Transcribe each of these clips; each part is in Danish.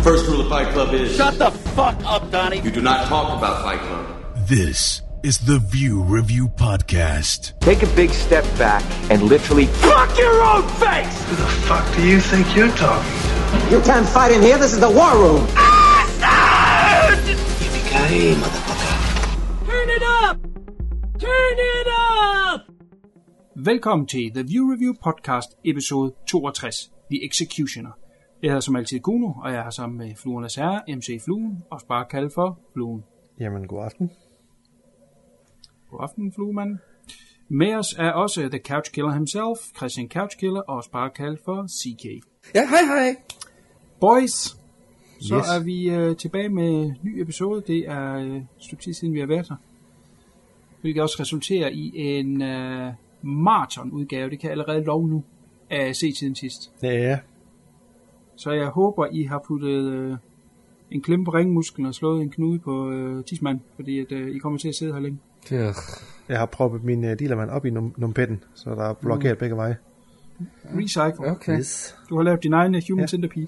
First rule of Fight Club is... Shut the fuck up, Donnie! You do not talk about Fight Club. This is the View Review Podcast. Take a big step back and literally fuck your own face! Who the fuck do you think you're talking to? You can't fight in here, this is the war room! Yippee-ki-yay, motherfucker. Turn it up! Turn it up! Velkommen til The View Review Podcast, episode 62, The Executioner. Jeg hedder som altid Kuno, og jeg har sammen med Fluernes Herre, MC Fluen, også bare kaldt for Fluen. Jamen, god aften. God aften, Fluemand. Med os er også The Couch Killer himself, Christian Couch Killer, også bare kaldt for CK. Ja, hej. Boys, så Yes. er vi tilbage med en ny episode. Det er et stykke tid siden, vi har været her. Hvilket også resulterer i en marathon-udgave, det kan jeg allerede love nu, af se tiden sidst. Ja. Så jeg håber, I har puttet en klemme på ringmusklen og slået en knude på tidsmand, fordi at, I kommer til at sidde her længe. Jeg har proppet min dealermand op i numpetten, så der er blokeret begge veje. Recycle. Okay. Yes. Du har lavet din egen human centipede.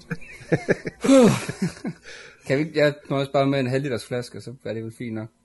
Kan vi, jeg nøjes bare med en halvliters flaske, så er det vel fint nok.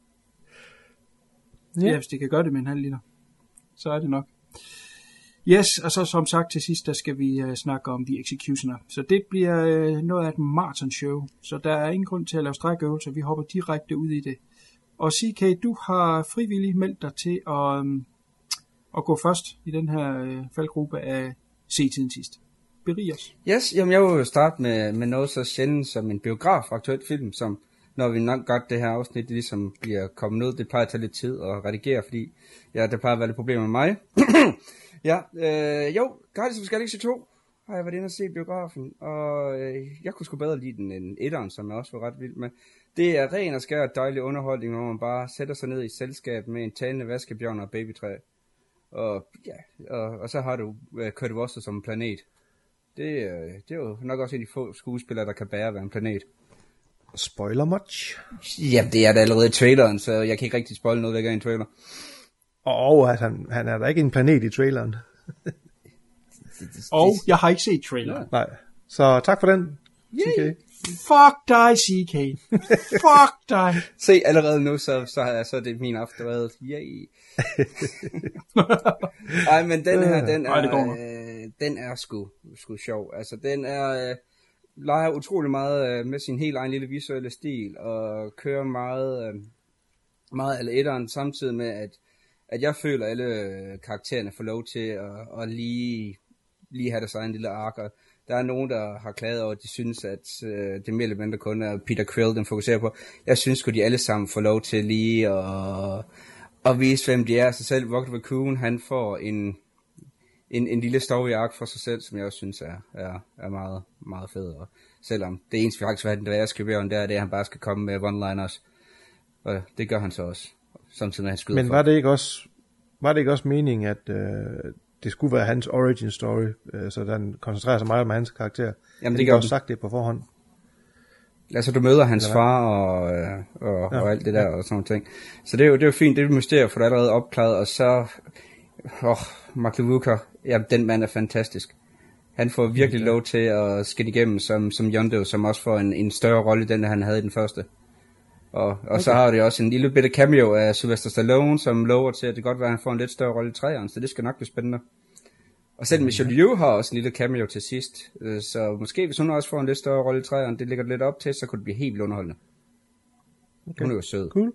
Ja, hvis det kan gøre det med en halv liter, så er det nok. Yes, og så som sagt til sidst, der skal vi snakke om The Executioner. Så det bliver noget af et marathon-show, så der er ingen grund til at lave strækøvelser, vi hopper direkte ud i det. Og CK, du har frivilligt meldt dig til at gå først i den her faldgruppe af se-tiden sidst. Berig os. Yes, jamen jeg vil jo starte med noget så sjældent som en biograf-aktuel film, som når vi nok godt det her afsnit, det ligesom bliver kommet ud, det plejer at tage lidt tid at redigere, fordi ja, der plejer at være lidt problemer med mig. Ja, Guardians of the Galaxy 2 har jeg været inde og se biografen, og jeg kunne sgu bedre lide den end etteren, som jeg også var ret vild med. Det er ren og skær dejlig underholdning, hvor man bare sætter sig ned i selskab med en talende vaskebjørn og babytræ. Og ja, og så har du Kurt Russell som en planet. Det er jo nok også en af de få skuespillere, der kan bære at være en planet. Spoiler much? Ja, det er der allerede i traileren, så jeg kan ikke rigtig spoile noget, der ikke er i en trailer. Og at han er der ikke en planet i traileren. Og jeg har ikke set traileren. Nej, så tak for den, CK. Fuck dig, CK. Fuck dig. Se, allerede nu, så er det min aften reddet. Yay. Ej, men den her, den er sgu sjov. Altså, den er leger utrolig meget med sin helt egen lille visuelle stil, og kører meget eller etteren, samtidig med, at jeg føler, at alle karaktererne får lov til at lige have deres egen lille ark. Der er nogen, der har klaget over, at de synes, at det mere eller mindre kun er Peter Quill, den fokuserer på. Jeg synes at de alle sammen får lov til lige at vise, hvem de er. Så selv Rocket Raccoon, han får en lille story arc for sig selv, som jeg også synes er meget, meget fed. Og selvom det eneste, vi faktisk vil have den dværgeskriverende, det er, at han bare skal komme med one-liners. Og det gør han så også, samtidig med, at han skyder. Men var det ikke også meningen, at det skulle være hans origin story, så den koncentrerer sig meget om hans karakter? Jamen det gør også sagt det på forhånd. Altså du møder hans far og alt det der og sådan noget ting. Så det er jo fint, det er et mysterie, for det er allerede opklaret. Og så Mark Walker, ja, den mand er fantastisk. Han får virkelig lov til at skille igennem som Yondu, som også får en større rolle, den han havde i den første. Og okay. Så har det også en lille bitte cameo af Sylvester Stallone, som lover til, at det godt være, at han får en lidt større rolle i træerne, så det skal nok blive spændende. Og selv Michelle Yeoh har også en lille cameo til sidst, så måske hvis hun også får en lidt større rolle i træerne, det ligger lidt op til, så kunne det blive helt vildt underholdende. Okay. Hun er jo sød. Cool.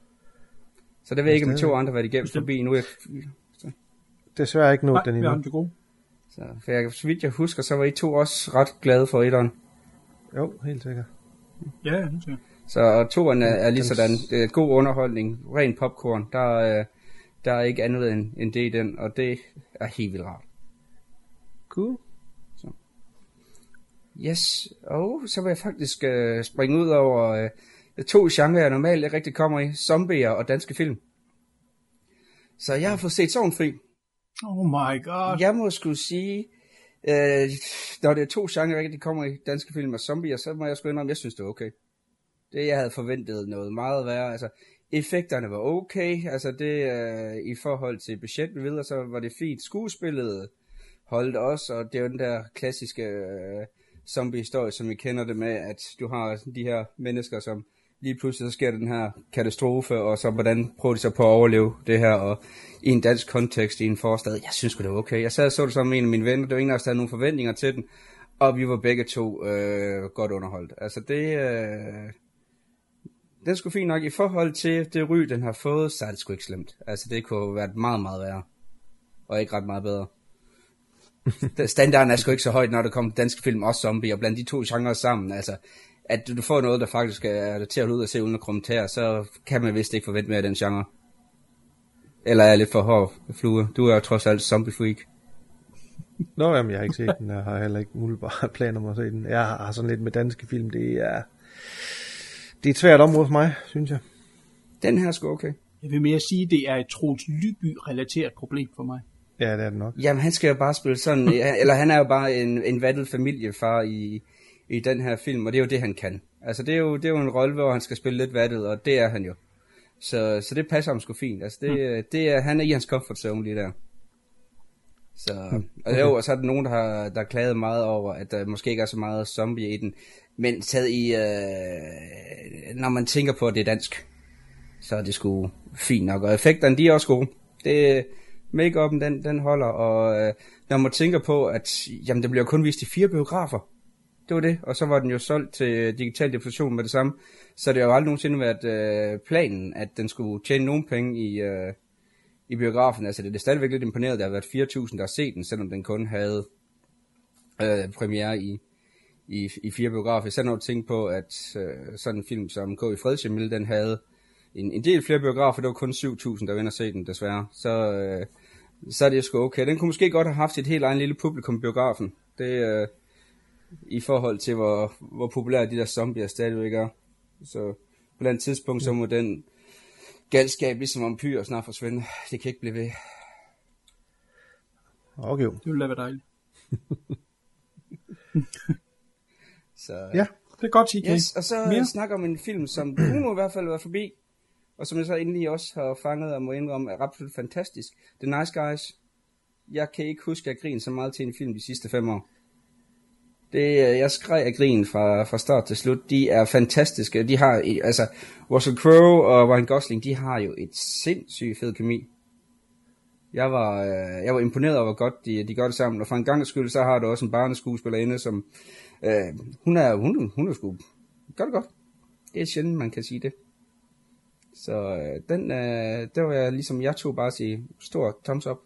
Så det vil jeg ikke, om 2 andre været igennem forbi nu. Desværre ikke nået den endnu. Nej, god. Så vidt jeg husker, så var I 2 også ret glade for etteren. Jo, helt sikkert. Ja, det synes jeg. Så 2'eren er lige sådan, det er god underholdning, ren popcorn, der er ikke andet end det i den, og det er helt vildt rart. Cool. Så. Yes, og så vil jeg faktisk springe ud over 2 genrer, jeg normalt ikke rigtig kommer i, zombier og danske film. Så jeg har fået set Sorgenfri. Oh my god. Jeg må skulle sige, når det er 2 genrer, jeg rigtig kommer i, danske film og zombier, så må jeg sgu indrømme, jeg synes det er okay. Det jeg havde forventet noget meget værre, altså effekterne var okay, altså det i forhold til budget med videre, så var det fint. Skuespillet holdt også, og det er jo den der klassiske zombie-historie, som vi kender det med, at du har de her mennesker, som lige pludselig så sker den her katastrofe, og så hvordan prøver de så på at overleve det her, og i en dansk kontekst, i en forstad. Jeg synes det var okay. Jeg sad og så det sammen med en af mine venner, det var ingen af os, der havde nogle forventninger til den, og vi var begge to godt underholdt. Altså det... Den skulle fint nok. I forhold til det ry, den har fået, så er det sgu ikke slemt. Altså det kunne være meget, meget værre. Og ikke ret meget bedre. Standarden er sgu ikke så højt, når der kommer dansk film, også zombie, og blandt de to genrer sammen. Altså, at du får noget, der faktisk er til at ud og se uden at kommentere, så kan man vist ikke forvente mere af den genre. Eller er jeg lidt for hård flue? Du er jo trods alt zombie freak. Nå, jamen jeg har ikke set den. Jeg har heller ikke umiddelbart planer om at se den. Jeg har sådan lidt med danske film. Det er et svært område for mig, synes jeg. Den her er sgu okay. Jeg vil mere sige, at det er et Troels Lyby-relateret problem for mig. Ja, det er det nok. Jamen, han skal jo bare spille sådan, eller han er jo bare en vattet familiefar i den her film, og det er jo det, han kan. Altså, det er jo en rolle, hvor han skal spille lidt vattet, og det er han jo. Så det passer ham sgu fint. Altså, han er i hans comfort zone lige der. Så, og så er der nogen, der har klaget meget over, at der måske ikke er så meget zombie i den, men taget i, når man tænker på, at det er dansk, så er det sgu fint nok, og effekterne, de er også gode. Make-up'en, den holder, og når man tænker på, at jamen, det bliver kun vist i 4 biografer, det var det, og så var den jo solgt til digital distribution med det samme, så det har jo aldrig nogensinde været planen, at den skulle tjene nogen penge i biografen. Altså det er stadigvæk lidt imponeret, der har været 4.000, der har set den, selvom den kun havde premiere i 4 biografer. Så når du tænker på, at sådan en film som K. i Fredshjemmel, den havde en del flere biografer, det var kun 7.000, der vender at se den, desværre. Så er det sgu okay. Den kunne måske godt have haft et helt egen lille publikum i biografen. Det i forhold til, hvor populære de der zombier stadigvæk er. Så på den tidspunkt, så må den galskab, ligesom vampyrer, snart forsvinde. Det kan ikke blive ved. Okay. Det ville da være dejligt. Så, ja, det er godt, TK. Yes, og så snakker om en film, som du nu i hvert fald var forbi, og som jeg så endelig også har fanget og må indrømme, er absolut fantastisk. The Nice Guys. Jeg kan ikke huske, at jeg griner så meget til en film de sidste 5 år. Jeg skreg af grin fra start til slut. De er fantastiske. De har, altså, Russell Crowe og Ryan Gosling, de har jo et sindssygt fed kemi. Jeg var imponeret over, hvor godt de gør det sammen. Og for en gang skyld, så har du også en barneskuespillerinde, som hun er sgu gør det godt. Det er sjældent, man kan sige det. Så der var jeg ligesom jeg tog bare sige stor thumbs up.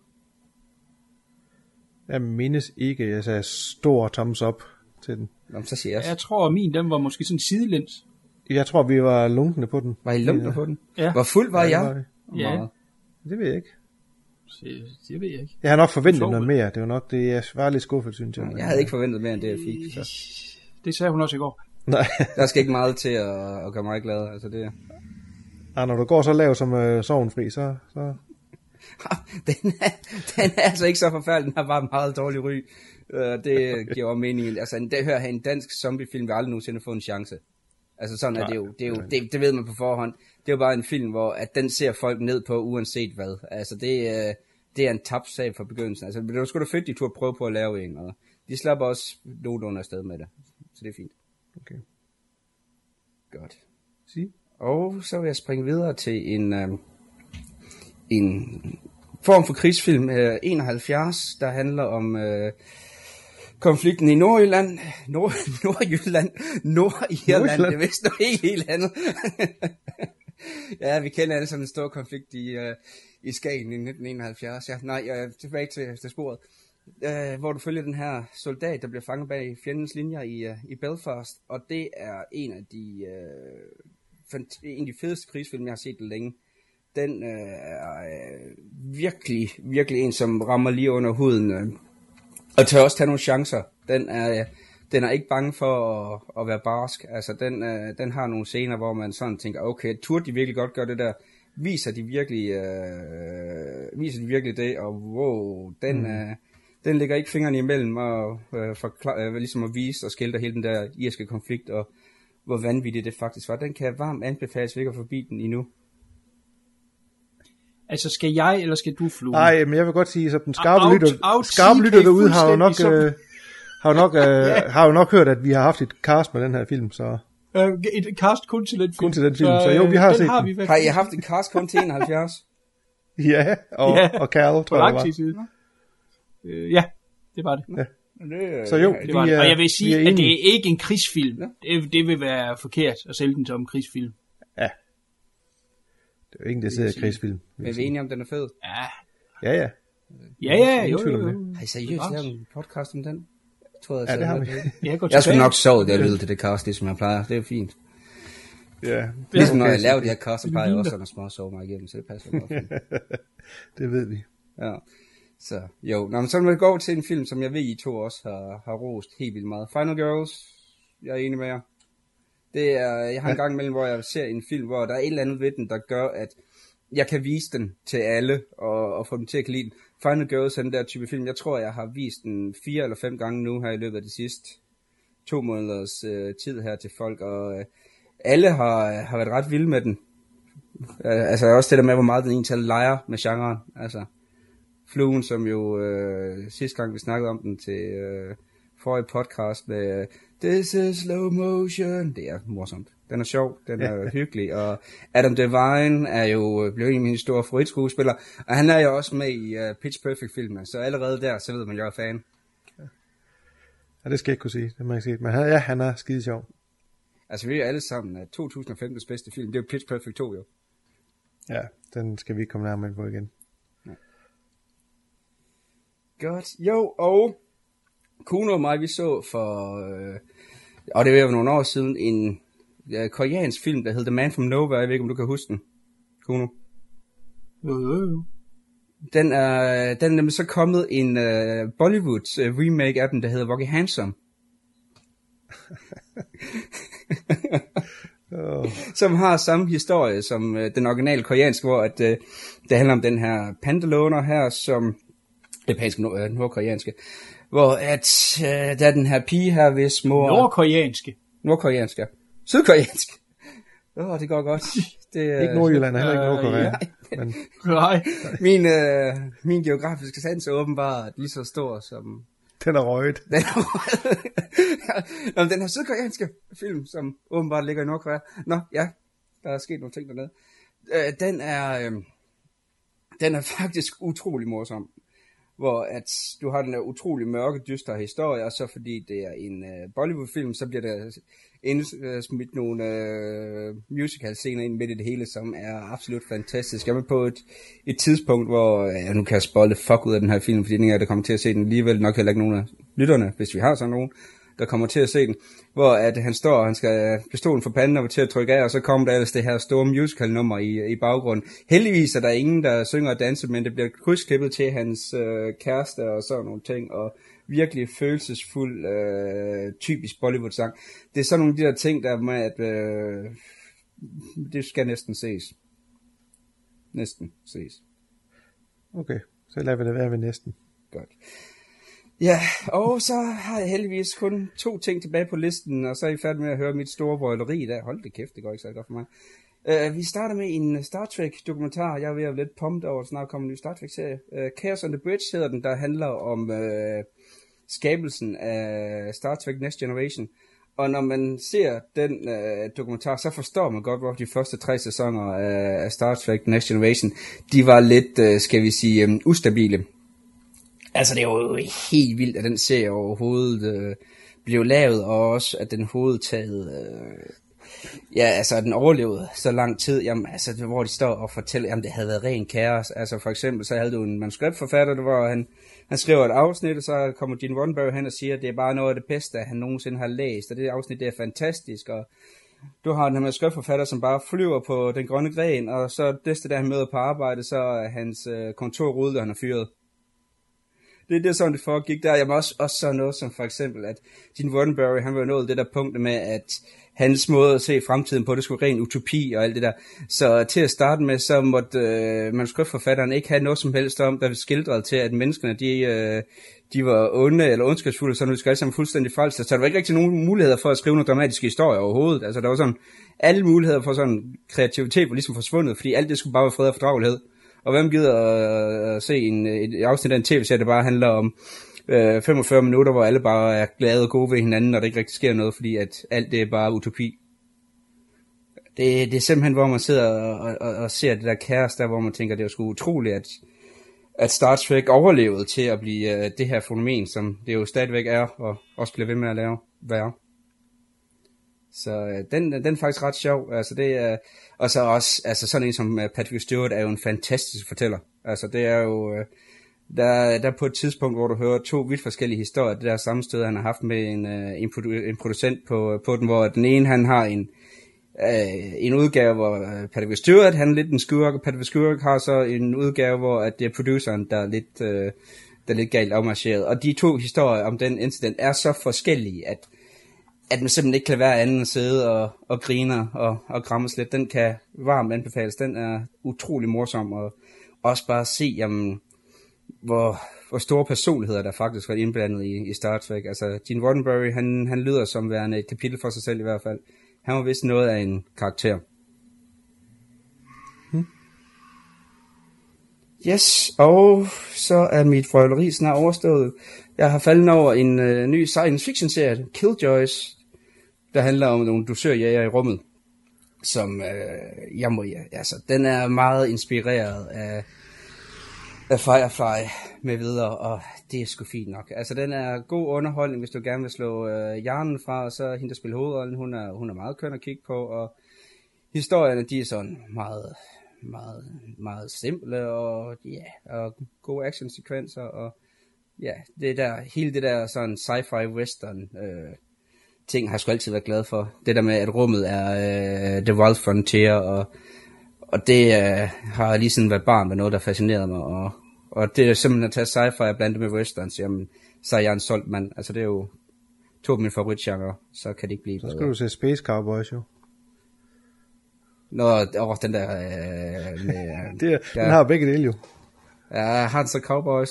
Jeg mindes ikke, jeg sagde stor thumbs up til den. Jamen, så siger jeg tror, min den var måske sådan sidelæns. Jeg tror, vi var lunkne på den. Var I lunkne på den? Ja. Hvor fuld var jeg? Ja. Det ved jeg ikke. Det ved jeg ikke. Jeg har nok forventet noget mere. Det var nok det, jeg var lidt skuffet, synes jeg. Jeg havde ikke forventet mere, end det jeg fik. Så. Det sagde hun også i går. Nej. Der skal ikke meget til at gøre mig glad. Altså det. Når du går så lav som Sorgenfri, så... den er altså ikke så forfærdelig. Den har bare meget dårlig ry. Det giver også mening. Altså, det hører en dansk zombiefilm vil aldrig nogensinde få en chance. Altså sådan er det jo. Det ved man på forhånd. Det er jo bare en film, hvor at den ser folk ned på, uanset hvad. Altså det er en tabt sag fra begyndelsen. Altså det var sgu da fedt, de turde prøve på at lave en. Og de slapper også nogenlunde afsted med det. Så det er fint. Okay. Godt. Sige. Og så vil jeg springe videre til en form for krigsfilm 71, der handler om konflikten i Nordjylland, Nordirland, det er vist noget helt andet. Ja, vi kender alle sådan en stor konflikt i Skagen i 1971. Ja, nej, jeg er tilbage til sporet. Hvor du følger den her soldat, der bliver fanget bag fjendens linjer i Belfast, og det er en af de fedeste krigsfilm, jeg har set længe. Den er virkelig, virkelig en, som rammer lige under huden, og tør også tage nogle chancer. Den er ikke bange for at være barsk. Altså, den har nogle scener, hvor man sådan tænker, okay, turde de virkelig godt gøre det der? Viser de virkelig det? Og wow, den ligger ikke fingrene imellem og ligesom at vise og skildre hele den der irske konflikt, og hvor vanvittigt det faktisk var. Den kan jeg varmt anbefale, hvis vi ikke er forbi den endnu. Altså, skal jeg, eller skal du, Flue? Nej, men jeg vil godt sige, så den skarpe lytter derude har har jo nok hørt, at vi har haft et cast med den her film, så... Et cast kun til den film. Kun til den film, så jo, vi har set den. Har I haft et cast kun til 71? Ja, og Carl, tror jeg, det var. Ja, det var det. Ja. Så jo, det var det. Og jeg vil sige, at det er ikke en krigsfilm. Ja. Det vil være forkert at sælge den som en krigsfilm. Ja. Det er jo ikke en decideret krigsfilm. Men vi er enige om, den er fed? Ja. Ja, jo. Har I seriøst lavet en podcast om den? Ja, det har vi. Jeg skulle nok sove, der lyder til det cast, det som jeg plejer. Det er jo fint. Ja. Ligesom når jeg laver de her cast, så plejer jeg også sådan at sove mig igennem, så det passer godt. Det ved vi. Ja. Så jo, så vil jeg gå til en film, som jeg ved, I to også har rost helt vildt meget. Final Girls, jeg er enig med jer. Det er, jeg har en gang imellem, hvor jeg ser en film, hvor der er et eller andet ved den, der gør, at jeg kan vise den til alle, og få dem til at lide den. Final Girls er den der type film, jeg tror, jeg har vist den 4 eller 5 gange nu her i løbet af de sidste 2 måneders tid her til folk, og alle har været ret vilde med den. Altså også det der med, hvor meget den egentlig leger med genren. Altså Fluen, som jo sidste gang vi snakkede om den til forrige podcast med This is slow motion. Det er morsomt. Den er sjov, den er hyggelig, og Adam Devine er jo blevet en af mine store favoritskuespillere, og han er jo også med i Pitch Perfect-filmen, så allerede der, så ved man, jeg er fan. Ja, det skal jeg ikke kunne sige, det må jeg ikke sige, men han er skide sjov. Altså vi er alle sammen, at 2015's bedste film, det er jo Pitch Perfect 2 jo. Ja, den skal vi ikke komme nærmere på igen. Ja. Godt, jo, og Kuno og mig, vi så for, og det var jo nogle år siden, en koreansk film, der hed The Man From Nowhere. Jeg ved ikke, om du kan huske den, Kuno? Jo. Den er nemlig så kommet en Bollywood remake af den, der hedder Rocky Handsome. Som har samme historie som den originale koreanske, hvor at, det handler om den her pantelåner her, som japanske, nordkoreanske, hvor at der er den her pige her, hvis mor... Nordkoreanske. Sydkoreansk. Det går godt. Det, ikke Nordjylland, heller ikke Nordkorea. Nej. Min geografiske sans er åbenbart lige så stor som... Den er røget. Den her sydkoreanske film, som åbenbart ligger i Nordkorea. Nå, ja, der er sket nogle ting dernede. Den er faktisk utrolig morsom. Hvor at du har den der utrolig mørke, dystre historie, og så fordi det er en Bollywood-film, så bliver der smidt nogle musical-scener ind midt i det hele, som er absolut fantastisk. Jeg er på et tidspunkt, hvor nu kan jeg spoile fuck ud af den her film, fordi ingen af der kommer til at se den alligevel, nok heller ikke nogen af lytterne, hvis vi har sådan nogen, der kommer til at se den, hvor at han står, og han skal pistolen for panden og vil til at trykke af, og så kommer der ellers det her store musical-nummer i baggrunden. Heldigvis er der ingen, der synger og danser, men det bliver krydsklippet til hans kæreste og sådan nogle ting, og virkelig følelsesfuld, typisk Bollywood-sang. Det er sådan nogle af de der ting, der med, at det skal næsten ses. Næsten ses. Okay, så lader vi det være ved næsten. Godt. Ja, og så har jeg heldigvis kun 2 ting tilbage på listen, og så er I færdig med at høre mit store brøleri i dag. Hold det kæft, det går ikke så godt for mig. Vi starter med en Star Trek dokumentar. Jeg er ved at være lidt pumped over, at snart kommer en ny Star Trek serie. Chaos on the Bridge hedder den, der handler om skabelsen af Star Trek Next Generation. Og når man ser den dokumentar, så forstår man godt, hvor de første 3 sæsoner af Star Trek Next Generation, de var lidt, skal vi sige, ustabile. Altså det er jo helt vildt, at den serie overhovedet blev lavet, og også at den hovedtaget, altså den overlevede så lang tid, jamen altså hvor de står og fortæller, jamen det havde været ren kaos. Altså for eksempel så havde du en manuskriptforfatter, hvor han skriver et afsnit, og så kommer Gene Roddenberry hen og siger, at det er bare noget af det bedste, han nogensinde har læst, og det afsnit det er fantastisk, og du har den her manuskriptforfatter, som bare flyver på den grønne gren, og så det der han møder på arbejde, så er hans kontor ryddet, og han er fyret. Det er sådan, det foregik der. Jamen også sådan noget som for eksempel, at Gene Roddenberry, han var nået det der punkt med, at hans måde at se fremtiden på, det skulle ren utopi og alt det der. Så til at starte med, så måtte manuskriptforfatteren ikke have noget som helst om, der skildrede til, at menneskene, de var onde eller ondskabsfulde, så nu skal alle sammen fuldstændig falsk. Så der var ikke rigtig nogen muligheder for at skrive nogle dramatiske historier overhovedet. Altså der var sådan, alle muligheder for sådan kreativitet var ligesom forsvundet, fordi alt det skulle bare være fred og fordragelighed. Og hvem gider at se et afsnit af en tv-serie, der bare handler om 45 minutter, hvor alle bare er glade og gode ved hinanden, og der ikke rigtig sker noget, fordi at alt det er bare utopi. Det er simpelthen, hvor man sidder og ser det der kaos der, hvor man tænker, det er sgu utroligt, at Star Trek overlevede til at blive det her fænomen, som det jo stadigvæk er, og også bliver ved med at være. Så den er faktisk ret sjov. Altså det er, og så også, altså sådan en som Patrick Stewart er jo en fantastisk fortæller. Altså det er jo, der er på et tidspunkt, hvor du hører 2 vidt forskellige historier, det der sammenstød, han har haft med en producent på den, hvor den ene, han har en udgave, hvor Patrick Stewart, han er lidt en skurk, og Patrick Stewart har så en udgave, hvor at det er produceren, der er lidt galt afmarcheret. Og de 2 historier om den incident er så forskellige, at man simpelthen ikke kan være anden at sidde og grine og krammes lidt. Den kan varmt anbefales. Den er utrolig morsom, og også bare se, jamen, hvor store personligheder der faktisk var indblandet i Star Trek. Altså Gene Roddenberry, han lyder som værende et kapitel for sig selv i hvert fald. Han var vist noget af en karakter. Yes, og så er mit frøjleri snart overstået. Jeg har faldet over en ny science fiction serie, Killjoys, der handler om nogle dusørjæger i rummet, som den er meget inspireret af Firefly med videre, og det er sgu fint nok. Altså den er god underholdning, hvis du gerne vil slå hjernen fra, og så hende der spiller hovedrollen, hun er meget køn at kigge på, og historierne, de er sådan meget, meget, meget simple, og og gode actionsekvenser, og hele det der sådan sci-fi western ting har jeg sgu altid været glad for. Det der med, at rummet er the wild frontier, og det har lige siden været barn med noget, der fascinerede mig, og det er simpelthen at tage sci-fi og blande med westerns, jamen, så er jeg en solgt mand. Altså det er jo 2 af mine favoritgenre, så kan det ikke blive bedre. Så skal du se Space Cowboys jo. Den der med, den har begge dele jo. Ja, Hans og Cowboys.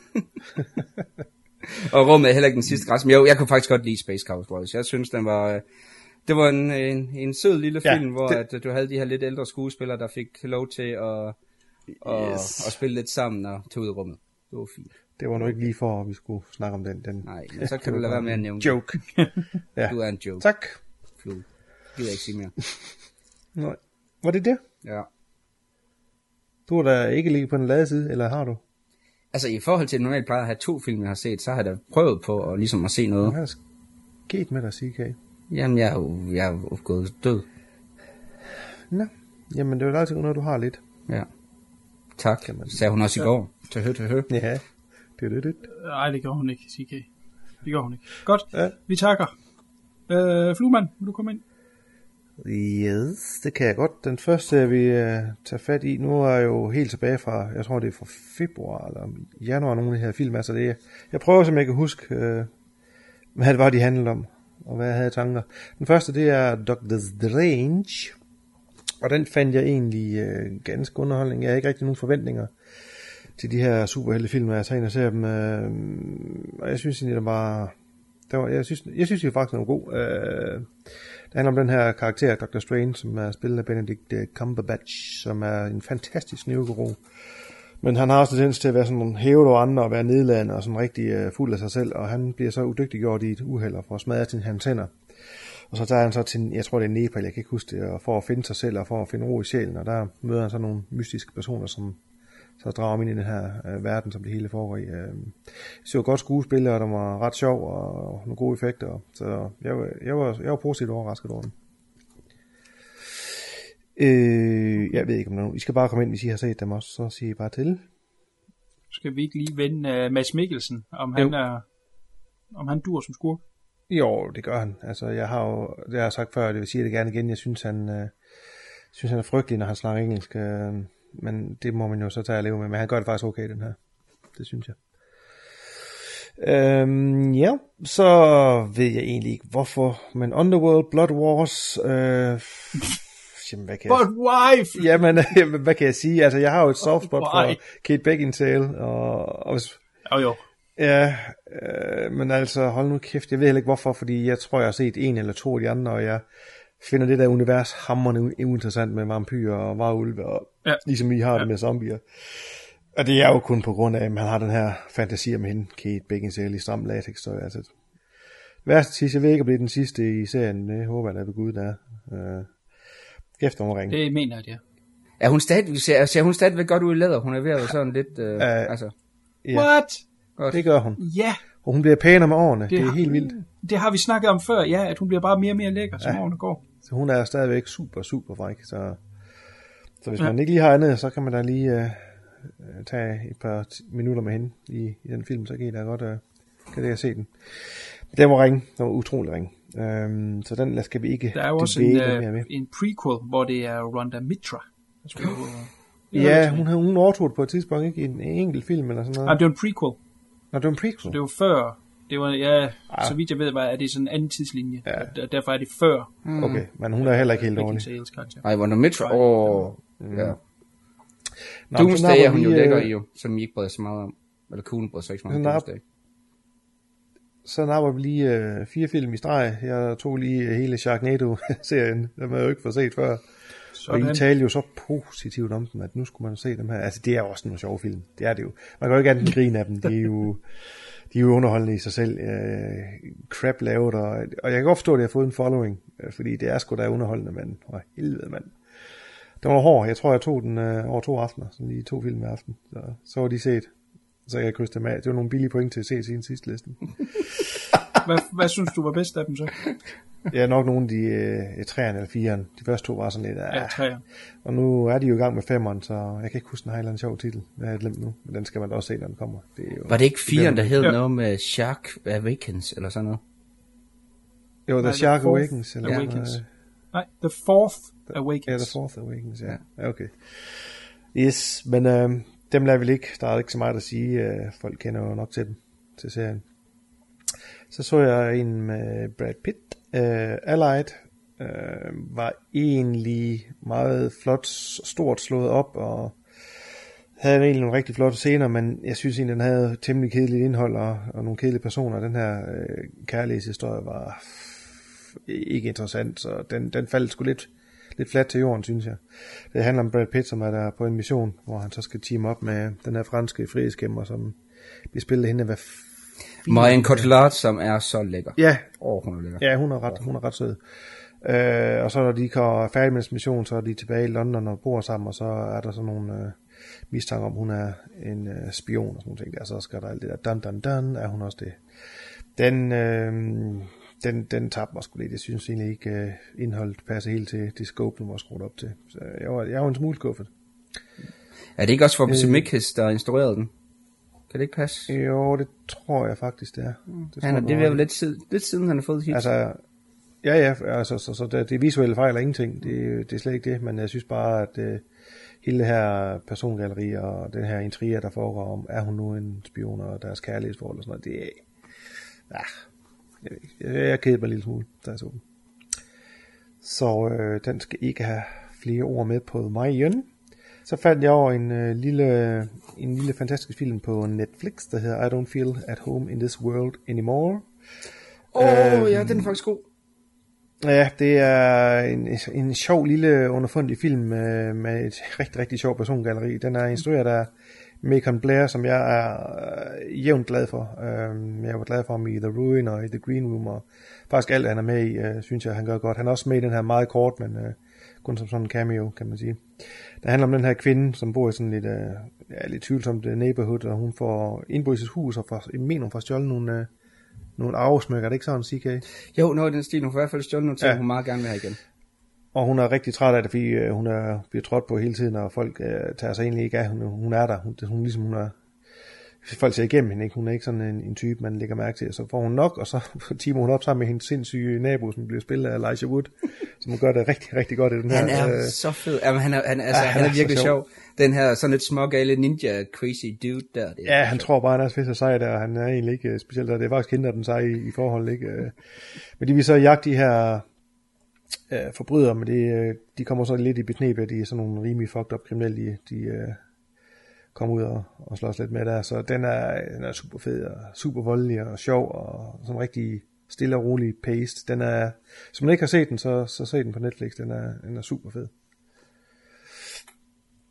Og rummet er heller ikke den sidste græs, men jeg kunne faktisk godt lide Space Cowboys. Jeg synes, det var en sød lille film, hvor at du havde de her lidt ældre skuespillere, der fik lov til at spille lidt sammen og tage ud i rummet. Det var fint. Det var nu ikke lige for, at vi skulle snakke om den. Nej, men så kan du lade være med at nævne joke. Ja. Du er en joke. Tak. Flu. Det gider jeg ikke sige mere. Nej. Var det det? Ja. Du har da ikke ligget på den lade side, eller har du? Altså i forhold til, at jeg normalt plejer at have 2 film, jeg har set, så har jeg da prøvet på at, ligesom at se noget. Hvad er der sket med dig, CK? Jamen, jeg er jo gået død. Nå, jamen det er jo altid noget, du har lidt. Ja. Tak, sagde hun også i går. Til hø. Ja, det. Nej, det gør hun ikke, CK. Det gør hun ikke. Godt, vi takker. Fluemann, vil du komme ind? Yes, det kan jeg godt. Den første, vi tager fat i, nu er jo helt tilbage fra, jeg tror det er fra februar eller januar, nogle af de her film. Altså det, jeg prøver, som jeg kan huske, hvad det var, de handlede om, og hvad jeg havde tanker. Den første, det er Doctor Strange, og den fandt jeg egentlig ganske underholdning. Jeg havde ikke rigtig nogen forventninger til de her superheltefilm, når jeg tager ind og ser dem, og jeg synes egentlig, jeg synes det faktisk var god. Det handler om den her karakter, Dr. Strange, som er spillet af Benedict Cumberbatch, som er en fantastisk neurokirurg. Men han har også tendens til at være sådan hævet over andre og være nedladende og sådan rigtig fuld af sig selv, og han bliver så udygtiggjort i et uheld og får smadret til hans hænder. Og så tager han så til, jeg tror det er Nepal, jeg kan ikke huske det, og for at finde sig selv og for at finde ro i sjælen, og der møder han så nogle mystiske personer, som så drager ind i den her verden, som det hele foregår i. Det var godt skuespil, og der var ret sjov, og nogle gode effekter, så jeg var positivt overrasket over den. Jeg ved ikke om nogen. I skal bare komme ind, hvis I har set dem også, så siger I bare til. Skal vi ikke lige vende Mads Mikkelsen, om han dur som skurk? Jo, det gør han. Altså, jeg har jo sagt før, det vil sige det gerne igen. Jeg synes han er frygtelig, når han snakker engelsk. Men det må man jo så tage at leve med. Men han gør det faktisk okay, den her. Det synes jeg. Ja, så ved jeg egentlig ikke hvorfor. Men Underworld, Blood Wars... jamen, hvad kan But wife! Jamen, hvad kan jeg sige? Altså, jeg har jo et soft spot for Kate Beckinsale. Jo. Ja, men altså, hold nu kæft. Jeg ved heller ikke hvorfor, fordi jeg tror, jeg har set 1 eller 2 af de andre, og jeg finder det der univers hamrende uinteressant med vampyrer og varulve, og ligesom I har det med zombier. Og det er jo kun på grund af, at man har den her fantasi om hende, Kate Beckinsale i stram latex. Altså, værste sidst, jeg ved ikke, om det er den sidste i serien. Det håber jeg, at ved Gud, der er. Efter hun ringer. Det mener jeg, det er. Ser hun stadigvæk godt ud i læder? Hun er ved at være sådan lidt... altså. Ja. What? Godt. Det gør hun. Ja. Og hun bliver pænere med årene. Det er helt vildt. Det har vi snakket om før, ja, at hun bliver bare mere og mere lækker, som årene går. Så hun er stadigvæk super, super fræk. Så hvis man ikke lige har andet, så kan man da lige tage et par minutter med hende i den film, så kan I da godt kan det se den. Den var ring. Den var utrolig ring. Så den skal vi ikke. Der er jo også en prequel, hvor det er Rhonda Mitra. Ja, hun overtog det på et tidspunkt, ikke? I en enkelt film eller sådan noget. Nej, det var en prequel. Nå, det var en prequel? Så det var før. Det var, så vidt jeg ved, er det sådan en anden tidslinje. Ja. Og derfor er det før. Okay, men hun er heller ikke helt dårlig. Nej, Rhonda Mitra. Ja. Doomsday er hun jo lækker i, jo, som I ikke bryder så meget om. Eller Kuhn bryder sig ikke så meget om Doomsday. Så napper vi lige 4 film i streg. Jeg tog lige hele Sharknado-serien. Den har jeg jo ikke fået set før. Sådan. Og I talte jo så positivt om dem, at nu skulle man se dem her. Altså, det er jo også nogle sjove film. Det er det jo. Man kan jo ikke andet grine af dem. De er jo underholdende i sig selv. Crap lavet, og jeg kan godt forstå, at jeg har fået en following, fordi det er sgu da underholdende, mand. Helvede, mand. Det var hård. Jeg tror, jeg tog den over 2 aftener. Sådan lige 2 film i aften. Så var de set. Så jeg krydste dem af. Det var nogle billige point til at se sin sidste listen. Hvad synes du var bedst af dem så? Ja, nok nogle af de 3'eren eller 4'eren. De første 2 var sådan lidt... Ja, 3'eren. Og nu er de jo i gang med 5'eren, så jeg kan ikke huske, den har en eller anden sjov titel. Jeg har glemt nu, men den skal man da også se, når den kommer. Det er jo, var det ikke 4'eren, der hed noget med Shark Awakens, eller sådan noget? Jo, The Shark Awakens. Eller Awakens. Nej, The Fourth Awakens. Ja, The Fourth Awakens, ja. Okay. Yes, men dem lader vi ligge. Der er ikke så meget at sige. Folk kender jo nok til dem, til serien. Så jeg en med Brad Pitt. Allied var egentlig meget flot, stort slået op, og havde egentlig nogle rigtig flotte scener, men jeg synes egentlig, den havde temmelig kedeligt indhold, og nogle kedelige personer. Den her kærlighedshistorie var ikke interessant, så den faldt sgu lidt fladt til jorden, synes jeg. Det handler om Brad Pitt, som er der på en mission, hvor han så skal team op med den her franske frihedskæmper, som bliver spillet hende hvad Marion Cotillard, som er så lækker. Ja. Hun er lækker. Ja, hun er ret sød. Og så når de kommer færdig med mission, så er de tilbage i London og bor sammen, og så er der sådan nogle mistanker om, hun er en spion og sådan noget. Og så skal der alt det der dun, er hun også det. Den tabte mig sgu lidt. Jeg synes egentlig ikke indholdet passer helt til det scope, den var skruet op til. Så jeg var en smule skuffet. Er det ikke også for Zemeckis, der instruerede den? Kan det ikke passe? Jo, det tror jeg faktisk, det er. Det er jo lidt siden, han har fået hit. Altså, ja, altså, så det visuelle fejl er ingenting. Det er slet ikke det, men jeg synes bare, at hele det her persongalleri og den her intriger, der foregår om, er hun nu en spion og deres kærlighedsforhold og sådan noget, det er... jeg kedede mig en lille smule, da jeg så den. Så den skal ikke have flere ord med på mig. Så fandt jeg over en lille fantastisk film på Netflix, der hedder I Don't Feel at Home in This World Anymore. Ja, den er faktisk god. Ja, det er en sjov lille underfundig film med et rigtig, rigtig sjov persongalleri. Den er instrueret af Macon Blair, som jeg er jævnt glad for. Jeg var glad for ham i The Ruin og i The Green Room, og faktisk alt, han er med i, synes jeg, han gør godt. Han er også med i den her meget kort, men kun som sådan en cameo, kan man sige. Det handler om den her kvinde, som bor i sådan lidt tvivlsomt neighborhood, og hun får indbrudt i sit hus, og hun får stjålet nogle arvesmykker. Er det ikke sådan, CK? Jo, noget i den stil. Hun får i hvert fald stjålet nogle ting, hun meget gerne vil have igen. Og hun er rigtig træt af det, fordi hun bliver trådt på hele tiden, og folk tager sig egentlig ikke af. Hun er der. Hun er folk ser igennem hende, ikke? Hun er ikke sådan en type, man lægger mærke til. Så får hun nok, og så timer hun op sammen med hendes sindssyge nabo, som bliver spillet af Elijah Wood, som gør det rigtig, rigtig godt i den her. Han er så fed. Jamen, han er virkelig sjov. Den her sådan lidt smågale ninja crazy dude der. Ja, han tror bare, han er så fedt at sej der, og han er egentlig ikke specielt der. Det er faktisk hende, den sig i forhold, ikke? Men de vil så jagte de her forbrydere, men de kommer så lidt i bekneb, at de er sådan nogle rimelig fucked up kriminelle, de komme ud og slås lidt med der, så den er super fed og super voldelig og sjov og sådan rigtig stille og rolig pace. Den er, hvis man ikke har set den, så se den på Netflix. Den er super fed.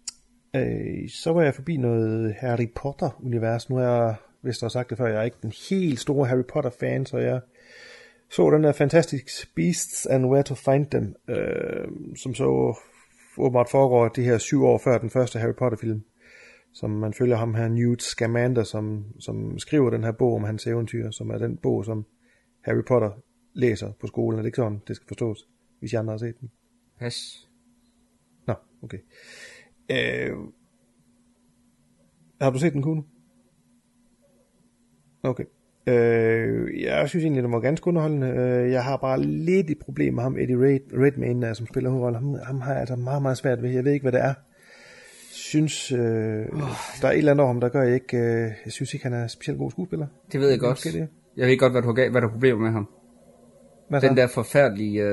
Så var jeg forbi noget Harry Potter-univers. Nu har jeg, hvis du har sagt det før, jeg er ikke den helt store Harry Potter-fan, så jeg så den der Fantastic Beasts and Where to Find Them, som så åbenbart foregår de her 7 år før den første Harry Potter-film, som man følger ham her, Newt Scamander, som skriver den her bog om hans eventyr, som er den bog, som Harry Potter læser på skolen. Er det ikke sådan, det skal forstås, hvis jeg andre har set den? Pas. Nå, okay. Har du set den, Kuno? Okay. Jeg synes egentlig, det var ganske underholdende. Jeg har bare lidt et problem med ham, Eddie Redmayne, som spiller hovedrollen. Ham har jeg altså meget, meget svært ved. Jeg ved ikke, hvad det er. Synes, der er et eller andet over ham, der gør jeg ikke... jeg synes ikke, han er specielt god skuespiller. Det ved jeg godt. Jeg ved godt, hvad der er problemer med ham. Den der forfærdelige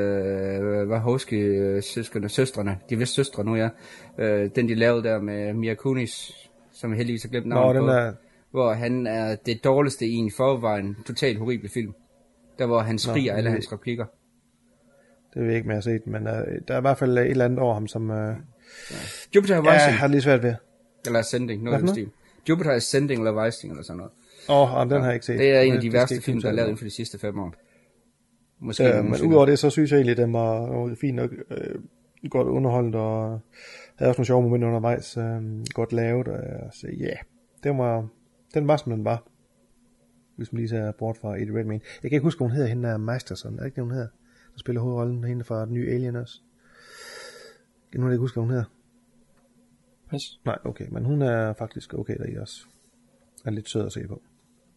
søstrene, de er vist søstre nu, ja. Den de lavede der med Mila Kunis, som jeg heldigvis har glemt navnet på. Er... Hvor han er det dårligste i en forvejen totalt horrible film. Der hvor han skriger alle hans replikker. Det ved jeg ikke, med at have set, men der er i hvert fald et eller andet over ham, som... Jupiter Rising. har lige svært ved. Eller Ascending, noget i den stil. Jupiter Ascending eller Rising, eller sådan noget. Den har jeg ikke set. Det er en af de værste film, der er lavet inden for de sidste 5 år. Måske men udover det, så synes jeg egentlig, den var fint nok, godt underholdt, og havde også nogle sjove momenter undervejs, godt lavet, så den var som den var, hvis man lige ser bort fra Eddie Redmayne. Jeg kan ikke huske, hvad hun hedder, hende er Masterson, er det ikke det, hun hedder, der spiller hovedrollen, hende fra den nye Alien også? Nu kan jeg ikke huske, hvad hun hedder. Pas. Nej, okay, men hun er faktisk okay der i også. Er lidt sød at se på.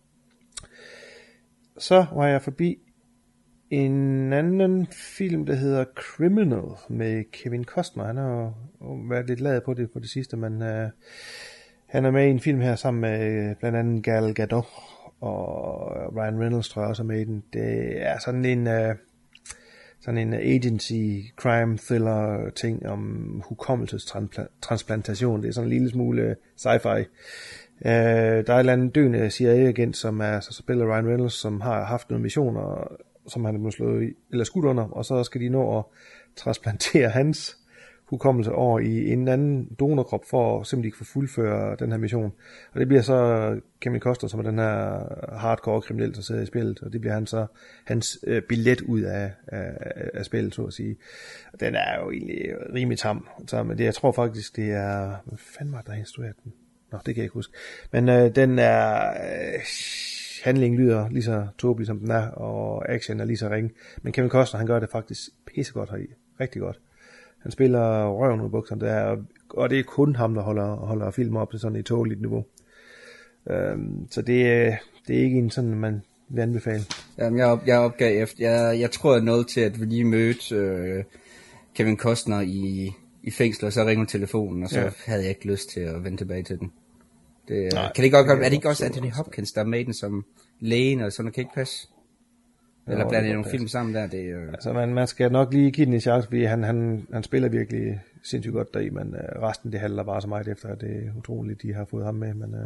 Så var jeg forbi en anden film, der hedder Criminal, med Kevin Costner. Han har været lidt ladet på det sidste, men han er med i en film her sammen med blandt andet Gal Gadot, og Ryan Reynolds tror jeg også er med i den. Det er sådan en agency crime thriller ting om hukommelsestransplantation. Det er sådan en lille smule sci-fi. Der er et eller andet døende CIA-agent, som spiller Ryan Reynolds, som har haft nogle missioner, som han er blevet slået i, eller skudt under, og så skal de nå at transplantere hans hukommelse over i en anden donorkrop, for simpelthen ikke få fuldføre den her mission. Og det bliver så Kevin Costner, som er den her hardcore kriminel, der sidder i spillet, og det bliver han så hans billet ud af spillet, så at sige. Og den er jo egentlig rimelig tam, men det, jeg tror faktisk, det er... Hvad fanden var der instrueret den? Nå, det kan jeg ikke huske. Men den er... handlingen lyder lige så tåbelig, som den er, og action er lige så ringe. Men Kevin Costner, han gør det faktisk pissegodt heri. Rigtig godt. Han spiller røven ud af bukserne der, og det er kun ham, der holder film op til sådan et tåligt niveau. Så det er ikke en sådan, man vil anbefale. Jamen, jeg opgav efter. Jeg tror, jeg nåede til, at vi lige mødte Kevin Costner i fængsel, og så ringede telefonen, og så havde jeg ikke lyst til at vende tilbage til den. Er det ikke også Anthony Hopkins, der er med den som lægen, og sådan noget, kan ikke passe? Eller blandt nogle film sammen der. Altså man skal nok lige give den en chance, fordi han spiller virkelig sindssygt godt deri, men resten det handler bare så meget efter, at det er utroligt, de har fået ham med. Men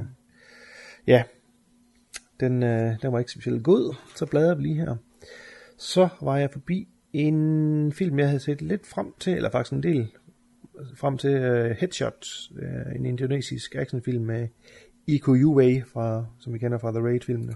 den var ikke specielt god, så bladrer vi lige her. Så var jeg forbi en film, jeg havde set lidt frem til, eller faktisk en del frem til, Headshot, en indonesisk actionfilm med Iko Uwais, som vi kender fra The Raid-filmene.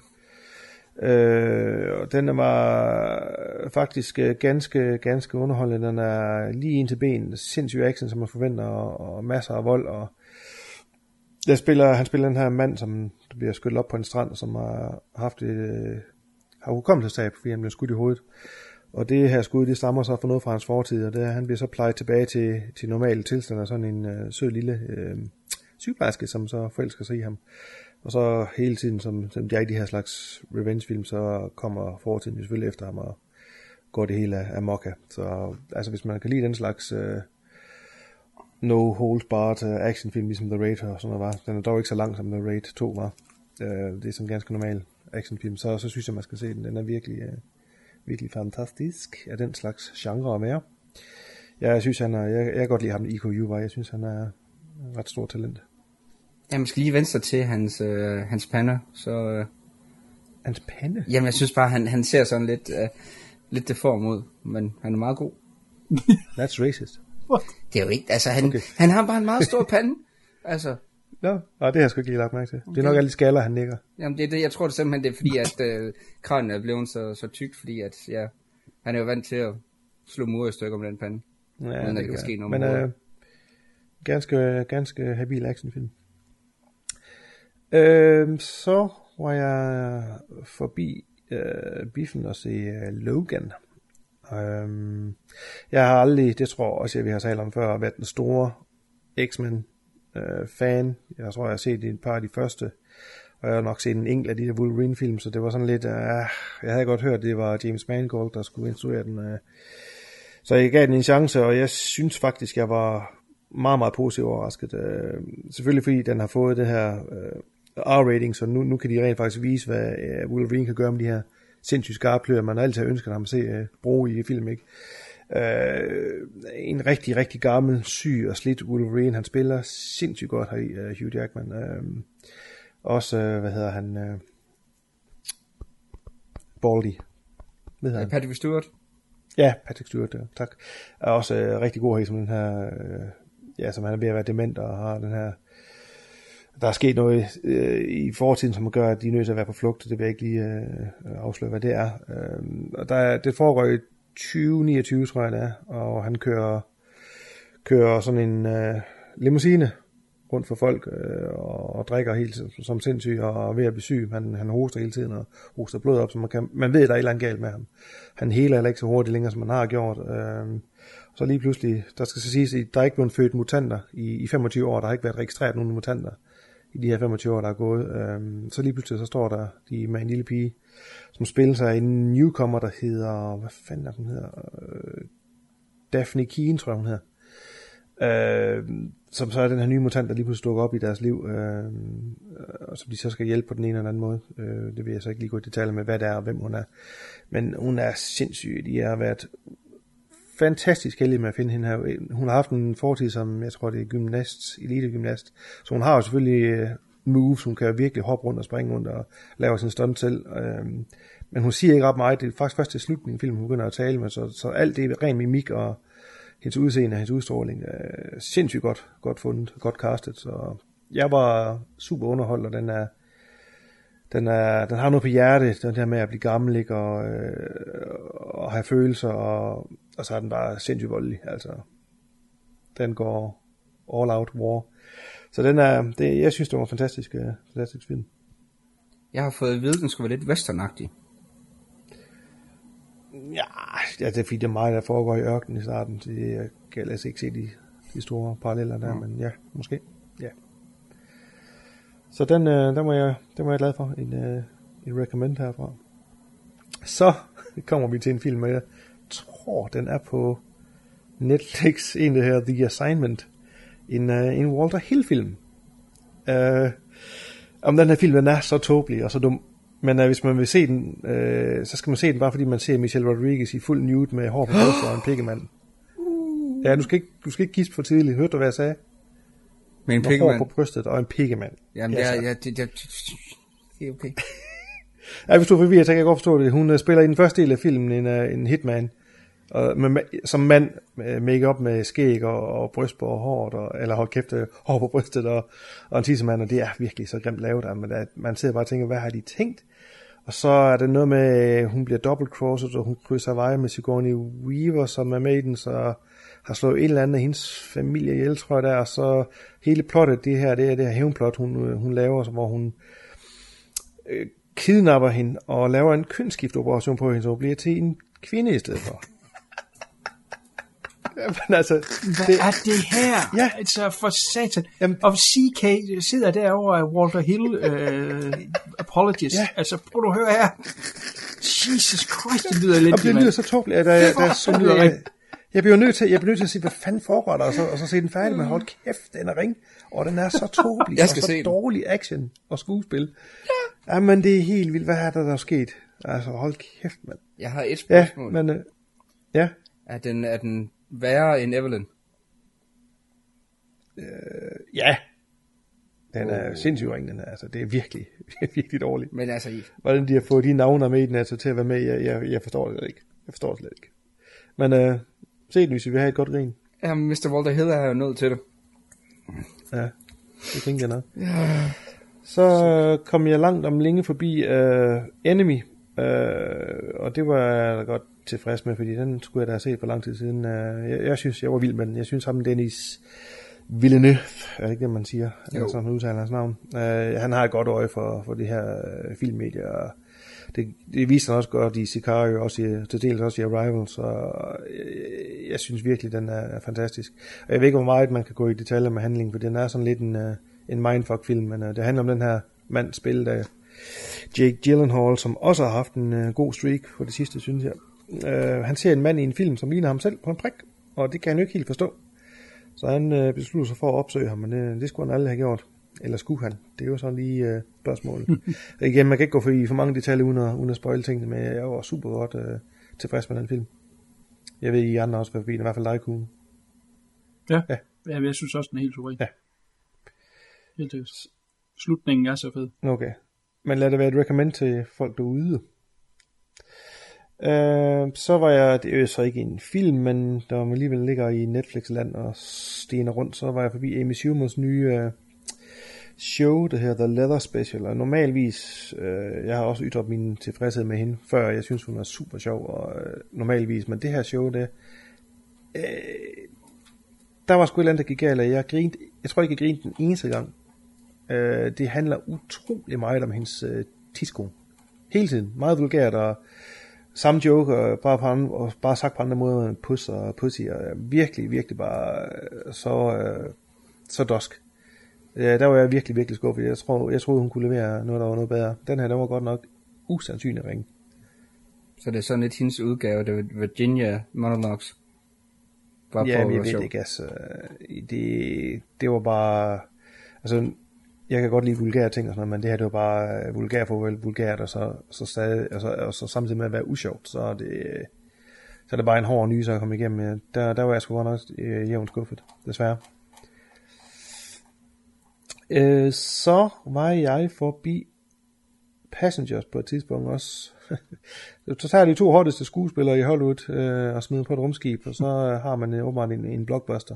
Og den var faktisk ganske underholdende. Den er lige ind til ben, sindssyg action, som man forventer, og masser af vold. Og han spiller den her mand, som bliver skudt op på en strand, som har haft har hukommelsestab, fordi han blev skudt i hovedet. Og det her skud, det stammer så fra noget fra hans fortid, og han bliver så plejet tilbage til normale tilstand, og sådan en sød lille sygeplejerske, som så forelsker sig i ham. Og så hele tiden, som de er i de her slags revenge-film, så kommer fortiden selvfølgelig efter ham, og går det hele af mokka. Så altså, hvis man kan lide den slags no holds barred actionfilm, ligesom The Raid og sådan noget var, den er dog ikke så lang, som The Raid 2 var. Det er sådan en ganske normal actionfilm, så synes jeg, man skal se den. Den er virkelig fantastisk af den slags genre at være. Jeg synes, jeg kan godt lide ham, Iko Uwais. Jeg synes, han er ret stor talent. Ja, man skal lige vende sig til hans pande, så... Hans pande? Jamen, jeg synes bare, han ser sådan lidt deform ud, men han er meget god. That's racist. What? Det er jo ikke, altså han har bare en meget stor pande. Altså. Nå, det har jeg sgu ikke lige lagt mærke til. Det er nok alle de skaller, han nikker. Jamen, jeg tror det simpelthen, det er fordi, at kranen er blevet så tykt, fordi at, ja, han er jo vant til at slå mur i stykker med den pande. Ja, uden at det kan ske noget men med ganske habil actionfilm. Så var jeg forbi biffen og se Logan. Jeg har aldrig, det tror jeg også, vi har talt om før, været den store X-Men fan. Jeg tror, jeg har set et par af de første, og jeg har nok set en enkelt af de der Wolverine-film, så det var sådan lidt, jeg havde godt hørt, det var James Mangold, der skulle instruere den. Så jeg gav den en chance, og jeg synes faktisk, jeg var meget, meget positivt overrasket. Selvfølgelig fordi den har fået det her R-rating, så nu kan de rent faktisk vise, hvad Wolverine kan gøre med de her sindssygt skarpe klør, man altid har ønsket ham at se bruge i film, ikke? En rigtig, rigtig gammel, syg og slidt Wolverine, han spiller sindssygt godt her i Hugh Jackman. Også, hvad hedder han? Baldy. Patrick Stewart. Ja, Patrick Stewart, ja, tak. Er også rigtig god her, som den her, som han er ved at være dement, og har den her, der er sket noget i fortiden, som gør, at de er nødt til at være på flugt, det vil jeg ikke lige afsløre, hvad det er. Og det foregår i 2029, tror jeg det er, og han kører sådan en limousine rundt for folk, og drikker helt som sindssyg, og er ved at blive syg. Han hoster hele tiden, og hoster blod op, så man ved, at der er et eller andet galt med ham. Han heler heller ikke så hurtigt længere, som man har gjort. Så lige pludselig, der skal så siges, at der er ikke blevet født mutanter i 25 år, der har ikke været registreret nogen mutanter i de her 25 år, der er gået. Så lige pludselig, så står der med en lille pige, som spiller sig en newcomer, der hedder, hvad fanden er hun hedder? Daphne Keane, tror jeg hun hedder. Som så er den her nye mutant, der lige pludselig dukker op i deres liv, og som de så skal hjælpe på den ene eller anden måde. Det vil jeg så ikke lige gå i detaljer med, hvad det er og hvem hun er. Men hun er sindssyg. De har været fantastisk heldige med at finde hende her. Hun har haft en fortid som, jeg tror det er elite-gymnast. Så hun har jo selvfølgelig moves, hun kan virkelig hoppe rundt og springe rundt og lave sin stunt selv. Men hun siger ikke ret meget. Det er faktisk først til slutningen af filmen, hun begynder at tale med, så alt det er ren mimik og hendes udseende og hendes udstråling er sindssygt godt fundet, godt castet, så jeg var super underholdt, og den har noget på hjertet, den her med at blive gammel, ikke, og have følelser, og så er den bare sindssygt voldelig, altså den går all out war, så jeg synes det var en fantastisk film. Jeg har fået at vide, at den skulle være lidt westernagtig. Ja, det er fordi det er mig, der foregår i ørkenen i starten, så jeg kan altså ikke se de store paralleller der, men ja, måske. Ja. Så den var jeg glad for, en recommend herfra. Så kommer vi til en film, jeg tror, den er på Netflix, en der hedder The Assignment, en Walter Hill-film. Om den her film, den er så tåbelig og så dum. Men hvis man vil se den, så skal man se den bare fordi man ser Michelle Rodriguez i fuld nude med hår på brystet og en pikkemand. Ja, du skal ikke gispe for tidligt. Hørte du, hvad jeg sagde? Med en pikkemand? Hår på brystet og en pikkemand. Jamen, det er okay. Ja, hvis du er forvirret, så kan jeg godt forstå det. Hun spiller i den første del af filmen en hitman. Og som mand, make-up med skæg og bryst på håret, eller hold kæft, hår på brystet og en tissemand, og det er virkelig så grimt lavet, men man sidder bare og tænker, hvad har de tænkt? Og så er det noget med, hun bliver double-crosset, og hun krydser veje med Sigourney Weaver, som er med i den, så har slået en eller anden af hendes familie ihjel, tror jeg der, og så hele plottet, det er det her hævnplot, hun laver, hvor hun kidnapper hende og laver en kønsskiftoperation på hende, så hun bliver til en kvinde i stedet for. Men altså, hvad er det her? Ja. Altså for satan. Jamen, og CK sidder derovre af Walter Hill apologies. Ja. Altså prøv du at høre her. Jesus Christ, det lyder lidt. Det lyder så tåbeligt, at jeg bliver nødt til at sige, hvad fanden foregår der, og så se den færdig, men hold kæft, den er ring, og den er så tåbelig, og så dårlig action og skuespil. Ja. Jamen, det er helt vildt, hvad er der er sket? Altså, hold kæft, mand. Jeg har et spørgsmål. Ja, men, ja. Er den værre end Evelyn? Ja. Den er sindssygt ring, den her. Altså, det er virkelig, virkelig dårligt. Men altså, hvordan de har fået de navne med i den, altså, til at være med, jeg forstår det ikke. Jeg forstår det slet ikke. Men se den, hvis vi vil have et godt grin. Ja, Mr. Walter Hill er jo nødt til det. Ja. Det tænkte jeg nok. Så kom jeg langt om længe forbi Enemy, og det var jeg godt tilfreds med, fordi den skulle jeg da have set for lang tid siden. Jeg synes, jeg var vild med den. Jeg synes ham, Denis Villeneuve, er det ikke det, man siger? Altså, han udtaler hans navn. Han har et godt øje for det her filmmedier, og det viser han også godt i Sicario, også til dels også i Arrival, så jeg synes virkelig, den er fantastisk. Og jeg ved ikke, hvor meget man kan gå i detaljer med handlingen, for den er sådan lidt en mindfuck-film, men det handler om den her mand spillet af Jake Gyllenhaal, som også har haft en god streak for det sidste, synes jeg. Han ser en mand i en film, som ligner ham selv på en prik, og det kan han jo ikke helt forstå. Så han beslutter sig for at opsøge ham, men det skulle han aldrig have gjort. Eller skulle han? Det er jo sådan lige spørgsmålet. Igen, man kan ikke gå for mange detaljer uden at spoile tingene, men jeg var super godt tilfreds med den film. Jeg ved, I andre også var forbi, i hvert fald dig kunne. Ja, jeg synes også, den er helt suveræn. Ja. Helt til. Slutningen er så fed. Okay. Men lad det være et recommend til folk derude. Så var jeg, det er jo så ikke en film, men der alligevel ligger i Netflix-land og stener rundt, så var jeg forbi Amy Schumers nye show, det her The Leather Special, og normalvis, jeg har også ytret min tilfredshed med hende, før jeg synes, hun er super sjov, og normalvis, men det her show, der var sgu et eller andet, der gik galt, jeg tror ikke, jeg grinte den eneste gang. Det handler utrolig meget om hendes tidsko. Hele tiden, meget vulgært, og samme joke, og bare sagt på andre måder, pus og pussy, og virkelig, virkelig bare så dusk. Der var jeg virkelig, virkelig skuffet. Jeg troede, hun kunne levere noget, der var noget bedre. Den her, der var godt nok usandsynlig ringe. Så det er sådan lidt hendes udgave, det var Virginia Monologues. Ja, men jeg ved det ikke, altså. Det var bare, altså, jeg kan godt lide vulgære ting og sådan noget, men det her, det var bare vulgært for vulgært, og så stadig, og så samtidig med at være usjovt, så er det bare en hård nyser at komme igennem. Der var jeg sgu godt nok jævnt skuffet, desværre. Så var jeg forbi Passengers på et tidspunkt også. Så tager de 2 hotteste skuespillere i Hollywood og smider på et rumskib, og så har man åbenbart en blockbuster.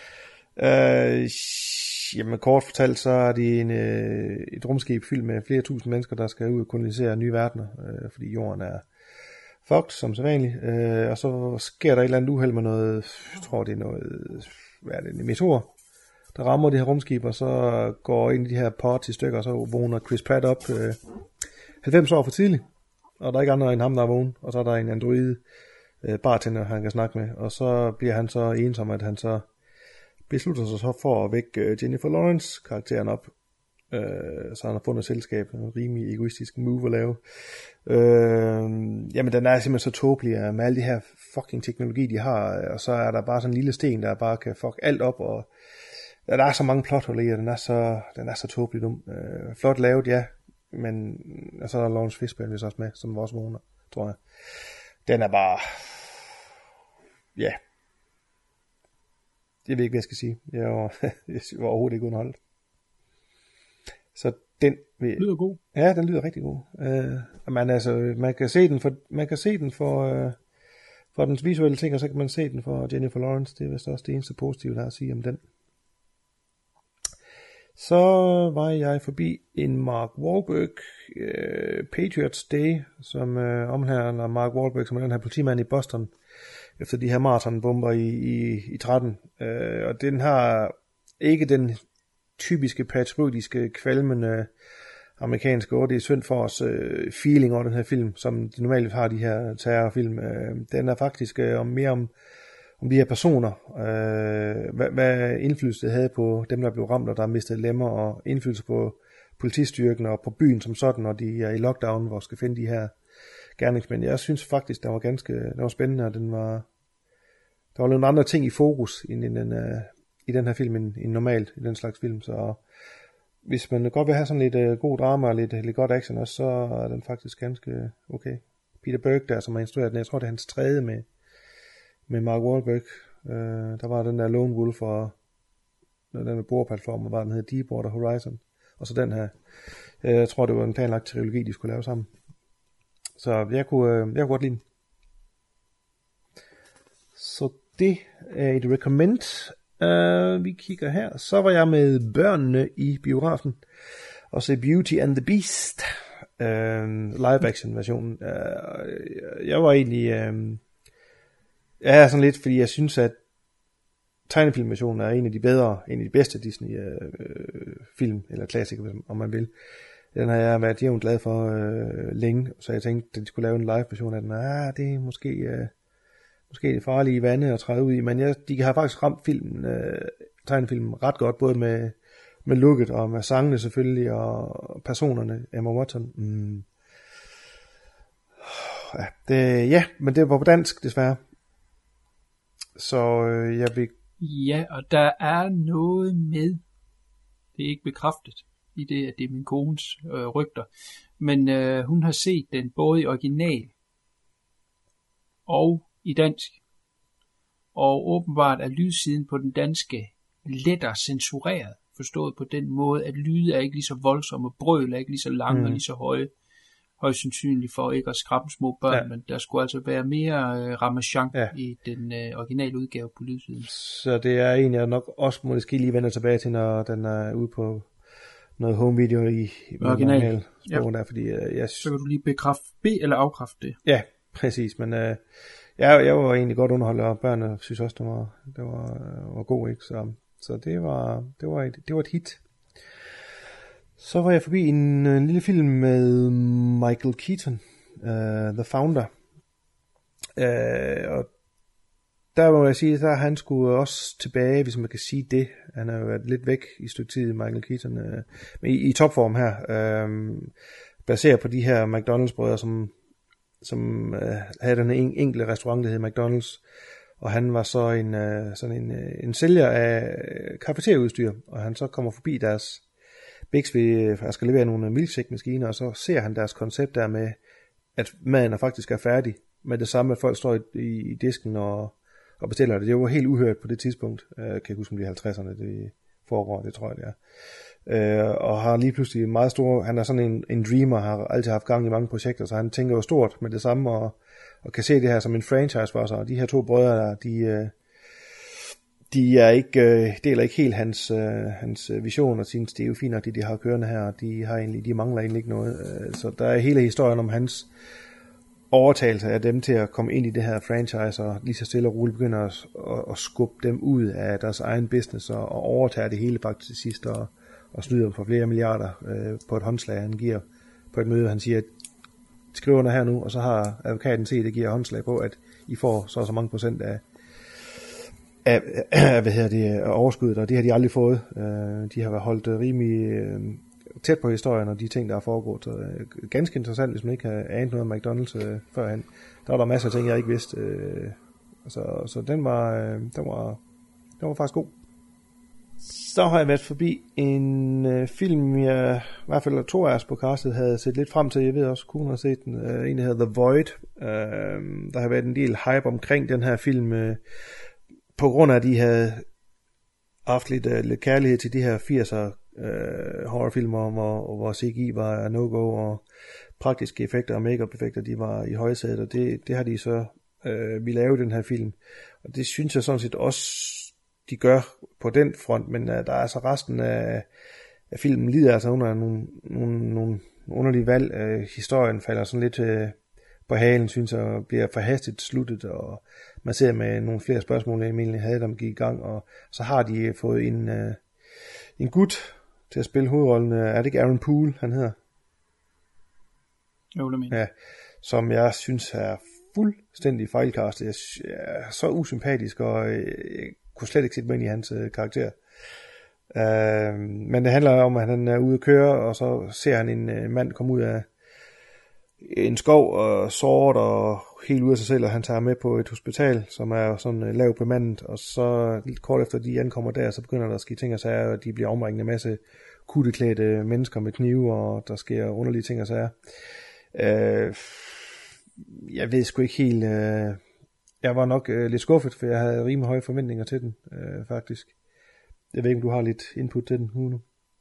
Jamen kort fortalt, så er det et rumskib fyldt med flere tusind mennesker, der skal ud og kolonisere nye verdener, fordi jorden er fucked, som sædvanligt. Og så sker der et eller andet uheld med noget, jeg tror det er noget, en meteor, der rammer det her rumskib, og så går ind i de her pods i stykker, og så vågner Chris Pratt op 90 år for tidligt, og der er ikke andre end ham, der er vågen, og så er der en android bartender, han kan snakke med, og så bliver han så ensom, at han så beslutter sig så for at vække Jennifer Lawrence karakteren op, så han har fundet selskab, en rimelig egoistisk move at lave. Jamen den er simpelthen så tåbelig med alle de her fucking teknologi de har, og så er der bare sådan en lille sten, der bare kan fuck alt op, og der er så mange plothuller i, og den er så tåbelig dum. Flot lavet, ja, men så er der Lawrence Fishburne også med, som vores vågner, tror jeg. Den er bare, ja, jeg ved ikke, hvad jeg skal sige. Jeg var overhovedet ikke underholdt. Så den lyder god. Ja, den lyder rigtig god. Men altså, man kan se den for dens visuelle ting, og så kan man se den for Jennifer Lawrence. Det er vist også det eneste positive, der er at sige om den. Så var jeg forbi en Mark Wahlberg Patriots Day, som omhandler Mark Wahlberg, som er den her politimand i Boston, efter de her maratonbomber i 13. Og den har ikke den typiske patriotiske, kvalmende amerikanske ord. Det er synd for os feeling over den her film, som de normalt har, de her terrorfilm. Den er faktisk mere om de her personer, hvad indflydelse det havde på dem, der blev ramt, og der mistede lemmer, og indflydelse på politistyrken og på byen som sådan, når de er i lockdown, hvor skal finde de her gerningsmænd. Jeg synes faktisk, den var spændende, og der var nogle andre ting i fokus i den her film end normalt i den slags film, så hvis man godt vil have sådan lidt god drama og lidt godt action også, så er den faktisk ganske okay. Peter Berg der, som har instrueret den, jeg tror det er hans tredje med Mark Wahlberg. Der var den der Lone Wolf og den med bordplatform, og var den hed Deepwater Horizon, og så den her. Jeg tror det var en planlagt trilogi, de skulle lave sammen. Så jeg kunne godt lide den. Så det er et recommend. Vi kigger her. Så var jeg med børnene i biografen og se Beauty and the Beast. Live action versionen. Jeg var egentlig... jeg er sådan lidt, fordi jeg synes, at tegnefilmversionen er en af de bedre, en af de bedste Disney film, eller klassikere, om man vil. Den har jeg været jævnt glad for længe, så jeg tænkte, at de skulle lave en live version af den. Det er måske det farlige vande at træde ud i, men de har faktisk ramt tegnefilmen ret godt, både med looket og med sangene selvfølgelig, og personerne, Emma Watson. Men det var på dansk desværre. Så jeg vil... Ja, og der er noget med, det er ikke bekræftet i det, at det er min kones rygter, men hun har set den både i original og i dansk, og åbenbart er lydsiden på den danske lettere censureret, forstået på den måde, at lyde er ikke lige så voldsomme, brøl er ikke lige så lange og lige så høje, højst sandsynligt for ikke at skræmme små børn, men der skulle altså være mere ramachan i den originale udgave på lydsiden. Så det er en, jeg nok også måske lige vender tilbage til, når den er ude på noget home video i original sprog der, fordi så kan du lige eller afkræfte det. Ja, præcis, men jeg var egentlig godt underholdt, og børnene synes også, det var god, ikke? Så det var et hit. Så var jeg forbi en lille film med Michael Keaton, The Founder. Og der må jeg sige, der han skulle også tilbage, hvis man kan sige det. Han har jo været lidt væk i stykke tid, Michael Keaton, men i topform her. Baseret på de her McDonald's-brødre, som havde den enkelte restaurant, der hed McDonald's. Og han var så en sælger af kafeterieudstyr, og han så kommer forbi deres Bixby, jeg skal levere nogle milkshake-maskiner, og så ser han deres koncept der med, at maden faktisk er færdig, med det samme, at folk står i disken og bestiller det. Det var helt uhørt på det tidspunkt. Jeg kan ikke huske, om det er 50'erne, det foregår, det tror jeg, det er. Og har lige pludselig meget store, han er sådan en dreamer, har altid haft gang i mange projekter, så han tænker jo stort med det samme, og kan se det her som en franchise for sig. Og de her to brødre der, de er ikke, deler ikke helt hans vision, og synes, det er jo fint nok, de har kørende her, og de mangler egentlig ikke noget. Så der er hele historien om hans overtagelse af dem til at komme ind i det her franchise, og lige så stille og roligt begynder at skubbe dem ud af deres egen business, og overtage det hele faktisk til sidst, og snyde dem for flere milliarder på et håndslag, han giver på et møde. Han siger, at skriv under her nu, og så har advokaten set, det giver håndslag på, at I får så mange procent af overskuddet, og det har de aldrig fået. De har holdt rimelig tæt på historien og de ting, der er foregået. Så ganske interessant, hvis man ikke har anet noget om McDonald's førhen. Der var der masser af ting, jeg ikke vidste. Så den var faktisk god. Så har jeg været forbi en film, jeg i hvert fald 2 af os på castet havde set lidt frem til. Jeg ved også, at Kuhn har set den. En, der hedder The Void. Der har været en del hype omkring den her film, på grund af, at de havde haft lidt kærlighed til de her 80'er horrorfilmer, hvor CGI var no-go, og praktiske effekter og make-up-effekter, de var i højsædet, og det har de så vi lavede den her film. Og det synes jeg sådan set også, de gør på den front, men der er altså resten af filmen lider altså under nogle underlige valg. Historien falder sådan lidt på halen, synes jeg, og bliver for hastigt sluttet, og man ser med nogle flere spørgsmål, jeg egentlig havde, der gik i gang, og så har de fået en gut til at spille hovedrollen. Er det ikke Aaron Poole, han hedder? Jo, det mener. Ja, som jeg synes er fuldstændig fejlkastet. Jeg er så usympatisk, og jeg kunne slet ikke sætte mig ind i hans karakter. Men det handler om, at han er ude at køre, og så ser han en mand komme ud af en skov og såret og helt ude af sig selv, og han tager med på et hospital, som er sådan lavt bemandet, og så lidt kort efter de ankommer der, så begynder der at ske ting og sager, og de bliver omringet en masse kutteklædte mennesker med knive, og der sker underlige ting og sager. Jeg ved sgu ikke helt, jeg var nok lidt skuffet, for jeg havde rimelig høje forventninger til den, faktisk. Jeg ved ikke, om du har lidt input til den nu?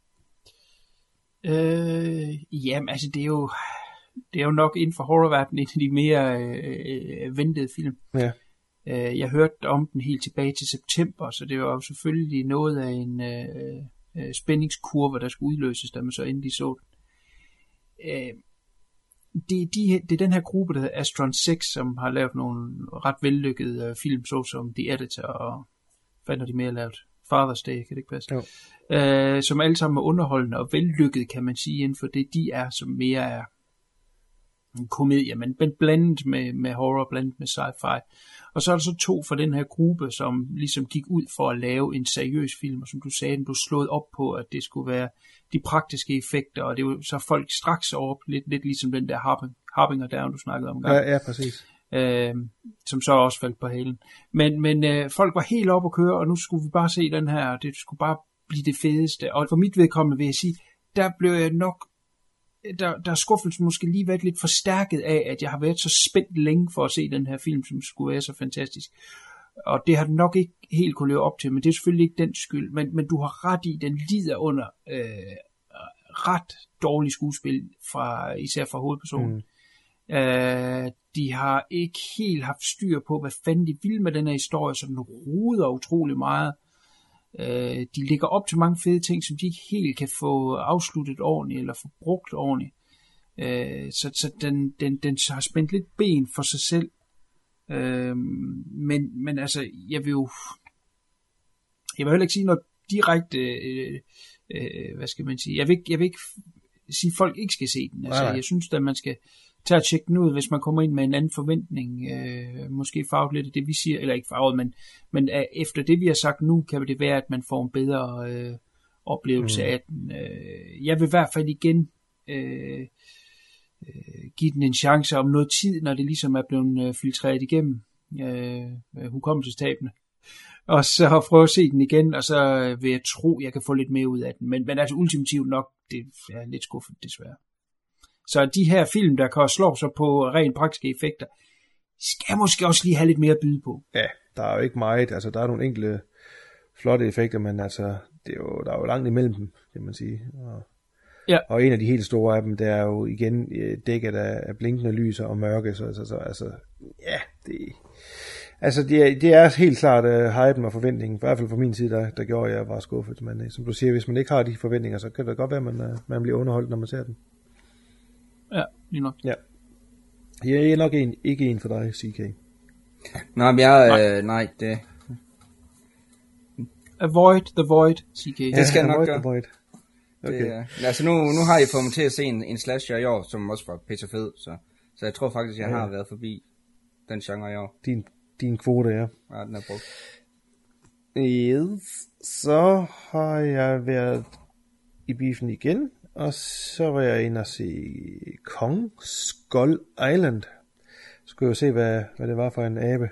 Jamen, altså det er jo nok inden for horrorverdenen en af de mere ventede film. Ja. Jeg hørte om den helt tilbage til september, så det var jo selvfølgelig noget af en spændingskurve, der skulle udløses, da man så endelig så den. Det er den her gruppe, der hedder Astron 6, som har lavet nogle ret vellykkede film, såsom The Editor og hvad har de mere lavet? Father's Day, kan det ikke passe? Som alle sammen er underholdende og vellykket, kan man sige, inden for det de er, som mere er en komedie, men blandet med horror, blandet med sci-fi. Og så er der så 2 fra den her gruppe, som ligesom gik ud for at lave en seriøs film, og som du sagde, den blev slået op på, at det skulle være de praktiske effekter, og det var så folk straks over lidt ligesom den der Harbinger Down, du snakkede om. Ja, præcis. Som så også faldt på halen. Men folk var helt oppe at køre, og nu skulle vi bare se den her, og det skulle bare blive det fedeste. Og for mit vedkommende vil jeg sige, der blev jeg nok, der er skuffelsen måske lige været lidt forstærket af, at jeg har været så spændt længe for at se den her film, som skulle være så fantastisk. Og det har den nok ikke helt kunne leve op til, men det er selvfølgelig ikke den skyld. Men du har ret i, den lider under ret dårlig skuespil, især fra hovedpersonen. De har ikke helt haft styr på, hvad fanden de vil med den her historie, så den roder utrolig meget. De ligger op til mange fede ting, som de ikke helt kan få afsluttet ordentligt, eller få brugt ordentligt. Så den har spændt lidt ben for sig selv. Men altså, jeg vil heller ikke sige noget direkte, hvad skal man sige, jeg vil ikke sige, at folk ikke skal se den. Altså, jeg synes, at man skal tage og tjekke den ud, hvis man kommer ind med en anden forventning, måske farvet lidt af det, vi siger, eller ikke farvet, men efter det, vi har sagt nu, kan det være, at man får en bedre oplevelse af den. Jeg vil i hvert fald igen give den en chance om noget tid, når det ligesom er blevet filtreret igennem hukommelsestabene. Og så prøve at se den igen, og så vil jeg tro, jeg kan få lidt mere ud af den. Men altså ultimativt nok, det er lidt skuffet desværre. Så de her film, der kan slå sig på rent praktiske effekter, skal måske også lige have lidt mere at byde på. Ja, der er jo ikke meget. Altså, der er nogle enkelte flotte effekter, men altså, der er jo langt imellem dem, kan man sige. Og en af de helt store af dem, det er jo igen dækket af blinkende lys og mørke. Det er helt klart hypen og forventningen. I hvert fald fra min side, der gjorde jeg bare skuffet. Men som du siger, hvis man ikke har de forventninger, så kan det godt være, at man bliver underholdt, når man ser den. Ja, lige nok. Ja. Jeg er nok ikke en for dig, CK. Nej, men nej, det... Avoid the void, CK. Det skal jeg nok gøre. Okay. Altså nu har I fået mig til at se en slasher i år, som også var pisse fed, så jeg tror faktisk, jeg har været forbi den genre i år. Din kvote, ja. Ja, den er brugt. Yes. Så har jeg været i biffen igen, og så var jeg inde og se Kong Skull Island. Skulle jo se, hvad det var for en abe.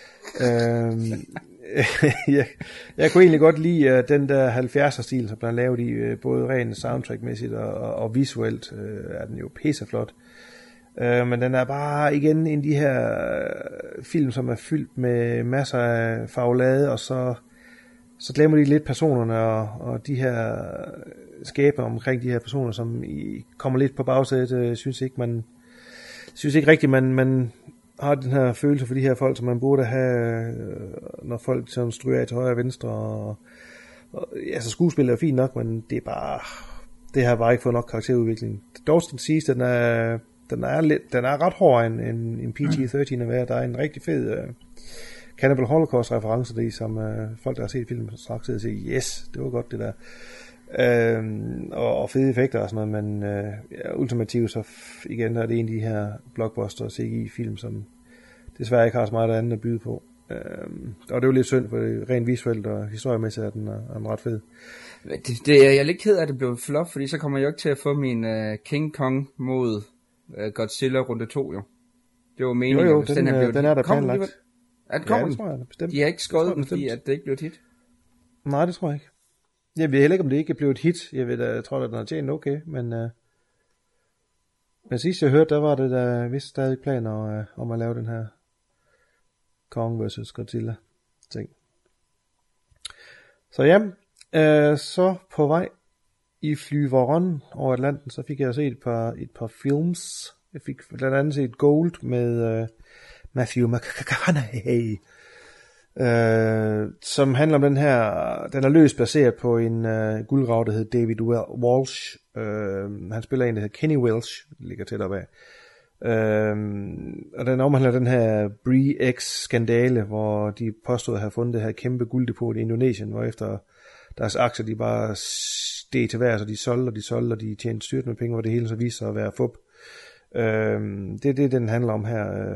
Jeg kunne egentlig godt lide den der 70'er stil, som der er lavet i, både rent soundtrackmæssigt og visuelt er den jo pisseflot. Men den er bare igen en af de her film, som er fyldt med masser af farvelade, og så glemmer de lidt personerne og de her skæbner omkring de her personer, som kommer lidt på bagsædet. Synes ikke rigtigt, man har den her følelse for de her folk, som man burde have, når folk sådan stryger af til højre og venstre. Og altså skuespillet er fint nok, men det har bare ikke fået nok karakterudvikling. Dog den sidste, den er ret hård en PG-13 at være. Der er en rigtig fed Cannibal Holocaust reference der, som folk der har set filmen straks sidder og siger, yes, det var godt det der. Og fede effekter og sådan noget, men ultimativt så igen er det en af de her blockbuster CGI-film, som desværre ikke har så meget andet at byde på. Og det er jo lidt synd, for rent visuelt og historiemæssigt er den ret fed. Jeg er lidt ked af, at det blev flop, fordi så kommer jeg jo ikke til at få min King Kong mod Godzilla runde 2, jo. Det var meningen, jo, den er der planlagt. Det kommer det tror jeg bestemt. De har ikke skåret den, fordi at det ikke blev et hit. Nej, det tror jeg ikke. Jeg ved heller ikke, om det ikke blev et hit. Jeg tror, at den har tjent okay, men sidst jeg hørte, der var det der vist stadig planer om at lave den her Kong vs. Godzilla ting. Så ja, så på vej i flyveren over Atlanten, så fik jeg set et par films. Jeg fik blandt andet set Gold med Matthew McConaughey som handler om den er løst baseret på en guldgraver, der hedder David Walsh. Han spiller en, der hedder Kenny Welch, ligger tæt op af. Og den omhandler den her Bre-X-skandale, hvor de påstod at have fundet det her kæmpe gulddepot i Indonesien, hvor efter deres aktier, de bare steg til vejrs, og de solgte, og de tjente styrt med penge, hvor det hele så viste sig at være fup. Det er det, den handler om her.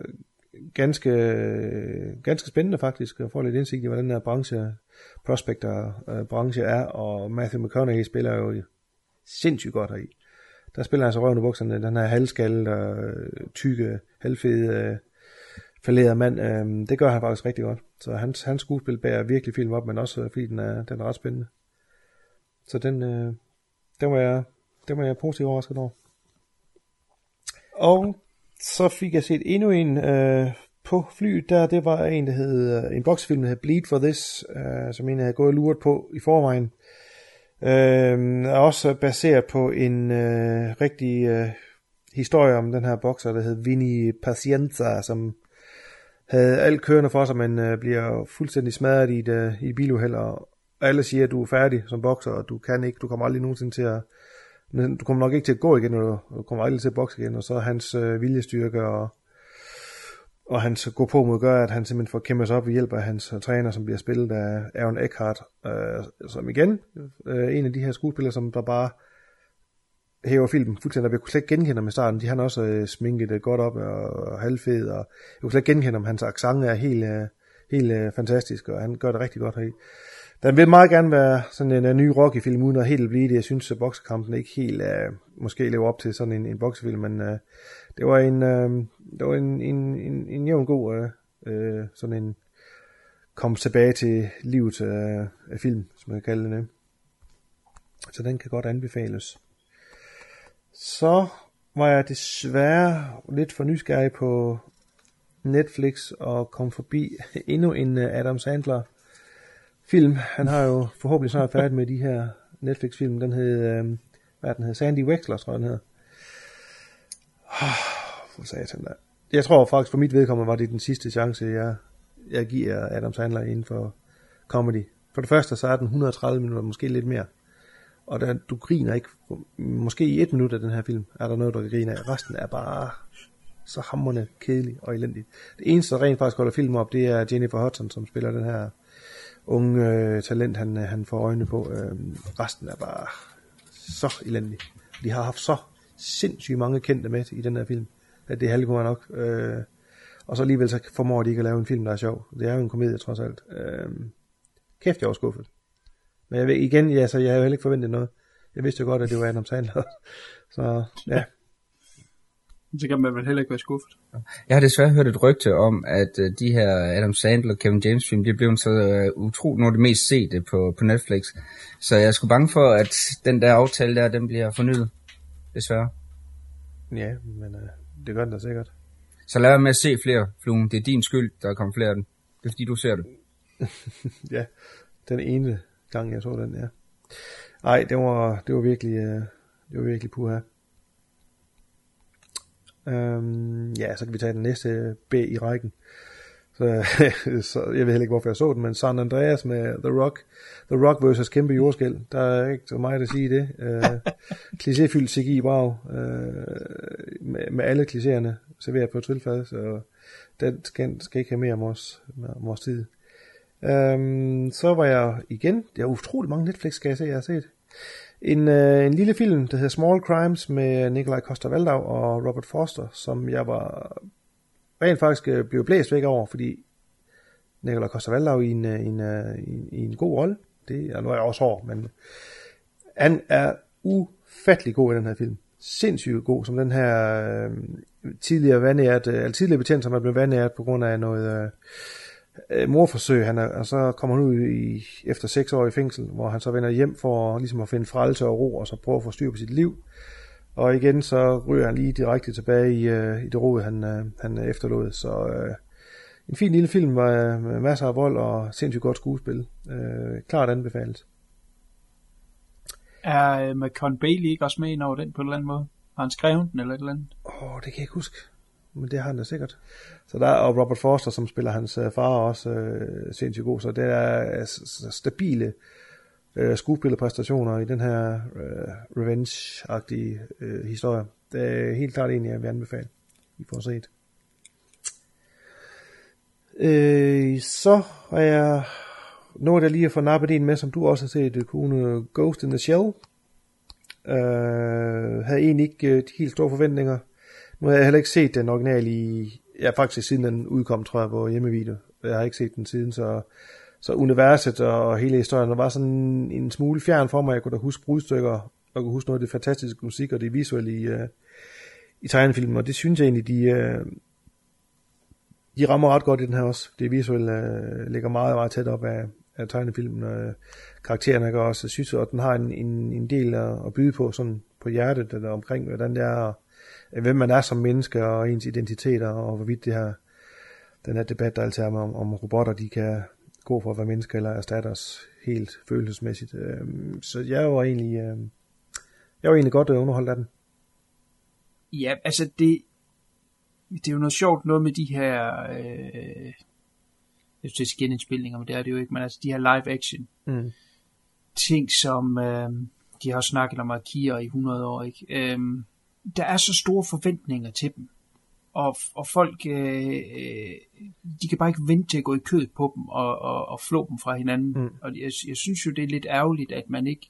Ganske spændende faktisk, at få lidt indsigt i, hvad den her prospector-branche er, og Matthew McConaughey spiller jo sindssygt godt heri. Der spiller han så røven i bukserne, den her halvskalle og tykke, halvfede, fallerede mand. Det gør han faktisk rigtig godt. Så hans skuespil bærer virkelig film op, men også fordi den er ret spændende. Så den var jeg positivt overrasket over. Og så fik jeg set endnu en på flyet der. Det var en, der hed en boksefilm, der hed Bleed for This, som en jeg havde gået og luret på i forvejen. Er også baseret på en rigtig historie om den her bokser, der hed Vinny Pacienza, som havde alt kørende for sig, men bliver fuldstændig smadret i et biluheld, og alle siger, at du er færdig som bokser, og du kommer aldrig nogensinde til at, men du kommer nok ikke til at gå igen, og du kommer aldrig til at bokse igen, og så hans viljestyrke og hans gå på mod gør, at han simpelthen får kæmpet sig op ved hjælp af hans træner, som bliver spillet af Aaron Eckhart, som igen, en af de her skuespillere, som der bare hæver filmen fuldstændig. Jeg kunne slet ikke genkende ham i starten. De har også sminket det godt op og halvfed, og jeg kunne slet ikke genkende ham. Hans accent er helt fantastisk, og han gør det rigtig godt heri. Den vil meget gerne være sådan en ny Rocky-film, uden at helt blive det. Jeg synes, at boksekampen ikke helt måske lever op til sådan en boksefilm, men det var en jævn god sådan en kom tilbage til livet af film, som jeg kalder det. Så den kan godt anbefales. Så var jeg desværre lidt for nysgerrig på Netflix og kom forbi endnu en Adam Sandler film. Han har jo forhåbentlig snart færdig med de her Netflix-film. Den hed Sandy Wexler, tror jeg den hedder. For satan da. Jeg tror faktisk for mit vedkommende var det den sidste chance, jeg giver Adam Sandler inden for comedy. For det første så er den 130 minutter, måske lidt mere. Og du griner ikke, måske i 1 minut af den her film, er der noget, du kan grine af. Resten er bare så hamrende kedelig og elendigt. Det eneste, der rent faktisk holder filmen op, det er Jennifer Hudson, som spiller den her unge talent, han får øjnene på. Resten er bare så elendigt. De har haft så sindssygt mange kendte med i den her film, at det er halvgående nok. Og så alligevel så formår de ikke at lave en film, der er sjov. Det er jo en komedie, trods alt. Kæft, jeg var skuffet. Men jeg havde jo heller ikke forventet noget. Jeg vidste jo godt, at det var Adam Sandler. Så ja. Så kan man vel heller ikke være skuffet. Jeg har desværre hørt et rygte om, at de her Adam Sandler og Kevin James film, de er blevet så utroligt nogle af det mest sete på Netflix. Så jeg er sgu bange for, at den der aftale der, den bliver fornyet. Desværre. Ja, men det gør den da sikkert. Så lad være med at se flere, Fluen. Det er din skyld, der er kommet flere af dem. Det er fordi, du ser det. Ja, den ene gang, jeg så den, ja. Ej, det var virkelig puha. Ja, så kan vi tage den næste B i rækken. Så jeg ved heller ikke, hvorfor jeg så den, men San Andreas med The Rock versus kæmpe jordskælv. Der er ikke så meget at sige i det. Klichéfyldt CGI brag, med alle klichéerne serveret på et trillefad, så den skal ikke have mere om vores tid. Så var jeg igen, det er utroligt mange Netflix, skal jeg se, jeg har set. En lille film, der hedder Small Crimes med Nikolaj Coster-Waldau og Robert Forster, som jeg var rent faktisk blev blæst væk over, fordi Nikolaj Coster-Waldau i en god rolle. Det er nu er jeg også hård, men han er ufattelig god i den her film. Sindssygt god, som den her tidligere betjent, som er blevet vandæret på grund af noget mordforsøg, og så kommer han ud efter 6 år i fængsel, hvor han så vender hjem for ligesom at finde frelse og ro, og så prøve at få styr på sit liv. Og igen så ryger han lige direkte tilbage i det rod, han efterlod. Så en fin lille film med masser af vold og sindssygt godt skuespil. Klart anbefales. Er McConn Bailey ikke også med ind over den på en eller anden måde? Har han skrevet den eller et eller andet? Det kan jeg ikke huske. men det har han da sikkert. Så der og Robert Forster, som spiller hans far, også sindssygt god. Så det er stabile skuespillerpræstationer i den her revenge-agtige historie. Det er helt klart en, jeg vil anbefale, I får set. Så har jeg noget, der lige at få nappet en med, som du også har set, Kone, Ghost in the Shell. Havde egentlig ikke de helt store forventninger. Nu har jeg heller ikke set den original faktisk siden den udkom, tror jeg, på hjemmevideo. Jeg har ikke set den siden, så universet og hele historien var sådan en smule fjern for mig. Jeg kunne da huske brudstykker, og kunne huske noget af det fantastiske musik og det visuelle i tegnefilmen, og det synes jeg egentlig, de rammer ret godt i den her også. Det visuelle ligger meget, meget tæt op af tegnefilmen. Karaktererne gør også, jeg synes, at den har en del at byde på, sådan på hjertet, eller omkring, hvordan det er, hvem man er som menneske, og ens identiteter, og hvorvidt det her, den her debat, der altid er om robotter, de kan gå for at være mennesker, eller erstatte os helt følelsesmæssigt. Så jeg var egentlig godt underholdt af den. Ja, altså det er jo noget sjovt noget med de her jeg synes genindspilninger, men det er det jo ikke, men altså de her live action ting, som de har snakket om Akira i 100 år, ikke? Der er så store forventninger til dem, og folk de kan bare ikke vente til at gå i kødet på dem og flå dem fra hinanden, og jeg synes jo, det er lidt ærgerligt, at man ikke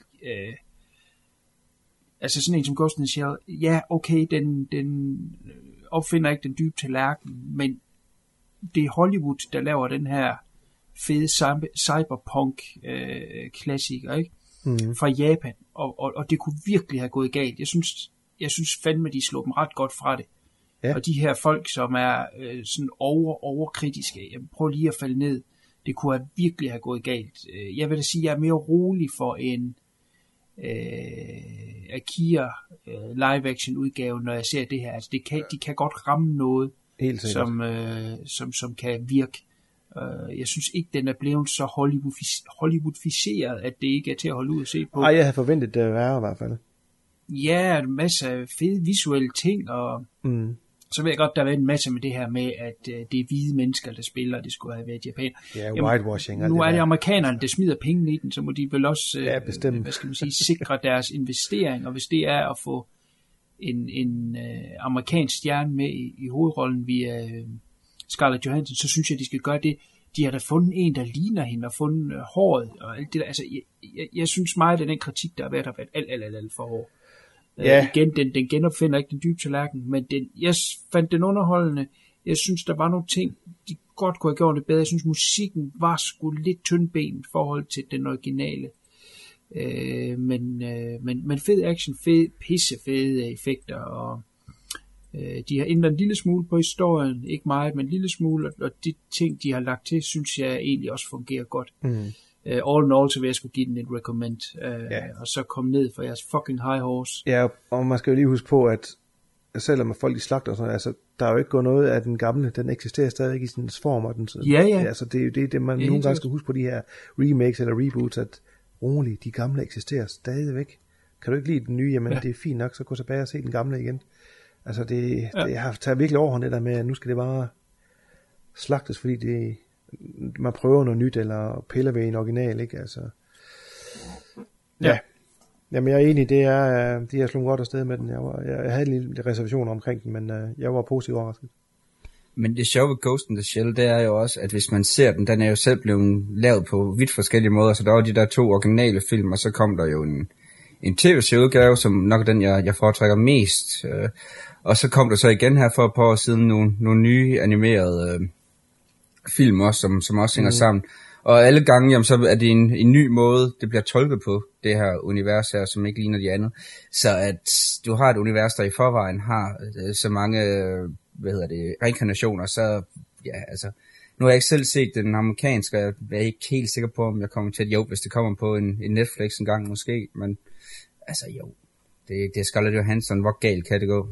altså sådan en som Ghost in the Shell, ja, okay, den opfinder ikke den dybe tallerken, men det er Hollywood, der laver den her fede cyberpunk klassiker, ikke? Fra Japan, og det kunne virkelig have gået galt. Jeg synes fandme, de slår dem ret godt fra det. Ja. Og de her folk, som er sådan overkritiske, jeg prøver lige at falde ned, det kunne virkelig have gået galt. Jeg vil da sige, at jeg er mere rolig for en Akira live action udgave, når jeg ser det her. Altså de kan godt ramme noget, som kan virke. Jeg synes ikke, den er blevet så Hollywoodificeret, at det ikke er til at holde ud og se på. Ej, jeg havde forventet det at være i hvert fald. Ja, en masse af fede visuelle ting, og så ved jeg godt, der har været en masse med det her med, at det er hvide mennesker, der spiller, det skulle have været japaner. Ja, whitewashing. Nu er det amerikanerne, der smider penge i den, så må de vel også hvad skal man sige, sikre deres investering, og hvis det er at få en amerikansk stjerne med i hovedrollen via Scarlett Johansson, så synes jeg, de skal gøre det. De har da fundet en, der ligner hende, og fundet håret, og alt det der. Altså, jeg synes meget, at den kritik, der har været alt for hård. Ja. Igen, den genopfinder ikke den dybe tallerken, men jeg fandt den underholdende. Jeg synes, der var nogle ting, de godt kunne have gjort det bedre. Jeg synes, musikken var sgu lidt tyndben i forhold til den originale. Men fed action, pissefede effekter, og de har ændret en lille smule på historien, ikke meget, men en lille smule, og de ting, de har lagt til, synes jeg egentlig også fungerer godt. All in all, så vil jeg skulle give den et recommend, og så komme ned for jeres fucking high horse. Ja, og man skal jo lige huske på, at selvom folk de slagter og sådan, altså, der er jo ikke gået noget af den gamle, den eksisterer stadig i sin form, og den, altså, det er jo det man nogle gange skal huske på de her remakes eller reboots, at roligt, de gamle eksisterer stadigvæk. Kan du ikke lide den nye, jamen det er fint nok, så gå tilbage og se den gamle igen. Altså det har taget virkelig overhånd det der med, at nu skal det bare slagtes, fordi man prøver noget nyt, eller piller ved en original, ikke? Altså, ja. Jamen jeg er enig, de har slået godt afsted med den. Jeg havde en lille reservation omkring den, men jeg var positivt overrasket. Men det sjove ved Ghost in the Shell, det er jo også, at hvis man ser den er jo selv blevet lavet på vidt forskellige måder, så der var de der 2 originale film, og så kom der jo en tv-udgave, som nok er den, jeg foretrækker mest. Og så kom der så igen her for et par år siden nogle nye animerede film også, som også hænger sammen. Og alle gange, jamen, så er det en ny måde, det bliver tolket på, det her univers her, som ikke ligner de andre. Så at du har et univers, der i forvejen har så mange, reinkarnationer, så ja, altså, nu har jeg ikke selv set den amerikanske, og jeg er ikke helt sikker på, om jeg kommer til at hvis det kommer på en Netflix en gang måske, men altså jo, det er Scarlett Johansson, hvor galt kan det gå?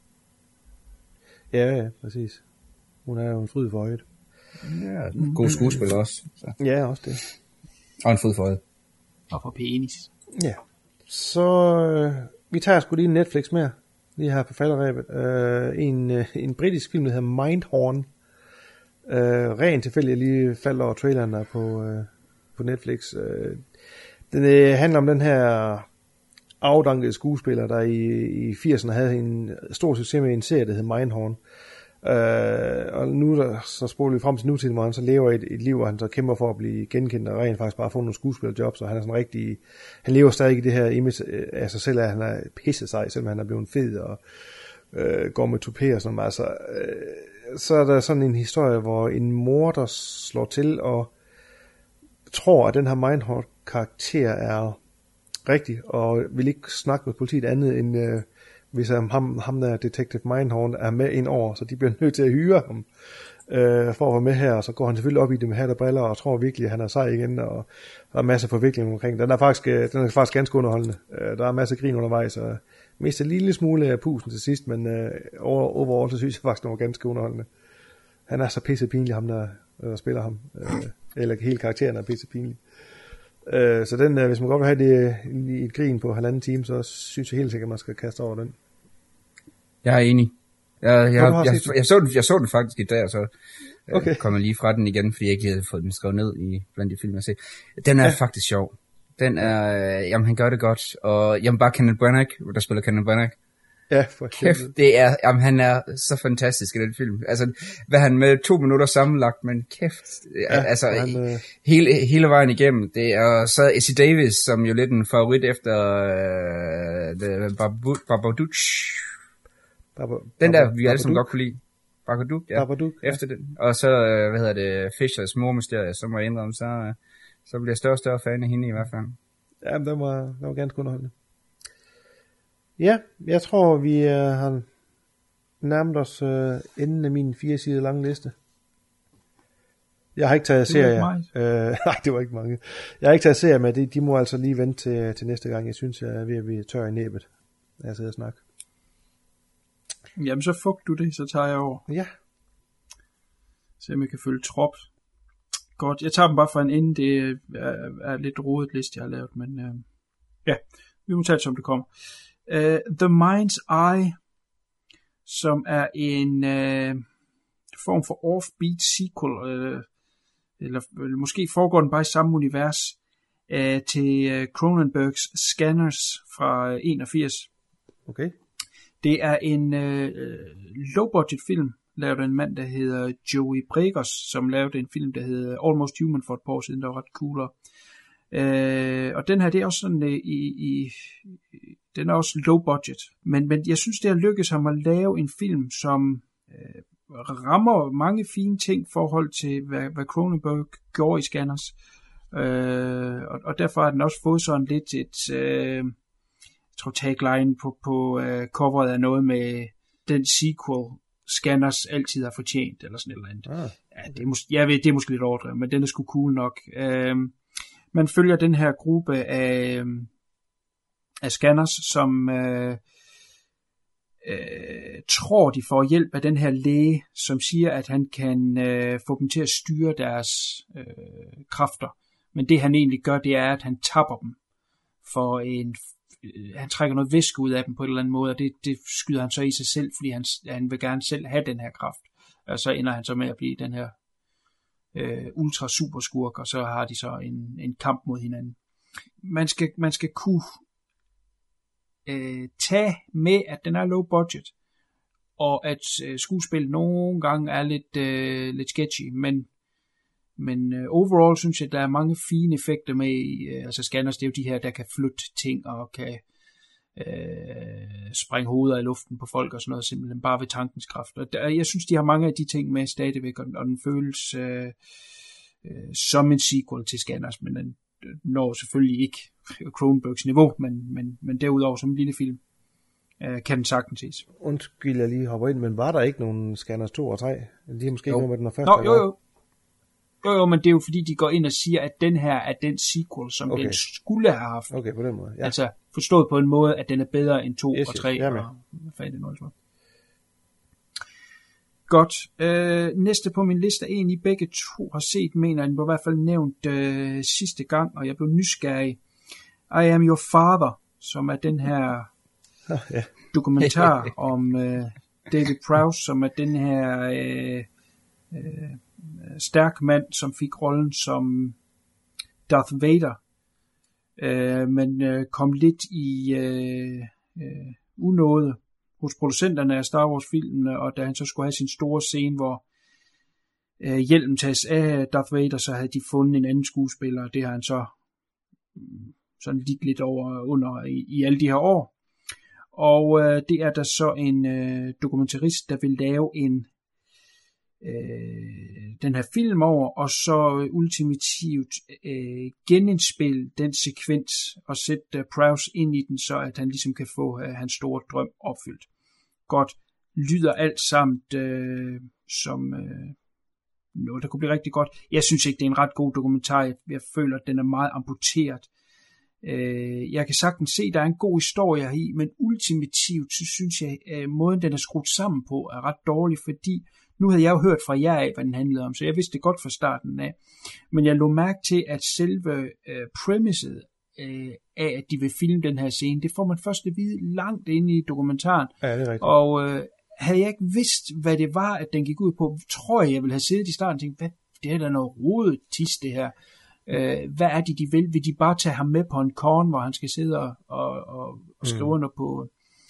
Ja, præcis. Hun er jo en fryd for øjet. Ja, god skuespiller også. Så. Ja, også det. Og en fryd for øjet. Og for penis. Ja. Så vi tager sgu lige Netflix mere. lige her på falderæbet. En britisk film, der hedder Mindhorn. Rent tilfældigt, jeg lige faldt over traileren der på Netflix. Den handler om den her afdankede skuespiller, der i 80'erne havde en stor succes med en serie, der hed Mindhorn. Og nu så spoler vi frem til nutiden, hvor han så lever et liv, hvor han så kæmper for at blive genkendt, og rent faktisk bare få nogle skuespillerjobs, og han er sådan rigtig, han lever stadig i det her image af sig selv, at han er pisse sej, selvom han er blevet fed, og går med tupé og sådan noget. Altså, så er der sådan en historie, hvor en mor, der slår til, og tror, at den her Mindhorn-karakter er rigtig, og vil ikke snakke med politiet andet end hvis ham der Detective Mindhorn er med ind over, så de bliver nødt til at hyre ham for at være med her, og så går han selvfølgelig op i det med hat og briller, og tror virkelig, at han er sej igen, og der er masser af forvikling omkring. Den er faktisk ganske underholdende. Der er masser af grin undervejs, og mest en lille smule af pusen til sidst, men overall så synes jeg faktisk, det var ganske underholdende. Han er så pisse pinlig, ham der spiller ham, eller hele karakteren er pisse pinlig. Så den, hvis man godt vil have det i et grin på 1,5 time, så synes jeg helt sikkert, at man skal kaste over den. Jeg er enig. Jeg så den faktisk i dag, og så kom jeg lige fra den igen, fordi jeg ikke havde fået den skrevet ned i blandt de film, jeg ser. Den er faktisk sjov. Den er, jamen han gør det godt, og jamen bare Kenneth Branagh, der spiller Kenneth Branagh. Ja, for kæft, det er, jamen han er så fantastisk i den film. Altså, hvad han med 2 minutter sammenlagt, men kæft, altså, hele vejen igennem. Det er så Essie Davis, som jo lidt en favorit efter Babadook. Den der, vi alle sammen godt kunne lide. Babadook, ja. Efter den. Og så, Fishers mormysterie, så må jeg indrømme, så bliver jeg større og større fan af hende i hvert fald. Ja, den var ganske underholdende. Ja, jeg tror, vi har nærmet os enden af min 4 sider lange liste. Jeg har ikke taget serier. Nej, det var ikke mange. Jeg har ikke taget serier med. De må altså lige vente til næste gang. Jeg synes, jeg er ved at blive tør i næbet, når jeg sidder og snakker. Jamen, så fuck du det, så tager jeg over. Ja. Så jeg kan følge trop. Godt, jeg tager dem bare fra en ende. Det er lidt rodet liste, jeg har lavet, men ja, vi må tage det, som det kommer. The Mind's Eye, som er en form for offbeat sequel, eller måske foregår den bare i samme univers, til Cronenbergs Scanners fra 81. Okay. Det er en low-budget film, lavet af en mand, der hedder Joey Bregos, som lavede en film, der hedder Almost Human for et par år siden, der var ret coolere. Og den her, det er også sådan den er også low budget, men jeg synes, det har lykkedes ham at lave en film, som rammer mange fine ting i forhold til, hvad Cronenberg gjorde i Scanners. Og derfor har den også fået sådan lidt jeg tror tagline på coveret er noget med den sequel, Scanners altid har fortjent, eller sådan et eller andet. Ja, det er måske lidt overdrevet, men den er sgu cool nok. Man følger den her gruppe af scanners, som tror, de får hjælp af den her læge, som siger, at han kan få dem til at styre deres kræfter. Men det han egentlig gør, det er, at han tapper dem for han trækker noget væske ud af dem på en eller anden måde, og det skyder han så i sig selv, fordi han vil gerne selv have den her kraft. Og så ender han så med at blive den her ultra super skurk, og så har de så en kamp mod hinanden. Man skal kunne tage med, at den er low budget, og at skuespil nogle gange er lidt sketchy, men overall synes jeg, at der er mange fine effekter med i, altså Scanners, det er jo de her, der kan flytte ting, og kan sprænge hoveder i luften på folk og sådan noget, simpelthen bare ved tankens kraft. Og jeg synes, de har mange af de ting med stadigvæk, og den føles som en sequel til Scanners, men den når selvfølgelig ikke Cronenbergs niveau, men derudover som en lille film kan den sagtens ses. Undskyld, jeg lige hopper ind, men var der ikke nogen Scanners 2 og 3? De er måske ikke noget med den her første? Jo, men det er jo fordi, de går ind og siger, at den her er den sequel, som den skulle have haft. Okay, på den måde, ja. Altså, forstået på en måde, at den er bedre end 2 og 3. Og godt. Næste på min liste er en, I begge to har set, mener den var i hvert fald nævnt sidste gang, og jeg blev nysgerrig. I Am Your Father, som er den her dokumentar om David Prowse, som er den her stærk mand, som fik rollen som Darth Vader, men kom lidt i unåde hos producenterne af Star Wars-filmene, og da han så skulle have sin store scene, hvor hjelmen tages af Darth Vader, så havde de fundet en anden skuespiller, og det har han så sådan lidt over under i alle de her år. Og det er der så en dokumentarist, der vil lave den her film over, og så ultimativt genindspille den sekvens og sætte Prowse ind i den, så at han ligesom kan få hans store drøm opfyldt. Godt, lyder alt sammen som noget, der kunne blive rigtig godt. Jeg synes ikke, det er en ret god dokumentar. Jeg føler, at den er meget amputeret. Jeg kan sagtens se, at der er en god historie her i, men ultimativt, så synes jeg, at måden, den er skruet sammen på, er ret dårlig, fordi nu havde jeg jo hørt fra jer af, hvad den handlede om, så jeg vidste det godt fra starten af. Men jeg lå mærke til, at selve premiset af, at de vil filme den her scene, det får man først at vide langt inde i dokumentaren. Ja, det er rigtigt. Og havde jeg ikke vidst, hvad det var, at den gik ud på, tror jeg ville have siddet i starten og tænkt, hvad, det er da noget rodet tis, det her. Hvad er det, de vil? Vil de bare tage ham med på en korn, hvor han skal sidde og skrive under på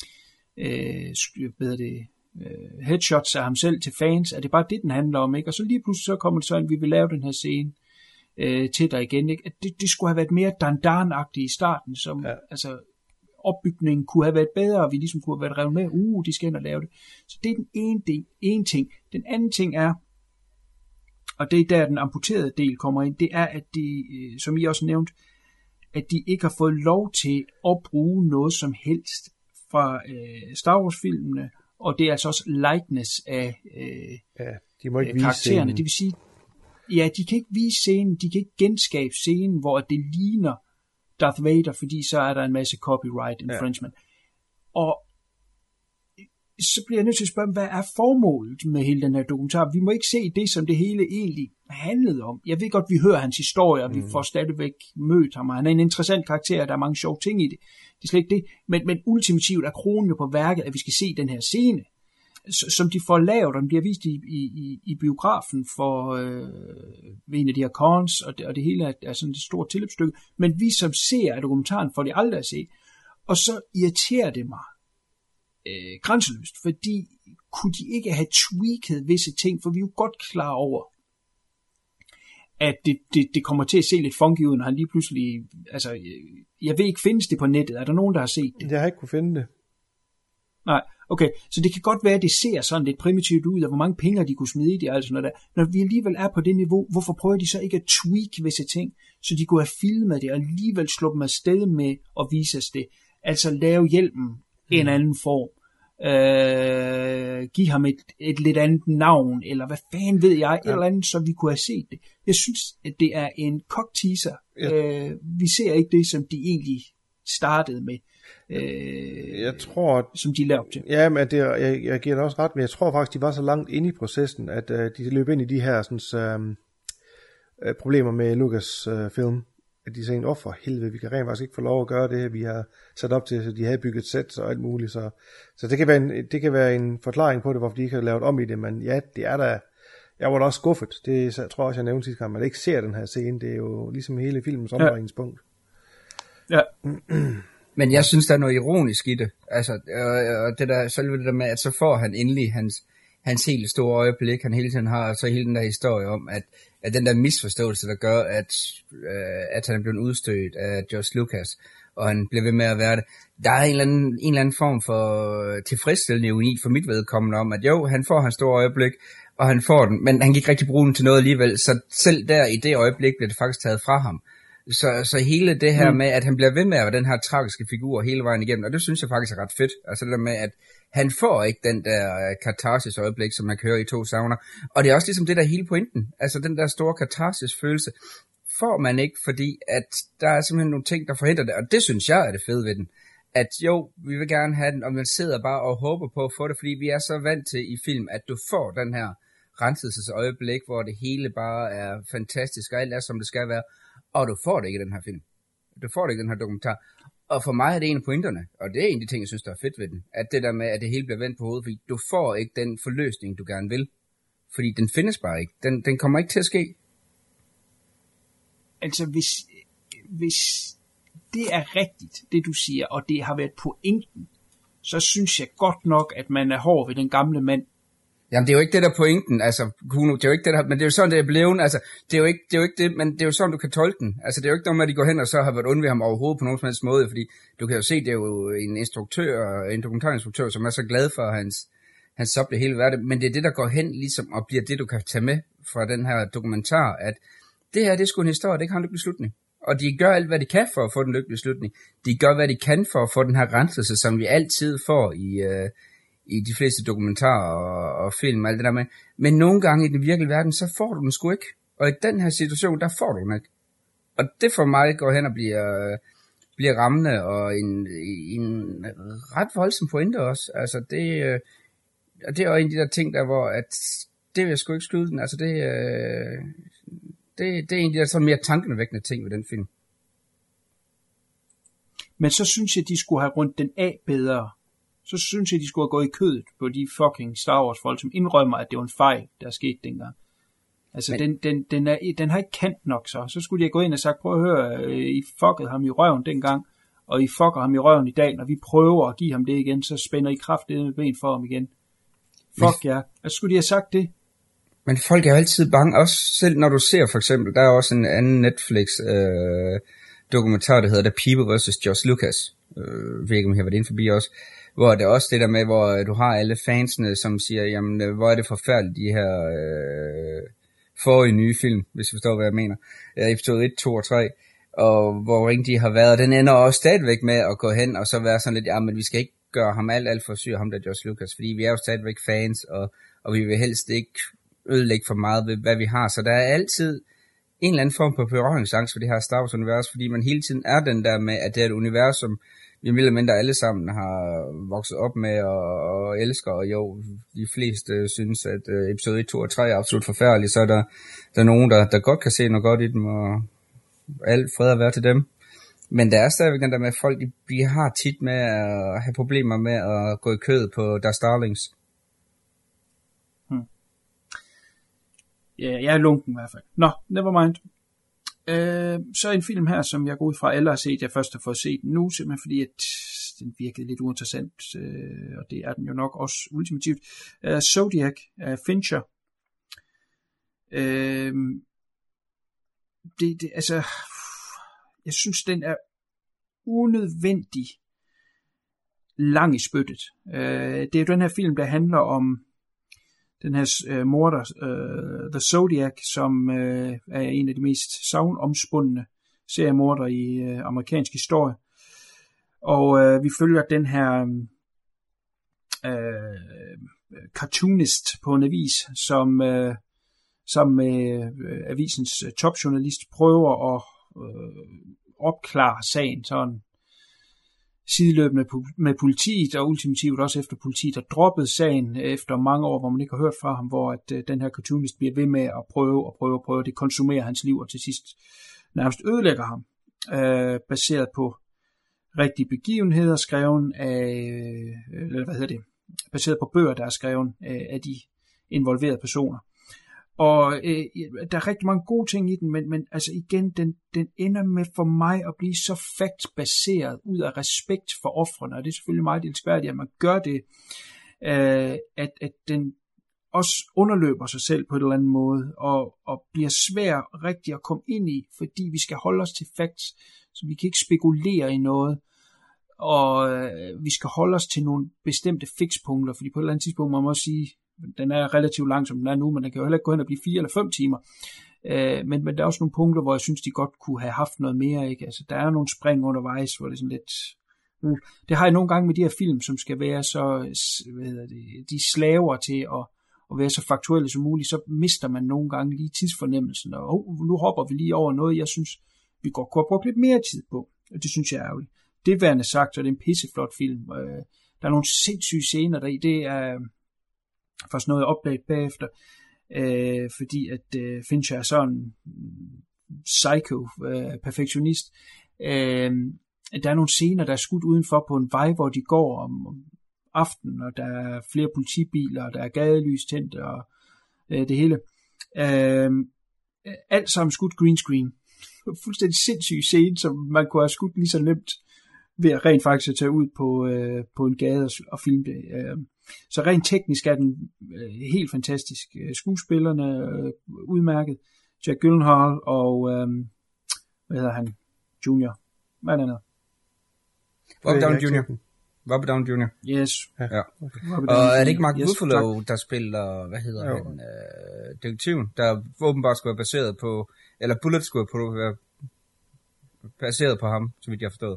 headshots af ham selv til fans? Er det bare det, den handler om, ikke? Og så lige pludselig så kommer det sådan, vi vil lave den her scene til dig igen, ikke? At det skulle have været mere dandan-agtigt i starten, som altså opbygningen kunne have været bedre, og vi ligesom kunne have været revet med, de skal ind og lave det. Så det er den ene ting. Den anden ting er, og det er der den amputerede del kommer ind, det er, at de, som I også nævnte, at de ikke har fået lov til at bruge noget som helst fra Star Wars-filmene, og det er altså også likeness af de må ikke karaktererne. Vise det vil sige, ja, de kan ikke vise scenen, de kan ikke genskabe scenen, hvor det ligner Darth Vader, fordi så er der en masse copyright infringement. Og så bliver jeg nødt til at spørge, hvad er formålet med hele den her dokumentar? Vi må ikke se det, som det hele egentlig handlede om. Jeg ved godt, vi hører hans historie, og vi får stadigvæk mødt ham, og han er en interessant karakter, der er mange sjove ting i det. Det er slet ikke det. Men ultimativt er kronen jo på værket, at vi skal se den her scene, som de får lavet, og den bliver vist i biografen for en af de her cons, og det hele er sådan et stort tilløbsstykke. Men vi som ser af dokumentaren får det aldrig at se. Og så irriterer det mig grænseløst, fordi kunne de ikke have tweaket visse ting, for vi er jo godt klar over, at det kommer til at se lidt funky ud, når han lige pludselig, altså, jeg ved ikke, findes det på nettet? Er der nogen, der har set det? Jeg har ikke kunne finde det. Nej, okay, så det kan godt være, at det ser sådan lidt primitivt ud, og hvor mange penge de kunne smide i det, altså noget der. Når vi alligevel er på det niveau, hvorfor prøver de så ikke at tweak visse ting, så de kunne have filmet det, og alligevel slå dem afsted med at vise os det? Altså lave hjælpen en anden form. Give ham et lidt andet navn, eller hvad fanden ved jeg, eller andet, så vi kunne have set det. Jeg synes, at det er en cock-teaser. Vi ser ikke det, som de egentlig startede med. Jeg tror, som de lavede til. Ja, men jeg giver dig også ret, men jeg tror faktisk, de var så langt inde i processen, at de løb ind i de her sådan, problemer med Lucas film. At de sagde, for helvede, vi kan rent faktisk ikke få lov at gøre det her, vi har sat op til, så de havde bygget sæt og alt muligt. Så det kan være en forklaring på det, hvorfor de ikke har lavet om i det, men ja, det er der. Jeg var da også skuffet. Det tror jeg også, jeg nævnte sidste gang, man ikke ser den her scene. Det er jo ligesom hele filmens omdrejningspunkt. Ja. Men jeg synes, der er noget ironisk i det. Altså, det der, selve det der med, at så får han endelig hans helt store øjeblik, han hele tiden har, og så hele den der historie om, at den der misforståelse, der gør, at han er blevet udstødt af George Lucas, og han bliver ved med at være det. Der er en eller anden form for tilfredsstillende ironi for mit vedkommende om, at jo, han får hans store øjeblik, og han får den, men han kan ikke rigtig bruge den til noget alligevel, så selv der i det øjeblik bliver det faktisk taget fra ham. Så hele det her med, at han bliver ved med at være den her tragiske figur hele vejen igennem, og det synes jeg faktisk er ret fedt. Altså det der med, at han får ikke den der katarsis øjeblik, som man kan høre i 2 savner. Og det er også ligesom det der hele pointen. Altså den der store katarsis følelse får man ikke, fordi at der er simpelthen nogle ting, der forhindrer det. Og det synes jeg er det fede ved den. At jo, vi vil gerne have den, og man sidder bare og håber på at få det, fordi vi er så vant til i film, at du får den her renselsesøjeblik, hvor det hele bare er fantastisk, og alt er som det skal være. Og du får det ikke i den her film. Du får det ikke i den her dokumentar. Og for mig er det en af pointerne, og det er en af de ting, jeg synes, der er fedt ved den, at det der med, at det hele bliver vendt på hovedet, fordi du får ikke den forløsning, du gerne vil. Fordi den findes bare ikke. Den kommer ikke til at ske. Altså, hvis det er rigtigt, det du siger, og det har været pointen, så synes jeg godt nok, at man er hård ved den gamle mand. Jamen, det er jo ikke det der pointen, altså, Kuno, det er jo ikke det der, men det er jo sådan, det er blevet, altså, det er jo ikke det, men det er jo sådan, du kan tolke den. Altså, det er jo ikke noget med, at de går hen og så har været onde ved ham overhovedet på nogen som helst måde, fordi du kan jo se, det er jo en dokumentarinstruktør, som er så glad for hans sub i hele verden, men det er det, der går hen ligesom og bliver det, du kan tage med fra den her dokumentar, at det her, det er sgu en historie, det ikke har en lykkelig slutning. Og de gør alt, hvad de kan for at få den lykkelige slutning. De gør, hvad de kan for at få den her renselse, som vi altid får i de fleste dokumentarer og film og alt det der med. Men nogle gange i den virkelige verden, så får du den sgu ikke. Og i den her situation, der får du den ikke. Og det for mig går hen og bliver rammende, og en ret voldsom pointe også. Altså det er jo en af de der ting der, hvor at det vil jeg sgu ikke skyde den. Altså det er en af de der sådan mere tankevækkende ting ved den film. Men så synes jeg, de skulle have rundt den af bedre. Så synes jeg, de skulle have gået i kødet på de fucking Star Wars folk, som indrømmer, at det var en fejl, der skete dengang. Altså, den har ikke kant nok så. Så skulle de have gået ind og sagt, prøv at høre, I fuckede ham i røven dengang, og I fucker ham i røven i dag. Når vi prøver at give ham det igen, så spænder I kraftigt med ben for ham igen. Fuck ja. Altså, skulle de have sagt det? Men folk er jo altid bange, også selv når du ser for eksempel, der er også en anden Netflix dokumentar, der hedder The People vs. George Lucas. Jeg ved ikke, om jeg har været inde forbi også. Hvor det er også det der med, hvor du har alle fansene, som siger, jamen, hvor er det forfærdeligt, de her forrige nye film, hvis du forstår, hvad jeg mener. Episode 1, 2 og 3, og hvor ringe de har været, den ender også stadigvæk med at gå hen, og så være sådan lidt, men vi skal ikke gøre ham alt for syg, ham der George Lucas, fordi vi er jo stadigvæk fans, og vi vil helst ikke ødelægge for meget ved, hvad vi har. Så der er altid en eller anden form på berøringsangst for det her Star Wars-univers, fordi man hele tiden er den der med, at det er et univers, som vi mere eller mindre alle sammen har vokset op med og elsker, og jo, de fleste synes, at episode 1, 2 og 3 er absolut forfærdelige, så er der nogen, der godt kan se noget godt i dem, og alt fred at være til dem. Men der er stadigvæk den der med, at folk de har tit med at have problemer med at gå i kødet på deres darlings. Ja, jeg er lunken i hvert fald. Nå, never mind. Så en film her, som jeg går ud fra alle har set, jeg først har fået set nu, simpelthen fordi, at den virkede lidt uinteressant, og det er den jo nok også ultimativt. Zodiac af Fincher. Altså, jeg synes, den er unødvendig lang i spyttet. Det er jo den her film, der handler om den her morder, The Zodiac, som er en af de mest savnomspundne seriemorder i amerikansk historie. Og vi følger den her cartoonist på en avis, som sammen med avisens topjournalist prøver at opklare sagen sådan sideløbende med politiet, og ultimativt også efter politiet har droppet sagen efter mange år, hvor man ikke har hørt fra ham, hvor at den her cartoonist bliver ved med at prøve. Det konsumerer hans liv, og til sidst nærmest ødelægger ham, baseret på rigtige begivenheder, skrevet af, baseret på bøger, der er skrevet af de involverede personer. Og der er rigtig mange gode ting i den, men altså igen, den ender med for mig at blive så fact-baseret ud af respekt for ofrene, og det er selvfølgelig meget elskværdigt, at man gør det, at den også underløber sig selv på en eller anden måde, og bliver svær rigtig at komme ind i, fordi vi skal holde os til facts, så vi kan ikke spekulere i noget, og vi skal holde os til nogle bestemte fikspunkter, fordi på et eller andet tidspunkt må man også sige, den er relativt lang, som den er nu, men den kan jo heller ikke gå hen og blive 4 eller 5 timer. Men der er også nogle punkter, hvor jeg synes, de godt kunne have haft noget mere. Ikke? Altså, der er nogle spring undervejs, hvor det er sådan lidt... Det har jeg nogle gange med de her film, som skal være så... de slaver til at være så faktuelle som muligt, så mister man nogle gange lige tidsfornemmelsen. Og nu hopper vi lige over noget, jeg synes, vi godt kunne have brugt lidt mere tid på. Og det synes jeg er ærgerligt. Det værende sagt, så er det en pisseflot film. Der er nogle sindssyge scener deri. Det er... først noget opdaget bagefter, fordi at Fincher er sådan psycho perfektionist, der er nogle scener, der er skudt udenfor på en vej, hvor de går om aftenen, og der er flere politibiler, og der er gadelys tændt, og det hele. Alt sammen skudt green screen. Fuldstændig sindssyg scene, som man kunne have skudt lige så nemt ved at rent faktisk at tage ud på en gade og filme det. Så rent teknisk er den helt fantastisk. Skuespillerne udmærket. Jack Gyllenhaal og hvad hedder han? Junior. Hvad er det andet? Robert Downey Jr. Yes. Ja. Og er det ikke Mark Ruffalo, der spiller, hvad hedder han, detektiven, der åbenbart skulle være baseret på, eller Bullet skulle være baseret på ham, så vidt jeg har forstået.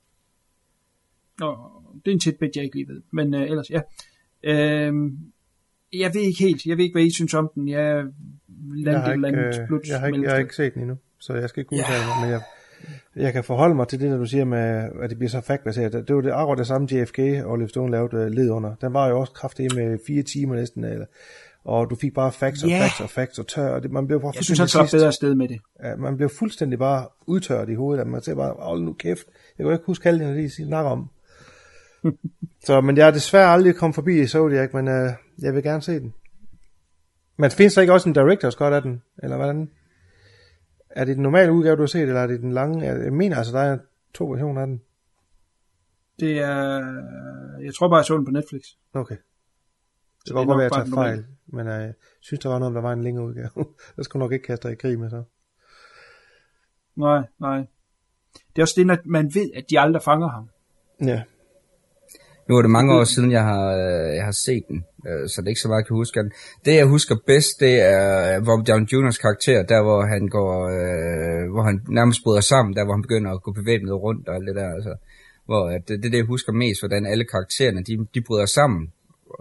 Det er en tidbit, jeg ikke lige ved, men ellers, ja. Jeg ved ikke helt, hvad I synes om den. Jeg har ikke set den endnu, så jeg skal ikke udtale mig, men jeg kan forholde mig til det, der du siger med, at det bliver så fact-baseret. Det var akkurat det samme JFK og Oliver Stone lavede led under. Den var jo også kraftig med 4 timer næsten, og du fik bare facts og tør. Og det, man blev bare jeg synes, han slap bedre sted med det. Ja, man blev fuldstændig bare udtørret i hovedet. Man siger bare, hold nu kæft. Jeg kan ikke huske alle de snakker om. Så, men jeg er desværre aldrig kommet forbi i Zodiac, men jeg vil gerne se den. Men findes der ikke også en director's cut af den? Eller hvordan? Er det den normale udgave, du har set, eller er det den lange? Jeg mener altså, der er 2 versioner af den. Det er... Jeg tror bare, jeg så den på Netflix. Okay. Det kan godt være, at jeg tager fejl. Men jeg synes, der var noget, om der var en længere udgave. Der skulle nok ikke kaste dig i krig med så. Nej. Det er også det, at man ved, at de aldrig fanger ham. Ja. Nu er det mange år siden, jeg har set den, så det er ikke så meget, jeg kan huske den. Det, jeg husker bedst, det er Robert Downey Jr.'s karakter, der hvor han går, hvor han nærmest bryder sammen, der hvor han begynder at gå bevæbnet rundt og alt det der. Altså, hvor det jeg husker mest, hvordan alle karaktererne, de bryder sammen,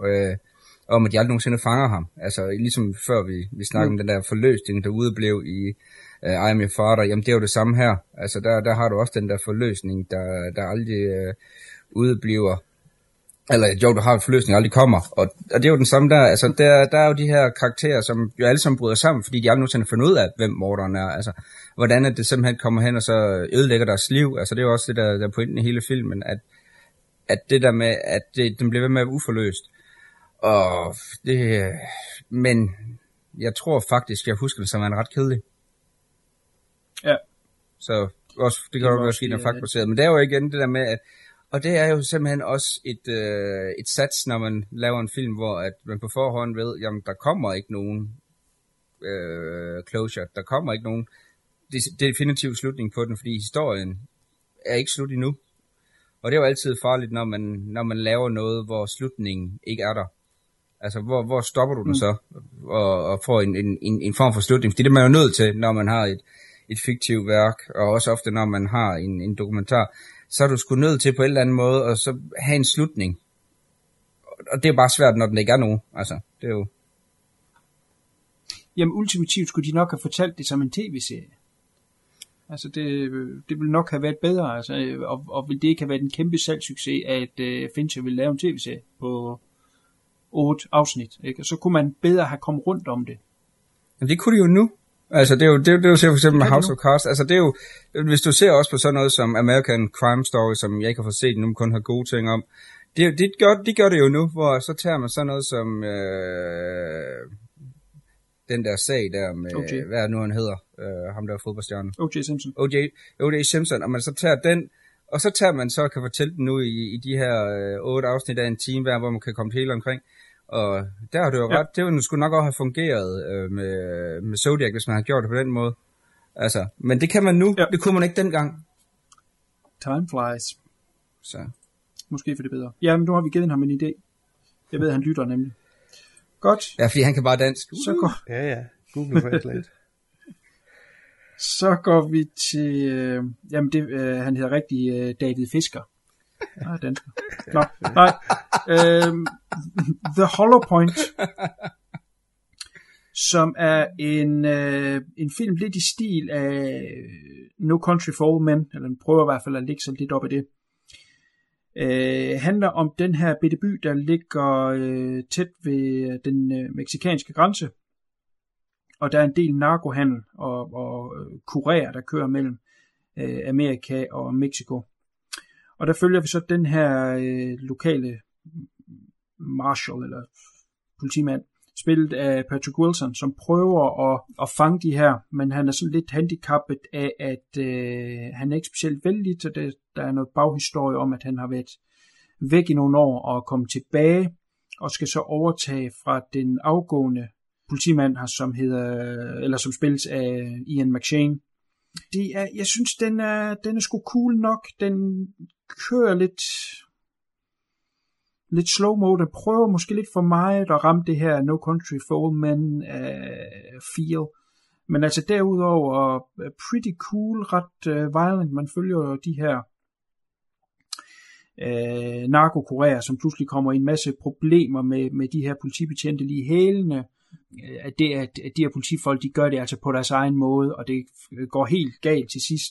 om at de aldrig nogensinde fanger ham. Altså, ligesom før vi snakkede om den der forløsning, der udeblev i I Am Your Father, jamen det er jo det samme her. Altså, der har du også den der forløsning, der aldrig udebliver. Eller jo, du har en forløsning, aldrig kommer. Og det er jo den samme der. Altså, der er jo de her karakterer, som jo alle sammen bryder sammen, fordi de aldrig nogensinde finder ud af, hvem morderen er. Altså, hvordan er det simpelthen kommer hen og så ødelægger deres liv. Altså, det er jo også det, der er pointen i hele filmen, at det der med, at den bliver ved med at være uforløst. Og det... Men jeg tror faktisk, jeg husker det som en ret kedelig. Ja. Så også, det kan jo være fint og faktbaseret. Men det er jo igen det der med, at og det er jo simpelthen også et sats, når man laver en film, hvor at man på forhånd ved, jamen der kommer ikke nogen closure, der kommer ikke nogen definitiv slutning på den, fordi historien er ikke slut endnu. Og det er jo altid farligt, når man laver noget, hvor slutningen ikke er der. Altså, hvor stopper du den så, og får en form for slutning? Fordi det er man jo nødt til, når man har et fiktivt værk, og også ofte, når man har en dokumentar, så er du sgu nødt til på en eller anden måde, og så have en slutning. Og det er bare svært, når den ikke er nogen. Altså, det er jo... Jamen, ultimativt skulle de nok have fortalt det som en tv-serie. Altså, det ville nok have været bedre, altså, og ville det ikke have været en kæmpe salgssucces, at Fincher ville lave en tv-serie på 8 afsnit, ikke? Og så kunne man bedre have kommet rundt om det. Jamen, det kunne de jo nu. Altså, det er jo for eksempel med House of Cards. Altså, det er jo, hvis du ser også på sådan noget som American Crime Story, som jeg ikke har fået set nu, kun har gode ting om. De gør det jo nu, hvor så tager man sådan noget som den der sag der med, hvad er nu han hedder, ham der er fodboldstjernen. O.J. Simpson, og man så tager den, og så tager man så kan fortælle den nu i de her 8 afsnit af en time hver, hvor man kan komme hele omkring. Og der har det jo ret, det ville sgu nok også have fungeret med Zodiac, hvis man havde gjort det på den måde. Altså, men det kan man nu, det kunne man ikke dengang. Time flies. Så. Måske for det bedre. Ja, men nu har vi givet ham en idé. Jeg ved, han lytter nemlig. Godt. Ja, fordi han kan bare dansk. Så går... Ja, Google Translate. Så går vi til, jamen det, han hedder rigtig David Fisker. Nej, dansker. Nå, nej. The Hollow Point, som er en film lidt i stil af No Country for Old Men, eller den prøver i hvert fald at ligge sådan lidt op ad det. Handler om den her bitte by, der ligger tæt ved den mexikanske grænse, og der er en del narkohandel og kurerer, der kører mellem Amerika og Mexico. Og der følger vi så den her lokale marshal, eller politimand, spillet af Patrick Wilson, som prøver at fange de her, men han er sådan lidt handicappet af, at han er ikke specielt vældig, så der er noget baghistorie om, at han har været væk i nogle år og kommet tilbage, og skal så overtage fra den afgående politimand her, som spilles af Ian McShane. Jeg synes, den er sgu cool nok. Den kører lidt slow-mo. Den prøver måske lidt for meget at ramme det her No Country for Old Men feel. Men altså derudover pretty cool, ret violent. Man følger jo de her narkokurerer, som pludselig kommer i en masse problemer med de her politibetjente lige i hælene. At de her politifolk, de gør det altså på deres egen måde, og det går helt galt til sidst.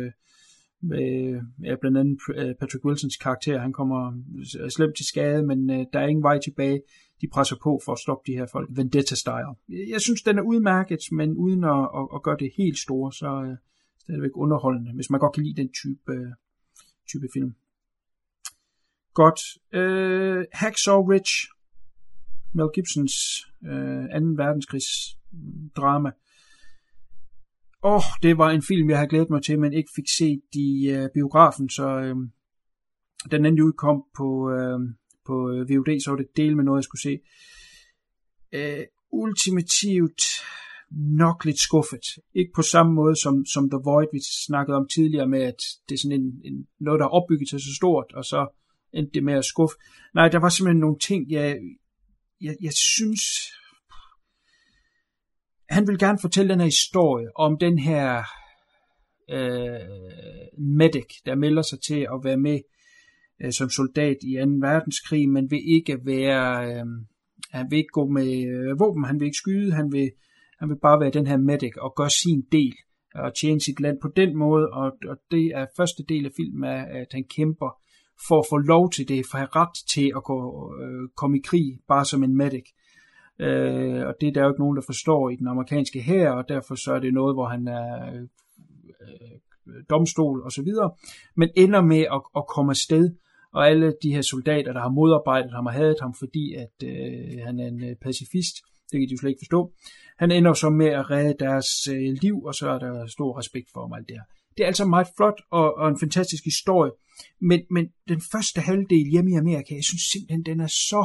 Blandt andet Patrick Wilsons karakter, han kommer slemt til skade, men der er ingen vej tilbage. De presser på for at stoppe de her folk. Vendetta-style. Jeg synes, den er udmærket, men uden at gøre det helt store, så er det stadigvæk underholdende, hvis man godt kan lide den type film. Godt. Hacksaw Ridge. Mel Gibsons 2. verdenskrigs drama. Det var en film, jeg havde glædet mig til, men ikke fik set i biografen, så den anden udkom på VOD, så var det del med noget, jeg skulle se. Ultimativt nok lidt skuffet. Ikke på samme måde som The Void, vi snakkede om tidligere, med at det er sådan noget, der er opbygget til så stort, og så endte det med at skuffe. Nej, der var simpelthen nogle ting, jeg synes, han vil gerne fortælle den her historie om den her medic, der melder sig til at være med som soldat i 2. verdenskrig, men vil ikke han vil ikke gå med våben, han vil ikke skyde, han vil bare være den her medic og gøre sin del og tjene sit land på den måde, og det er første del af filmen, at han kæmper for at få lov til det, for at have ret til at komme i krig, bare som en medic. Og det er der jo ikke nogen, der forstår i den amerikanske hær, og derfor så er det noget, hvor han er domstol og så videre, men ender med at komme afsted, og alle de her soldater, der har modarbejdet ham og hadet ham, fordi at han er en pacifist, det kan de jo slet ikke forstå, han ender så med at redde deres liv, og så er der stor respekt for ham alt det her. Det er altså meget flot og en fantastisk historie, men den første halvdel hjemme i Amerika, jeg synes simpelthen, den er så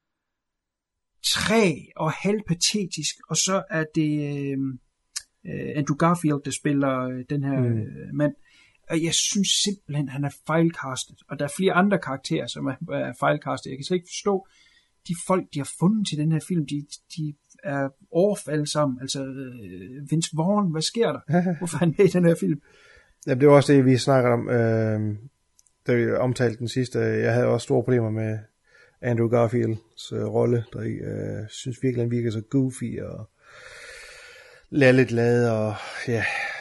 træg og halvpatetisk, og så er det Andrew Garfield, der spiller den her mand, og jeg synes simpelthen, han er fejlcastet, og der er flere andre karakterer, som er fejlcastet. Jeg kan slet ikke forstå, de folk, de har fundet til den her film, de er off alle sammen. Altså, Vince Vaughn, hvad sker der? Hvorfor er han med i den her film? Ja, det var også det, vi snakkede om, da vi omtalte den sidste. Jeg havde også store problemer med Andrew Garfields rolle, der synes virkelig, han virker så goofy og lidt glad, og ja.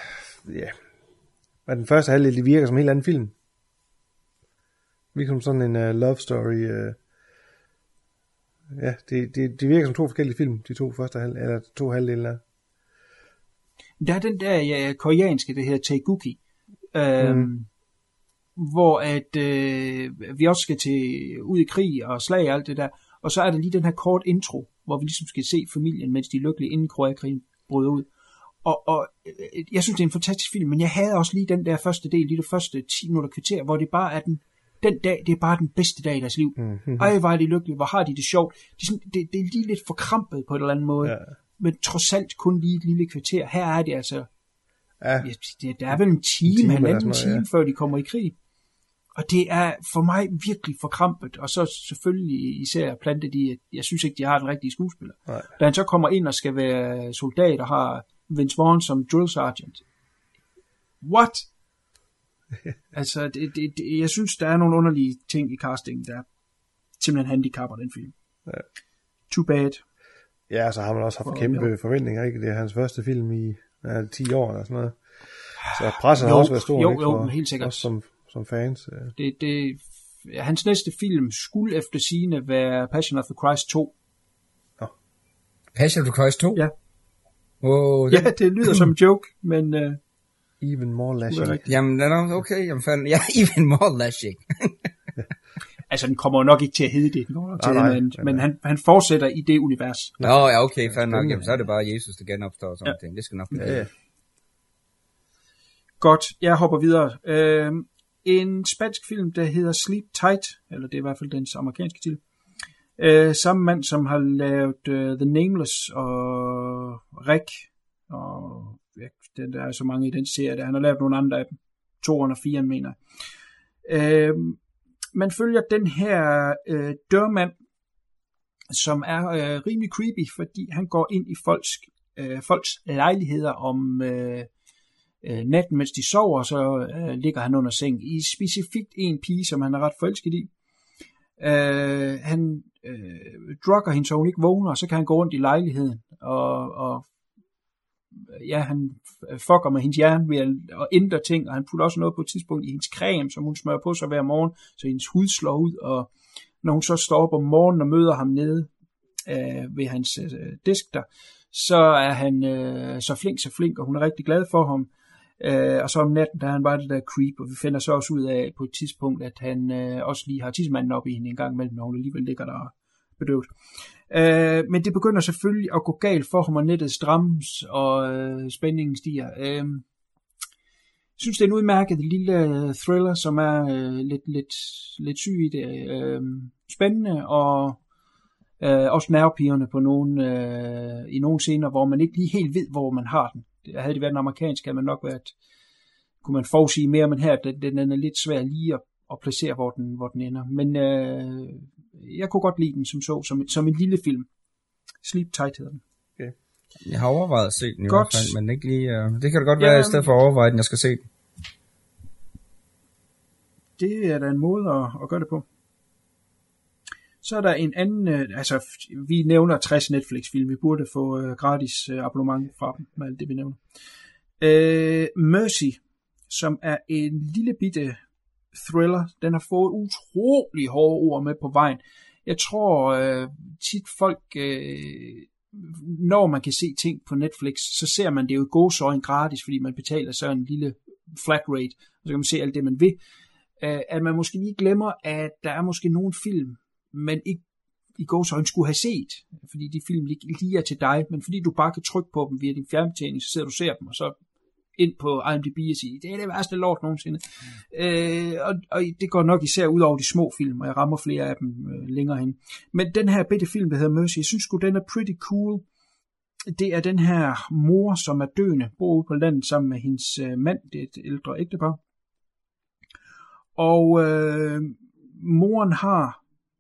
Men den første halvdel, det virker som en helt anden film. Det virker som sådan en love story. Ja, det virker som 2 forskellige film, de 2 første eller 2 halvdele der. Der er den der koreanske, det her Taeguki, hvor at vi også skal ud i krig og slag og alt det der, og så er der lige den her kort intro, hvor vi ligesom skal se familien, mens de er lykkelige, inden Koreakrigen bryder ud. Og jeg synes, det er en fantastisk film, men jeg havde også lige den der første del, lige det første 10 minutter kvarter, hvor det bare er den dag, det er bare den bedste dag i deres liv. Ej, hvor er de lykkelige, hvor har de det sjovt. Det er lige lidt forkrampet på en eller anden måde, men trods alt kun lige et lille kvarter. Her er det altså, der er vel en halvanden time, før de kommer i krig. Og det er for mig virkelig forkrampet, og så selvfølgelig især plantet i, at jeg synes ikke, de har den rigtige skuespiller. Nej. Da han så kommer ind og skal være soldat og har Vince Vaughn som drill sergeant. What? Altså, jeg synes, der er nogle underlige ting i castingen, der simpelthen handicapper den film. Ja. Too bad. Ja, så har man også haft kæmpe forventninger, ikke? Det er hans første film i 10 år eller sådan noget. Så presset har også været stor, ikke? Jo, helt sikkert. Også som fans. Hans næste film skulle efter sigende være Passion of the Christ 2. Ja. Passion of the Christ 2? Ja. Ja, det lyder som en joke, men Even more lashing. Jamen, okay. Jamen, even more lashing. Altså, den kommer jo nok ikke til at hedde det, men han fortsætter i det univers. Nå, ja, okay, fair nok. Jamen, så er det bare Jesus, der genopstår og sådan noget. Det skal nok blive det. Godt, jeg hopper videre. En spansk film, der hedder Sleep Tight, eller det er i hvert fald dens amerikanske titel. Samme mand, som har lavet The Nameless og Rick, og der er så mange i den serie, han har lavet nogle andre af dem. 2'eren og 4'eren, mener jeg. Man følger den her dørmand, som er rimelig creepy, fordi han går ind i folks lejligheder om natten, mens de sover, og så ligger han under seng. I specifikt en pige, som han er ret forelsket i. Han drugger hende, så hun ikke vågner, og så kan han gå rundt i lejligheden, og han fucker med hendes hjerne ved at ændre ting, og han putter også noget på et tidspunkt i hendes creme, som hun smører på sig hver morgen, så hendes hud slår ud, og når hun så står op om morgenen og møder ham nede ved hans disk der, så er han så flink, og hun er rigtig glad for ham. Og så om natten, der er han bare det der creep, og vi finder så også ud af på et tidspunkt, at han også lige har tissemanden op i hende en gang imellem, når hun alligevel ligger der bedøvet. Men det begynder selvfølgelig at gå galt for ham, og nettet strammes, og spændingen stiger. Jeg synes, det er en udmærket lille thriller, som er lidt syg i det. Spændende, og også nervepirrende på i nogle scener, hvor man ikke lige helt ved, hvor man har den. Havde det været en amerikansk, havde man nok kunne man forudsige mere, men her, den er lidt svær lige at placere, hvor den ender. Men jeg kunne godt lide den som en lille film. Sleep Tight hedder den. Okay. Jeg har overvejet at se den i hvert fald, men ikke lige, det kan da godt være, i stedet for at overveje den, jeg skal se den. Det er da en måde at gøre det på. Så er der en anden, vi nævner 60 Netflix-film, vi burde få gratis abonnement fra dem, med alt det vi nævner. Mercy, som er en lille bitte thriller, den har fået utrolig hårde ord med på vejen. Jeg tror tit folk, når man kan se ting på Netflix, så ser man det jo i gåseøjne gratis, fordi man betaler så en lille flat rate, og så kan man se alt det man vil. At man måske lige glemmer, at der er måske nogle film, man ikke i gåseøjne skulle have set, fordi de film lige er til dig, men fordi du bare kan trykke på dem via din fjernbetjening, så sidder du og ser dem, og så ind på IMDb og sige, det er det værste lort nogensinde. Og det går nok især ud over de små film, og jeg rammer flere af dem længere hen. Men den her bitte film, der hedder Mercy, jeg synes sgu, den er pretty cool. Det er den her mor, som er døende, bor ude på landet sammen med hendes mand, det er et ældre ægtepar. Og moren har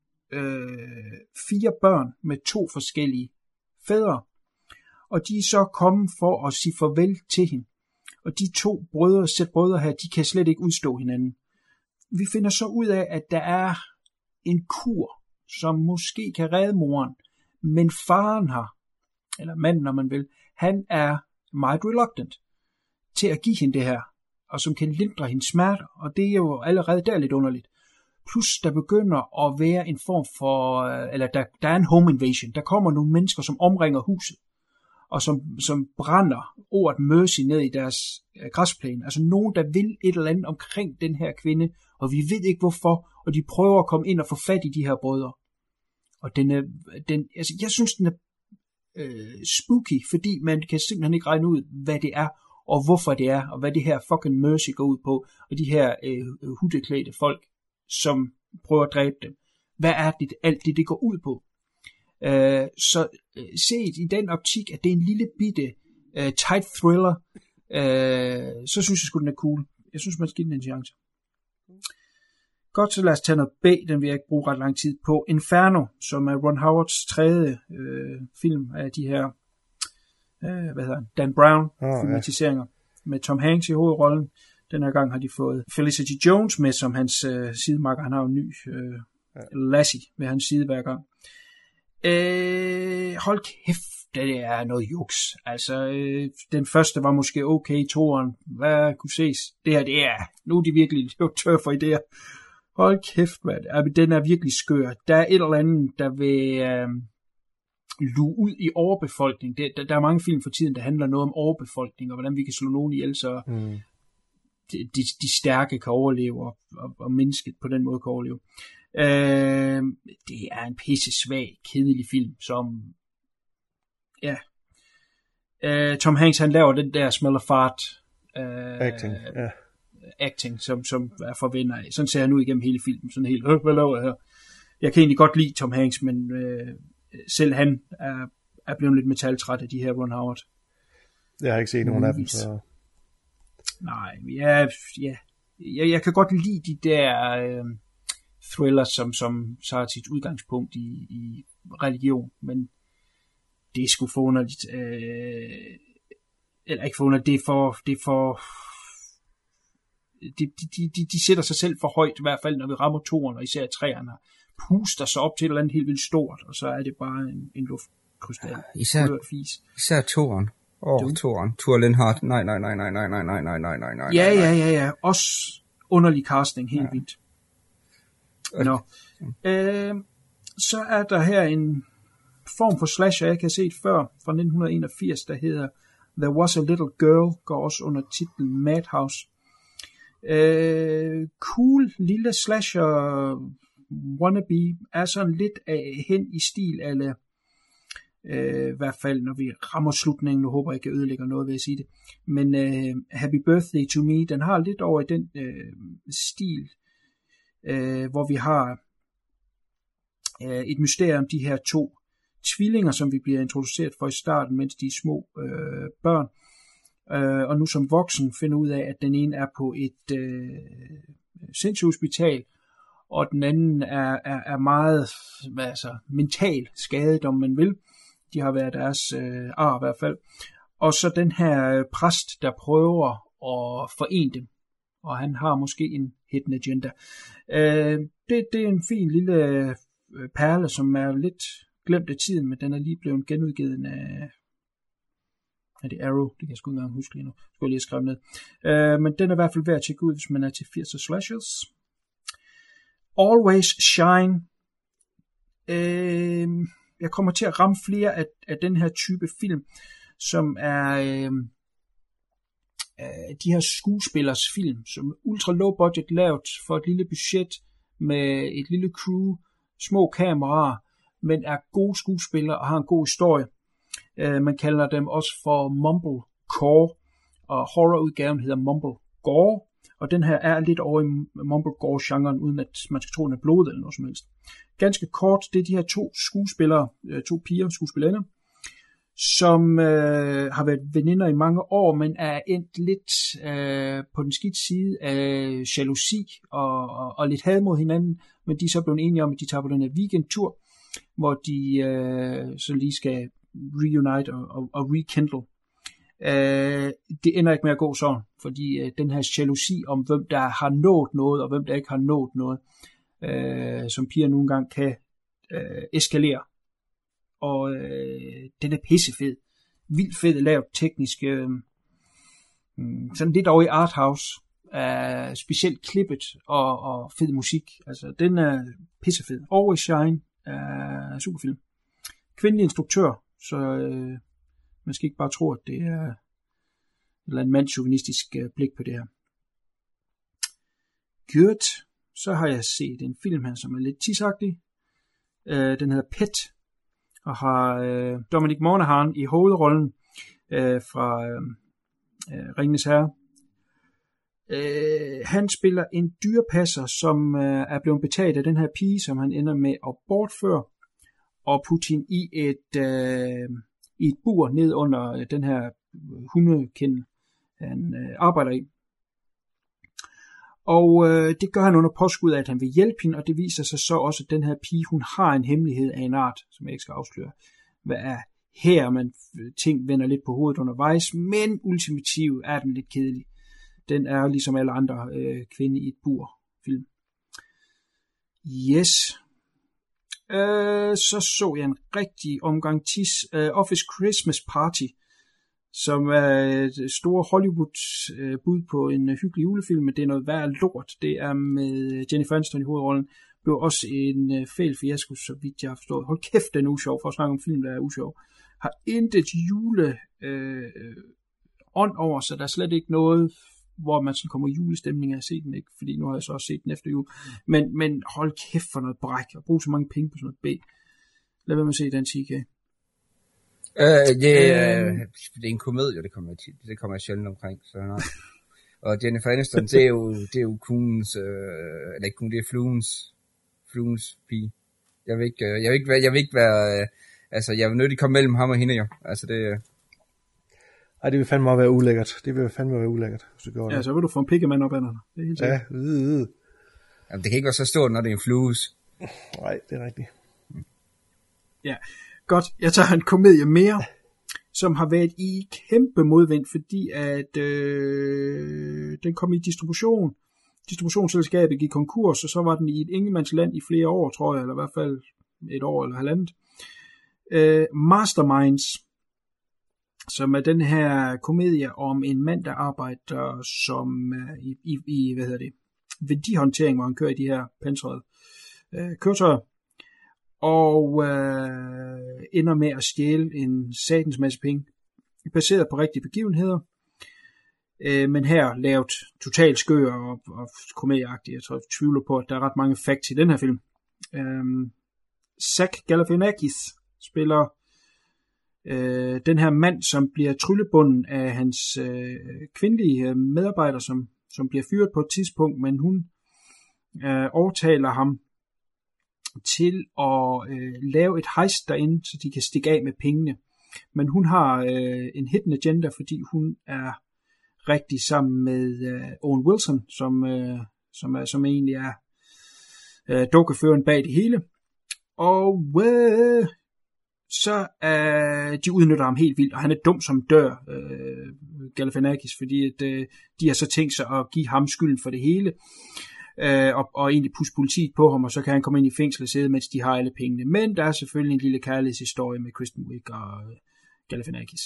4 børn med 2 forskellige fædre, og de er så kommet for at sige farvel til hende. Og de 2 brødre her, de kan slet ikke udstå hinanden. Vi finder så ud af, at der er en kur, som måske kan redde moren, men faren har, eller manden, når man vil, han er meget reluctant til at give hende det her, og som kan lindre hendes smerter, og det er jo allerede der lidt underligt. Plus der begynder at være en form for, eller der er en home invasion. Der kommer nogle mennesker, som omringer huset, og som brænder ordet Mercy ned i deres græsplæne. Altså nogen, der vil et eller andet omkring den her kvinde, og vi ved ikke hvorfor, og de prøver at komme ind og få fat i de her brødre. Og altså, jeg synes, den er spooky, fordi man kan simpelthen ikke regne ud, hvad det er, og hvorfor det er, og hvad det her fucking Mercy går ud på, og de her hudeklædte folk, som prøver at dræbe dem. Hvad er det, alt det går ud på? Så set i den optik, at det er en lille bitte tight thriller, så synes jeg sgu, den er cool. Jeg synes, man skal give den en chance. Godt, så lad os tage noget B, den vil jeg ikke bruge ret lang tid på. Inferno, som er Ron Howards 3. Film af de her, Dan Brown filmatiseringer, med Tom Hanks i hovedrollen. Den her gang har de fået Felicity Jones med som hans sidemakker. Han har jo en ny Lassie ved hans side hver gang. Hold kæft, det er noget juks. Altså, den første var måske okay, 2'eren, hvad kunne ses? Det her, det er, nu er de virkelig tør for idéer. Hold kæft, den er virkelig skør. Der er et eller andet, der vil luge ud i overbefolkning. Der er mange film for tiden, der handler noget om overbefolkning, og hvordan vi kan slå nogen ihjel, så de stærke kan overleve, og mennesket på den måde kan overleve. Det er en pisse svag, kedelig film, som Tom Hanks, han laver den der smell of fart acting, som er forventer af. Sådan ser han ud igennem hele filmen, sådan helt, hvad laver jeg her? Jeg kan egentlig godt lide Tom Hanks, men selv han er blevet lidt metaltræt af de her Ron Howard. Jeg har ikke set nogen af dem, så... Nej, jeg kan godt lide de der thrillers, som har sit udgangspunkt i religion, men det er sgu forunderligt. Eller ikke forunderligt, det er for de sætter sig selv for højt, i hvert fald når vi rammer toeren, og især træerne puster sig op til et eller andet helt vildt stort, og så er det bare en luftkrystal. Især toeren. Toeren. Thor Lindhardt. Nej. Ja. Også underlig casting, helt vildt. Nå. Så er der her en form for slasher, jeg kan have set før, fra 1981, der hedder There Was a Little Girl, går også under titlen Madhouse. Cool lille slasher wannabe, er sådan lidt hen i stil eller i hvert fald når vi rammer slutningen. Nu håber jeg ikke, jeg ødelægger noget ved at sige det, men Happy Birthday to Me, den har lidt over i den stil, hvor vi har et mysterium, de her to tvillinger, som vi bliver introduceret for i starten, mens de er små børn, og nu som voksen finder ud af, at den ene er på et sindssygehospital, og den anden er meget mental skadet, om man vil. De har været deres ar i hvert fald. Og så den her præst, der prøver at forene dem, og han har måske en hidden agenda. Det er en fin lille perle, som er lidt glemt af tiden, men den er lige blevet genudgivet af det Arrow, det kan jeg sgu ikke engang huske lige nu. Skal jeg lige skrive ned. Men den er i hvert fald værd at tjekke ud, hvis man er til 80'er slashers. Always Shine. Jeg kommer til at ramme flere af den her type film, som er de her skuespillers film, som er ultra low budget lavet for et lille budget med et lille crew, små kameraer, men er gode skuespillere og har en god historie. Man kalder dem også for mumblecore, og horrorudgaven hedder mumblegore, og den her er lidt over i mumblegore-genren, uden at man skal tro, den er blodet eller noget som helst. Ganske kort, det er de her to skuespillere, to piger, skuespillerinder, som har været veninder i mange år, men er endt lidt på den skidt side af jalousi og lidt had mod hinanden, men de er så blevet enige om, at de tager på den her weekendtur, hvor de så lige skal reunite og rekindle. Det ender ikke med at gå sådan, fordi den her jalousi om, hvem der har nået noget, og hvem der ikke har nået noget, som piger nogle gange kan eskalere. Og den er pissefed. Vildt fedt lavet teknisk. Sådan lidt over i arthouse. Specielt klippet og fed musik. Altså, den er pissefed. Always Shine er superfilm. Kvindelig instruktør, så man skal ikke bare tro, at det er en mandsjuvenistisk blik på det her. Good. Så har jeg set en film her, som er lidt tidsagtig. Den hedder Pet, og har Dominic Monaghan i hovedrollen fra Ringenes Herre. Han spiller en dyrepasser, som er blevet betalt af den her pige, som han ender med at bortføre, og putte hende i et bur ned under den her hundekendel, han arbejder i. Og det gør han under påskud af, at han vil hjælpe hende, og det viser sig så også, at den her pige, hun har en hemmelighed af en art, som jeg ikke skal afsløre. Hvad er her, man ting vender lidt på hovedet undervejs, men ultimativt er den lidt kedelig. Den er ligesom alle andre kvinde i et bur film. Yes. Så jeg en rigtig omgang tis. Office Christmas Party, som er et store Hollywood bud på en hyggelig julefilm, men det er noget værd lort. Det er med Jennifer Aniston i hovedrollen, blev også en fæl fiasko, så vidt jeg har forstået. Hold kæft, den er usjov, for at snakke om film, der er usjov. Har intet jule ånd over, så der er slet ikke noget, hvor man sådan kommer i julestemning af at se den, ikke? Fordi nu har jeg så også set den efter jul. Men hold kæft for noget bræk, og brug så mange penge på sådan noget B. Lad være med at se den, TK. Det er en komedie, det kommer jeg sjældent omkring, så nej. Og Jennifer Aniston, det er jo Kuhns, eller ikke Kuhn, det er Flugens pige. Jeg vil ikke være, altså jeg vil nødt til at komme mellem ham og hende, jo. Altså det... Ej, det vil fandme være ulækkert. Det vil fandme være ulækkert, hvis du gør det. Ja, så vil du få en pikkemand op ad dig. Det er helt sikkert. Ja, Jamen, det kan ikke være så stort, når det er en flues. Nej, det er rigtigt. Ja, godt. Jeg tager en komedie mere, som har været i kæmpe modvind, fordi at den kom i distribution. Distributionsselskabet gik konkurs, og så var den i et ingenmandsland i flere år, tror jeg, eller i hvert fald et år eller halvandet. Masterminds, som er den her komedie om en mand, der arbejder som i værdihåndtering, hvor han kører i de her pansrede køretøjer, og ender med at stjæle en satans masse penge, baseret på rigtige begivenheder, men her lavet totalt skør og komedieagtigt. Jeg tror, jeg tvivler på, at der er ret mange facts i den her film. Zach Galifianakis spiller den her mand, som bliver tryllebunden af hans kvindelige medarbejder, som bliver fyret på et tidspunkt, men hun overtaler ham til at lave et heist derinde, så de kan stikke af med pengene. Men hun har en hidden agenda, fordi hun er rigtig sammen med Owen Wilson, som egentlig er dukkeføren bag det hele. Og så de udnytter ham helt vildt, og han er dum som dør, Galifianakis, fordi at, de har så tænkt sig at give ham skylden for det hele, og egentlig pusse politiet på ham, og så kan han komme ind i fængsel og sidde, mens de har alle pengene. Men der er selvfølgelig en lille kærlighedshistorie med Kristen Wiig og Galifianakis.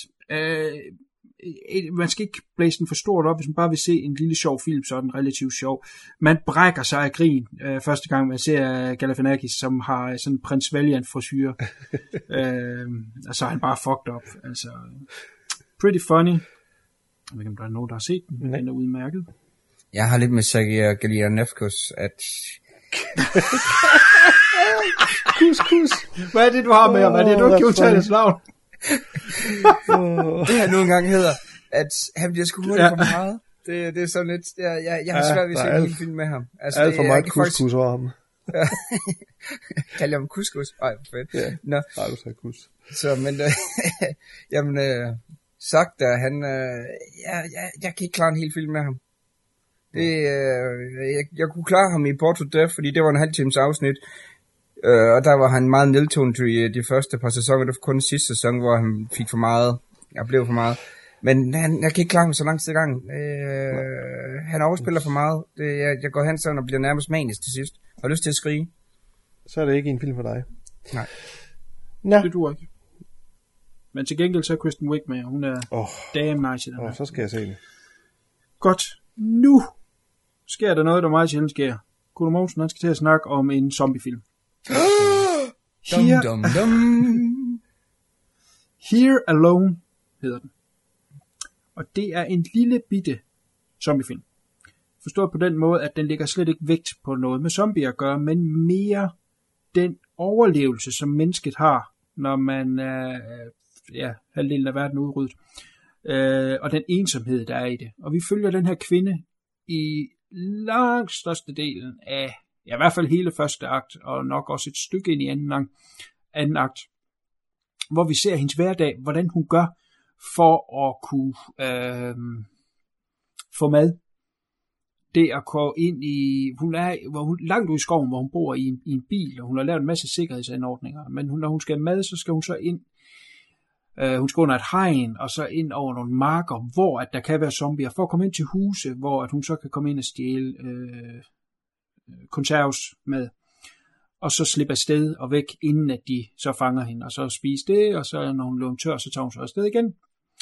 Man skal ikke blæse den for stort op. Hvis man bare vil se en lille sjov film, så er den relativt sjov. Man brækker sig af grin første gang man ser Galifianakis, som har sådan en Prins Valiant frisyre, og så er han bare fucked up. Altså, pretty funny. Jeg ved ikke, om der er nogen, der har set den. Den er udmærket. Jeg har lidt med Sergej Galifianakis, at... Kus. Hvad er det, du har med ham? Er det, du ikke kan udtale hans navn? Det her nogle gange hedder, at han bliver sgu hurtigt for meget. Det er sådan lidt... Jeg har svært ved at se en film med ham. Altså, alt for meget couscous over ham. Kalder jeg ham couscous? Ej, hvor fedt. Ja, Nå. du sagde kus. Så, men... jamen, sagt der, han... jeg kan ikke klare en hel film med ham. Jeg kunne klare ham i Port of Death, fordi det var en halv times afsnit. Og der var han meget nedtonet i de første par sæsoner. Det var kun sidste sæson, hvor han fik for meget. Jeg blev for meget. Men jeg kan ikke klare ham så lang tid i gang. Han overspiller for meget. Jeg går hen sådan og bliver nærmest manisk til sidst. Og har lyst til at skrige. Så er det ikke en film for dig. Nej. Nå. Det duer ikke. Men til gengæld så er Kristen Wiig med, og hun er damn nice i den her. Så skal jeg se det. Godt. Nu sker der noget, der meget sjældent sker. Kuno Mogensen, han skal til at snakke om en zombiefilm. Here Alone hedder den. Og det er en lille bitte zombiefilm. Forstået på den måde, at den lægger slet ikke vægt på noget med zombier at gøre, men mere den overlevelse, som mennesket har, når man er halvdelen af verden udryddet. Og den ensomhed, der er i det. Og vi følger den her kvinde i langt størstedelen af, i hvert fald hele første akt, og nok også et stykke ind i anden akt, hvor vi ser hendes hverdag, hvordan hun gør for at kunne få mad. Det at gå ind i, hun langt ude i skoven, hvor hun bor i en bil, og hun har lavet en masse sikkerhedsanordninger, men når hun skal have mad, så skal hun så ind, hun skal under et hegn, og så ind over nogle marker, hvor at der kan være zombier, for at komme ind til huse, hvor at hun så kan komme ind og stjæle konserves med, og så slippe afsted og væk, inden at de så fanger hende, og så spise det, og så når hun løber tør, så tager hun så afsted igen.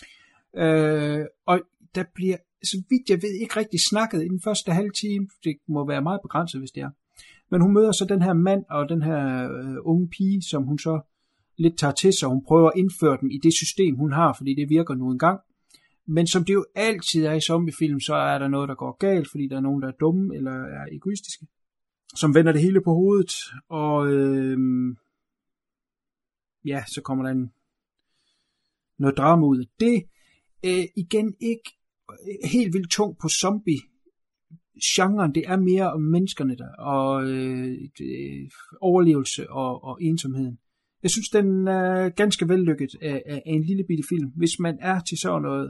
Og der bliver, så vidt jeg ved, ikke rigtig snakket i den første halve time. Det må være meget begrænset, hvis det er. Men hun møder så den her mand og den her unge pige, som hun så lidt tager til sig. Hun prøver at indføre dem i det system, hun har, fordi det virker nu engang. Men som det jo altid er i zombiefilm, så er der noget, der går galt, fordi der er nogen, der er dumme eller er egoistiske, som vender det hele på hovedet. Og ja, så kommer der noget drama ud af det. Igen ikke helt vildt tung på zombie-genren. Det er mere om menneskerne der, og overlevelse og ensomheden. Jeg synes, den er ganske vellykket af en lille bitte film. Hvis man er til sådan noget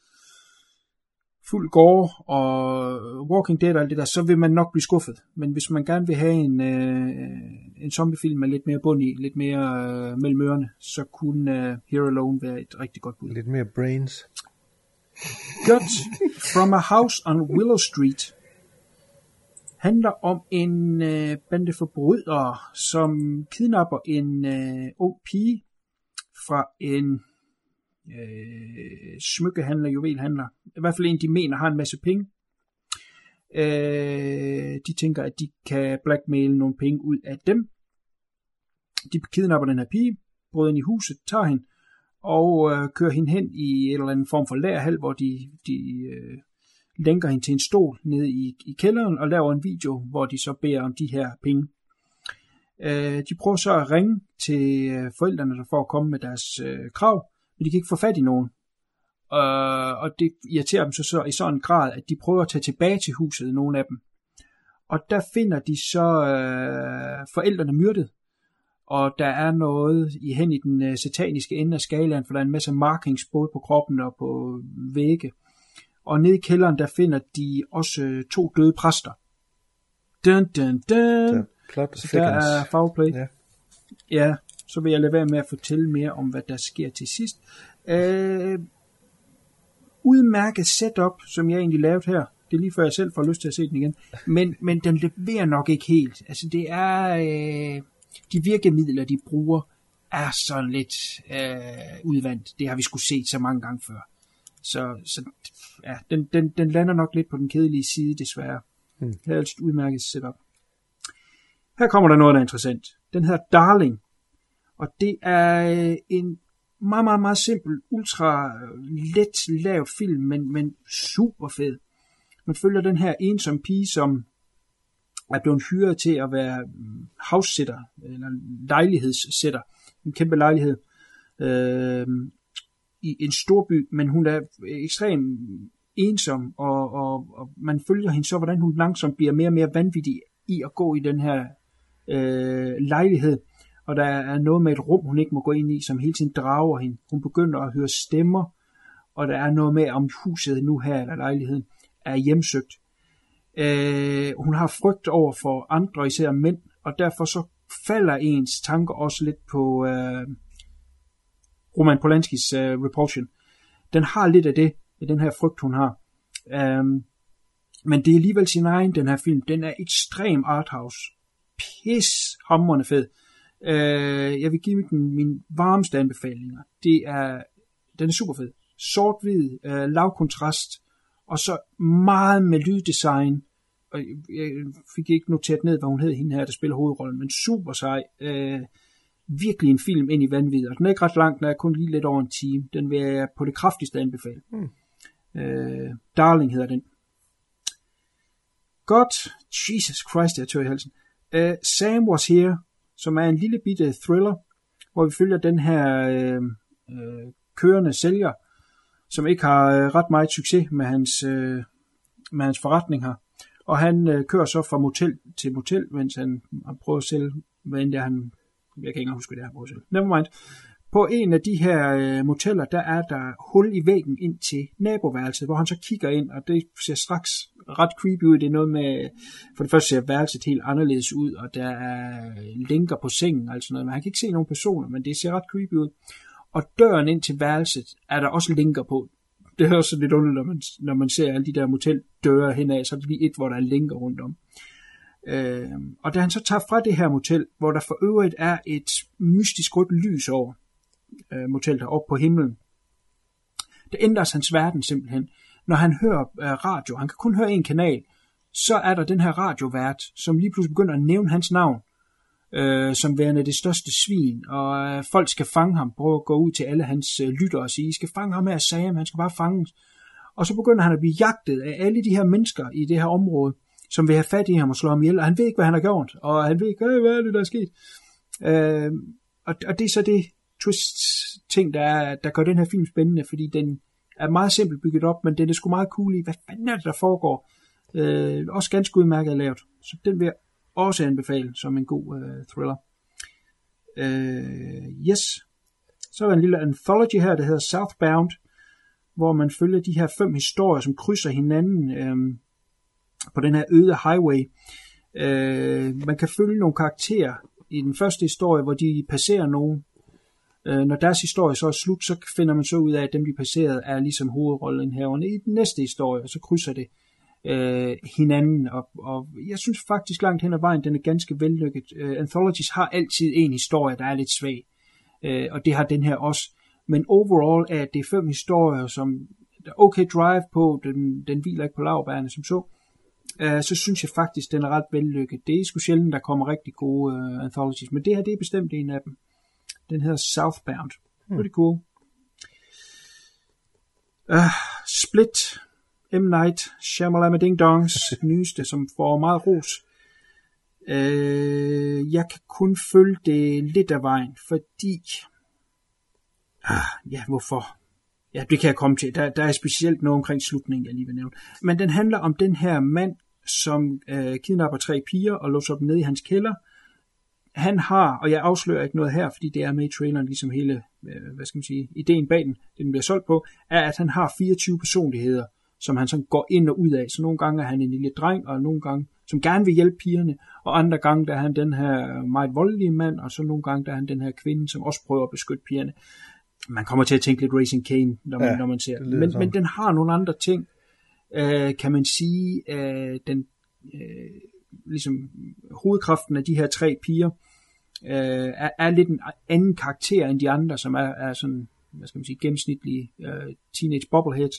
fuld gore og Walking Dead og alt det der, så vil man nok blive skuffet. Men hvis man gerne vil have en zombiefilm med lidt mere bund i, lidt mere mellem ørerne, så kunne Here Alone være et rigtig godt bud. Lidt mere brains. Godt. From a House on Willow Street handler om en bande forbrydere, som kidnapper en ung pige fra en smykkehandler, juvelhandler. I hvert fald en, de mener har en masse penge. De tænker, at de kan blackmail nogle penge ud af dem. De kidnapper den her pige, bryder ind i huset, tager hende og kører hende hen i en eller anden form for lagerhal, hvor de lænker hende til en stol nede i kælderen og laver en video, hvor de så beder om de her penge. De prøver så at ringe til forældrene, der får at komme med deres krav, men de kan ikke få fat i nogen. Og det irriterer dem så i sådan en grad, at de prøver at tage tilbage til huset, nogle af dem. Og der finder de så forældrene myrdet. Og der er noget hen i den sataniske ende af skalaen, for der er en masse markings både på kroppen og på vægge. Og nede i kælderen, der finder de også 2 døde præster. Dun, dun, dun. Så der er foul play. Ja, så vil jeg lade være med at fortælle mere om, hvad der sker til sidst. Udmærket setup, som jeg egentlig lavede her. Det er lige før jeg selv får lyst til at se den igen. Men den leverer nok ikke helt. Altså det er... de virkemidler, de bruger, er sådan lidt udvandt. Det har vi sgu set så mange gange før. Så ja, den lander nok lidt på den kedelige side, desværre. Det er altså et udmærket setup. Her kommer der noget, der er interessant. Den hedder Darling. Og det er en meget, meget, meget simpel, ultra let lavet film, men super fed. Man følger den her ensomme pige, som er blevet hyret til at være house-sitter, eller lejlighedssætter. En kæmpe lejlighed i en storby, men hun er ekstremt ensom, og man følger hende så, hvordan hun langsomt bliver mere og mere vanvittig i at gå i den her lejlighed. Og der er noget med et rum, hun ikke må gå ind i, som hele tiden drager hende. Hun begynder at høre stemmer, og der er noget med, om huset nu her, eller lejligheden, er hjemsøgt. Hun har frygt over for andre, især mænd, og derfor så falder ens tanker også lidt på Roman Polanskis Repulsion. Den har lidt af det, den her frygt, hun har. Men det er alligevel sin egen, den her film. Den er ekstrem arthouse. Hamrende fed. Jeg vil give den mine varmeste anbefalinger. Den er super fed. Sort-hvid, lav kontrast, og så meget med lyddesign. Og jeg fik ikke noteret ned, hvad hun hed, hende her, der spiller hovedrollen, men super sej. Virkelig en film ind i vanvid, og den er ikke ret lang, den er kun lige lidt over en time. Den vil jeg på det kraftigste anbefale. Darling hedder den. Godt. Jesus Christ, jeg tør i halsen. Sam Was Here, som er en lille bitte thriller, hvor vi følger den her kørende sælger, som ikke har ret meget succes med hans forretning her. Og han kører så fra motel til motel, mens han prøver at sælge, hvad end det er, jeg kan ikke engang huske, hvad det er, han prøver at sælge. Nevermind. På en af de her moteller, der er der hul i væggen ind til naboværelset, hvor han så kigger ind, og det ser straks ret creepy ud. Det er noget med, for det første ser værelset helt anderledes ud, og der er linker på sengen, altså noget. Men han kan ikke se nogen personer, men det ser ret creepy ud. Og døren ind til værelset er der også linker på. Det er også lidt underligt, når man ser alle de der moteldøre henad, så er det lige et, hvor der er linker rundt om. Og da han så tager fra det her motel, hvor der for øvrigt er et mystisk rødt lys over motellet oppe på himlen, der ændres hans verden simpelthen. Når han hører radio, han kan kun høre en kanal, så er der den her radiovært, som lige pludselig begynder at nævne hans navn, som værende det største svin, og folk skal fange ham, prøve at gå ud til alle hans lyttere og sige, I skal fange ham her, Sam, han skal bare fanges. Og så begynder han at blive jagtet af alle de her mennesker i det her område, som vil have fat i ham og slå ham ihjel, og han ved ikke, hvad han har gjort, og han ved ikke, hvad er det, der er sket. Og det er så det twist-ting, der gør den her film spændende, fordi den er meget simpelt bygget op, men den er sgu meget cool i, hvad fanden er det, der foregår. Også ganske udmærket lavet. Så den vil jeg også anbefale som en god thriller. Yes. Så er der en lille anthology her, der hedder Southbound, hvor man følger de her 5 historier, som krydser hinanden på den her øde highway. Man kan følge nogle karakterer i den første historie, hvor de passerer nogen. Når deres historie så er slut, så finder man så ud af, at dem de passerede er ligesom hovedrollen her. I den næste historie, så krydser det hinanden, og jeg synes faktisk langt hen ad vejen, den er ganske vellykket. Anthologies har altid en historie, der er lidt svag, og det har den her også. Men overall er det 5 historier, som der er okay drive på, den hviler ikke på laurbærene som så. Så synes jeg faktisk, den er ret vellykket. Det er sgu sjældent, der kommer rigtig gode anthologies, men det her, det er bestemt en af dem. Den hedder Southbound. Pretty cool. Split, M. Night Shyamalan Ding Dongs nyeste, som får meget ros. Jeg kan kun følge det lidt af vejen, fordi... hvorfor? Ja, det kan jeg komme til. Der er specielt noget omkring slutningen, jeg lige vil nævne. Men den handler om den her mand, som kidnapper 3 piger og låser dem ned i hans kælder. Han har, og jeg afslører ikke noget her, fordi det er med i traileren, ligesom hele, ideen bag den bliver solgt på, er, at han har 24 personligheder, som han sådan går ind og ud af. Så nogle gange er han en lille dreng, og nogle gange, som gerne vil hjælpe pigerne, og andre gange, der er han den her meget voldelige mand, og så nogle gange, der er han den her kvinde, som også prøver at beskytte pigerne. Man kommer til at tænke lidt Raising Cain, når man ser den. Men den har nogle andre ting, kan man sige, den ligesom hovedkraften af de her 3 piger, er lidt en anden karakter end de andre, som er sådan, gennemsnitlige teenage bubbleheads.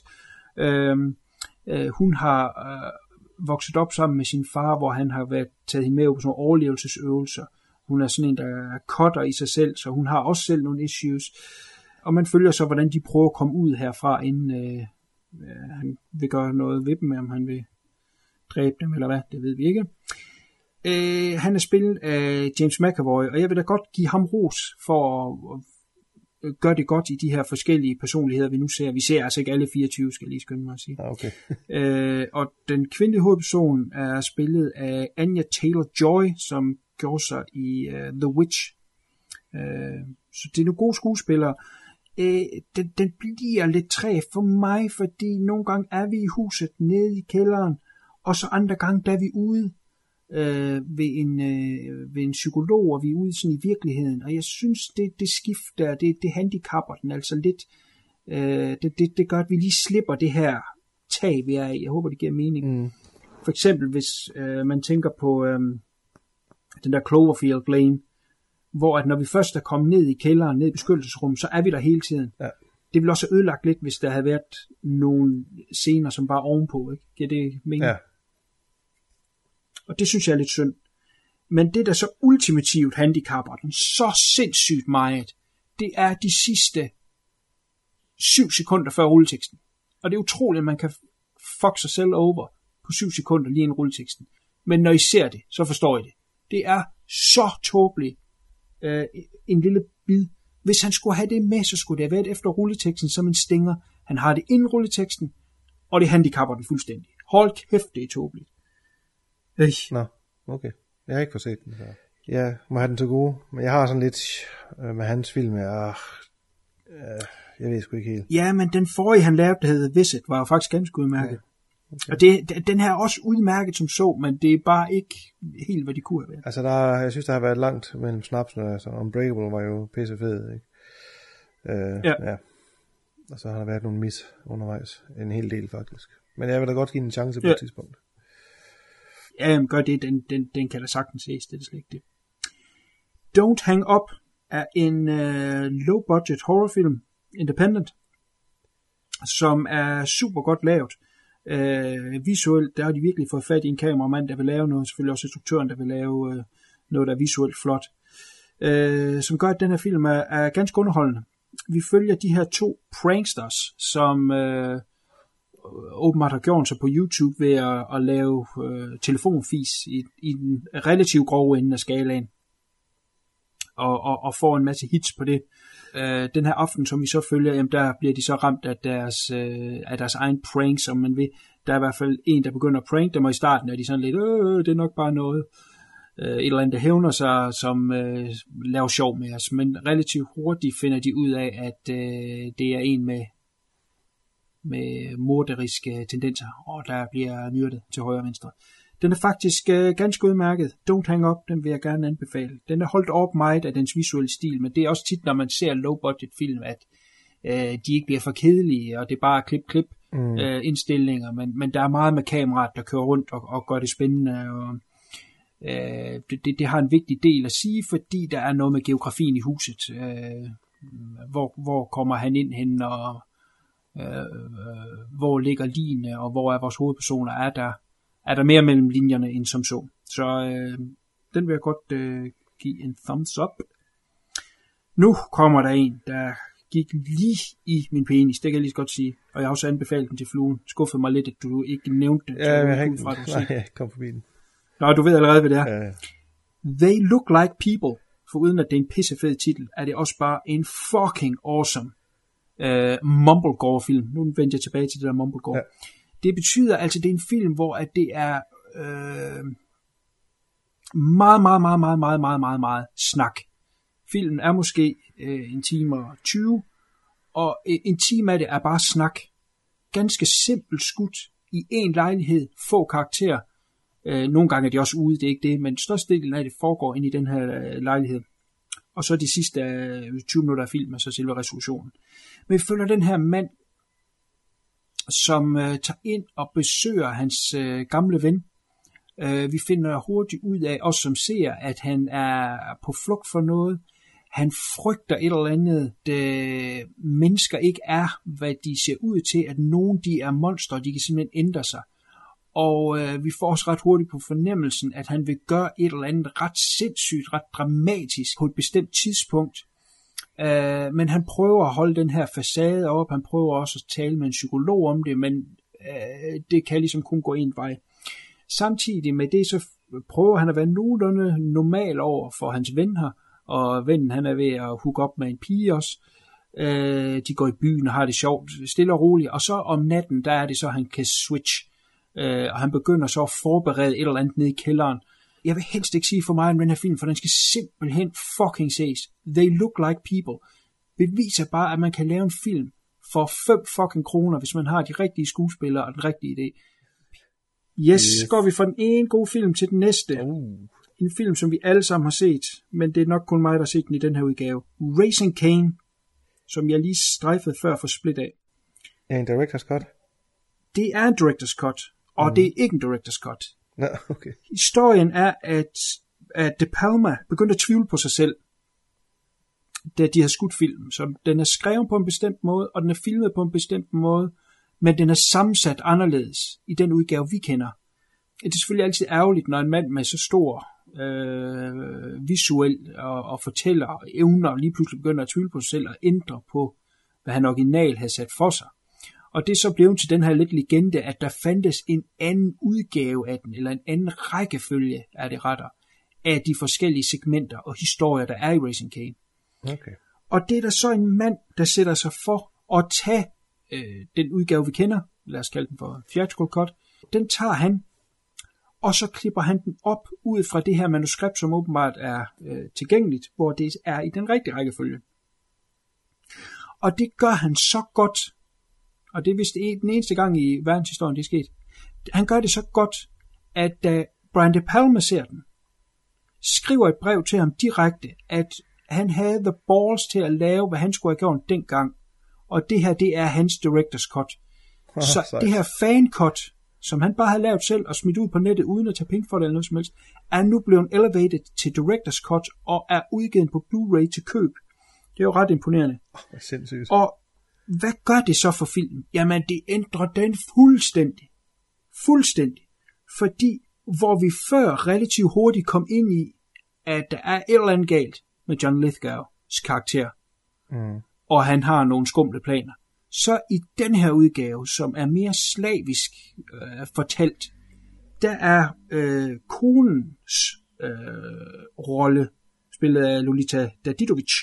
Hun har vokset op sammen med sin far, hvor han har taget hende med på sådan nogle overlevelsesøvelser. Hun er sådan en, der cutter i sig selv, så hun har også selv nogle issues. Og man følger så, hvordan de prøver at komme ud herfra, inden han vil gøre noget ved dem, om han vil dræbe dem, eller hvad, det ved vi ikke. Han er spillet af James McAvoy, og jeg vil da godt give ham ros for at gøre det godt i de her forskellige personligheder, vi nu ser. Vi ser altså ikke alle 24, skal jeg lige skynde mig at sige. Okay. Og den kvindelige hovedperson er spillet af Anya Taylor-Joy, som gjorde sig i The Witch. Så det er nogle gode skuespillere. Den bliver lidt træ for mig, fordi nogle gange er vi i huset nede i kælderen, og så andre gange der er vi ude ved en psykolog, og vi er ude sådan i virkeligheden, og jeg synes det skift der, det handicapper den altså lidt. Det gør, at vi lige slipper det her tag, vi er i. Jeg håber, det giver mening. For eksempel, hvis man tænker på den der Cloverfield Lane, hvor at når vi først er kommet ned i kælderen, ned i beskyttelsesrummet, så er vi der hele tiden. Ja. Det ville også have ødelagt lidt, hvis der havde været nogle scener, som var ovenpå. Ikke? Giver det mening? Ja. Og det synes jeg er lidt synd. Men det, der så ultimativt handicapper den så sindssygt meget, det er de sidste 7 sekunder før rulleteksten. Og det er utroligt, at man kan fuck sig selv over på 7 sekunder lige en rulleteksten. Men når I ser det, så forstår I det. Det er så tåbeligt. En lille bid. Hvis han skulle have det med, så skulle det have været efter rulleteksten som en stinger. Han har det inden rulleteksten, og det handicapper den fuldstændig. Hold kæft, det er tåbeligt. Nå, okay. Jeg har ikke fået set den. Så. Jeg må have den til gode, men jeg har sådan lidt med hans film, jeg ved sgu ikke helt. Ja, men den forrige, han lavede, der hed Visit, var jo faktisk ganske udmærket. Ja. Okay. Og den her er også udmærket som så, men det er bare ikke helt, hvad de kunne have været. Altså, jeg synes, der har været langt mellem snapsene. Altså, Unbreakable var jo pissefed, ikke? Ja. Og så har der været nogle mis undervejs. En hel del, faktisk. Men jeg vil da godt give en chance på et tidspunkt. Ja, gør det. Den kan da sagtens ses. Det er slet ikke det. Don't Hang Up er en low-budget horrorfilm, independent, som er super godt lavet. Visuelt, der har de virkelig fået fat i en kameramand, der vil lave noget, selvfølgelig også instruktøren, der vil lave noget, der er visuelt flot, som gør, at den her film er ganske underholdende. Vi følger de her 2 pranksters, som åbenbart har gjort sig på YouTube ved at lave telefonfis i den relativt grove ende af skalaen, og får en masse hits på det. Den her aften, som vi så følger, jamen der bliver de så ramt af deres egen pranks, om man vil. Der er i hvert fald en, der begynder at prank dem, og i starten er de sådan lidt, det er nok bare noget, et eller andet, der hævner sig, som laver sjov med os. Men relativt hurtigt finder de ud af, at det er en med morderiske tendenser, og der bliver myrdet til højre og venstre. Den er faktisk ganske udmærket. Don't Hang Up, den vil jeg gerne anbefale. Den er holdt op meget af dens visuelle stil, men det er også tit, når man ser low-budget film, at de ikke bliver for kedelige, og det er bare klip indstillinger, men der er meget med kameraet, der kører rundt og gør det spændende, og det har en vigtig del at sige, fordi der er noget med geografien i huset. Hvor kommer han ind hen, og hvor ligger ligene, og hvor er vores hovedpersoner, er der mere mellem linjerne end som så. Så den vil jeg godt give en thumbs up. Nu kommer der en, der gik lige i min penis, det kan jeg lige så godt sige. Og jeg har også anbefalet den til Fluen. Skuffede mig lidt, at du ikke nævnte den. Ja, jeg har ikke kom forbi den. Nå, du ved allerede, hvad det er. Ja. They Look Like People. For uden at det er en pissefed titel, er det også bare en fucking awesome Mumblegore-film. Nu vender jeg tilbage til det der Mumblegore. Ja. Det betyder altså, det er en film, hvor at det er meget snak. Filmen er måske en time og 20, og en time af det er bare snak. Ganske simpelt skudt i en lejlighed, få karakterer. Nogle gange er de også ude, det er ikke det, men størstedelen af det foregår ind i den her lejlighed. Og så de sidste 20 minutter af filmen, så selve resolutionen. Men vi følger den her mand, som tager ind og besøger hans gamle ven. Vi finder hurtigt ud af, os som ser, at han er på flugt for noget. Han frygter et eller andet, at mennesker ikke er, hvad de ser ud til, at nogen de er monstre, de kan simpelthen ændre sig. Og vi får også ret hurtigt på fornemmelsen, at han vil gøre et eller andet ret sindssygt, ret dramatisk på et bestemt tidspunkt. Men han prøver at holde den her facade op, han prøver også at tale med en psykolog om det, men det kan ligesom kun gå en vej. Samtidig med det, så prøver han at være nogenlunde normal over for hans ven her, og vennen han er ved at hooke op med en pige også. De går i byen og har det sjovt, stille og roligt, og så om natten, der er det så, han kan switch, og han begynder så at forberede et eller andet nede i kælderen. Jeg vil helst ikke sige for mig om den her film, for den skal simpelthen fucking ses. They Look Like People beviser bare, at man kan lave en film for 5 fucking kroner, hvis man har de rigtige skuespillere og den rigtige idé. Yes, så går vi fra den ene gode film til den næste. En film, som vi alle sammen har set, men det er nok kun mig, der har set den i den her udgave. Raising Cain, som jeg lige strejfede før for Split af. Er en director's cut? Det er en director's cut, og det er ikke en director's cut. Nå, okay. Historien er, at De Palma begyndte at tvivle på sig selv, da de har skudt filmen. Så den er skrevet på en bestemt måde, og den er filmet på en bestemt måde, men den er sammensat anderledes i den udgave, vi kender. Det er selvfølgelig altid ærgerligt, når en mand med så stor visuel og fortæller evner lige pludselig begynder at tvivle på sig selv og ændre på, hvad han original havde sat for sig. Og det er så blevet til den her lidt legende, at der fandtes en anden udgave af den, eller en anden rækkefølge er det retter, af de forskellige segmenter og historier, der er i Raising Cain. Okay. Og det er der så en mand, der sætter sig for at tage den udgave, vi kender, lad os kalde den for theatrical cut, den tager han, og så klipper han den op ud fra det her manuskript, som åbenbart er tilgængeligt, hvor det er i den rigtige rækkefølge. Og det gør han så godt, og det er vist den eneste gang i verdenshistorien, det er sket. Han gør det så godt, at da Brian De Palma ser den, skriver et brev til ham direkte, at han havde the balls til at lave, hvad han skulle have gjort dengang. Og det her, det er hans director's cut. Så det her fan-cut, som han bare havde lavet selv og smidt ud på nettet, uden at tage penge for det eller noget som helst, er nu blevet elevated til director's cut og er udgivet på Blu-ray til køb. Det er jo ret imponerende. Sindssygt. Og hvad gør det så for filmen? Jamen, det ændrer den fuldstændig. Fuldstændig. Fordi, hvor vi før relativt hurtigt kom ind i, at der er et eller andet galt med John Lithgows karakter, og han har nogle skumle planer, så i den her udgave, som er mere slavisk fortalt, der er konens rolle, spillet af Lolita Davidovic.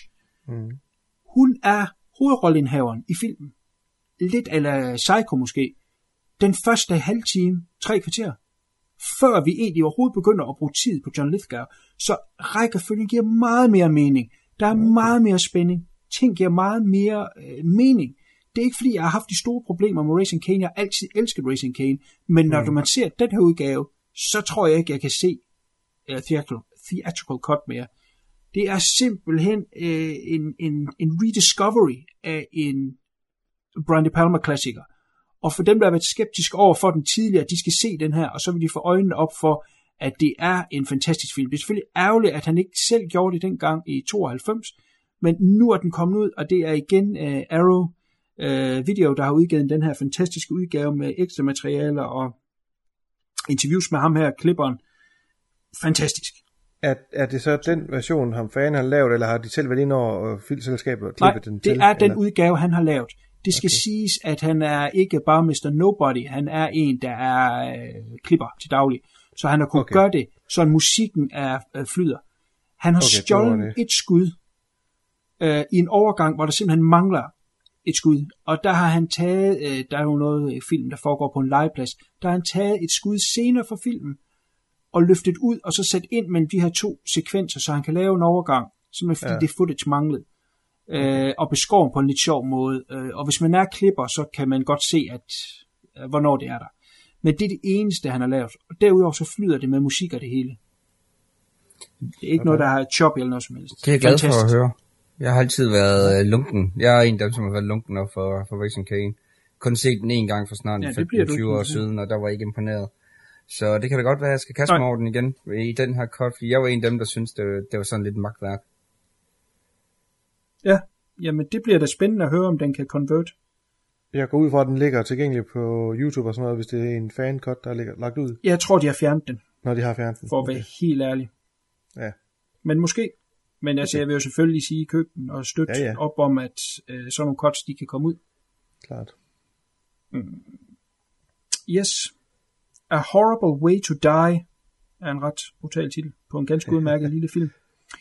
Hun er hovedrolleindhaveren i filmen. Lidt eller Psycho måske. Den første halve time, 3 kvarter, før vi egentlig overhovedet begynder at bruge tid på John Lithgow, så rækkefølgen giver meget mere mening. Der er meget mere spænding. Ting giver meget mere mening. Det er ikke fordi, jeg har haft de store problemer med Raising Caine. Jeg har altid elsket Raising Caine. Men når man ser den her udgave, så tror jeg ikke, jeg kan se theatrical cut mere. Det er simpelthen en rediscovery af en Brian De Palma-klassiker. Og for dem, der har været skeptiske over for den tidligere, de skal se den her, og så vil de få øjnene op for, at det er en fantastisk film. Det er selvfølgelig ærgerligt, at han ikke selv gjorde det dengang i 92, men nu er den kommet ud, og det er igen Arrow Video, der har udgivet den her fantastiske udgave med ekstra materialer og interviews med ham her, klipperen. Fantastisk. Er det så den version, ham fan har lavet, eller har de selv været inde over filmselskabet og klippet den til? Det er den udgave, han har lavet. Det skal siges, at han er ikke bare Mr. Nobody, han er en, der er klipper til daglig. Så han har kunnet gøre det, så musikken flyder. Han har stjålet et skud i en overgang, hvor der simpelthen mangler et skud. Og der har han taget, der er jo noget i filmen, der foregår på en legeplads, der har han taget et skud senere fra filmen, og løftet ud, og så sat ind mellem de her 2 sekvenser, så han kan lave en overgang, simpelthen fordi det footage manglede. Og beskåret på en lidt sjov måde. Og hvis man er klipper, så kan man godt se, at hvornår det er der. Men det er det eneste, han har lavet. Og derudover så flyder det med musik og det hele. Det er ikke noget, der har chop eller noget som helst. Det er jeg glad for at høre. Jeg har altid været lunken. Jeg er en af dem, som har været lunken op for Raising Caine. Kun set den en gang for snart 20 år siden, og der var ikke imponeret. Så det kan da godt være, at jeg skal kaste mig over den igen i den her cut, fordi jeg var en af dem, der synes det var sådan lidt magtværk. Ja, jamen det bliver da spændende at høre, om den kan convert. Jeg går ud fra, at den ligger tilgængelig på YouTube og sådan noget, hvis det er en fan-cut, der er lagt ud. Jeg tror, de har fjernet den. Når de har fjernet den. For at være helt ærlig. Ja. Men måske. Men altså, jeg vil jo selvfølgelig sige, køb den og støtte op om, at sådan nogle cuts, de kan komme ud. Klart. Yes. A Horrible Way to Die er en ret brutal titel på en ganske udmærket lille film.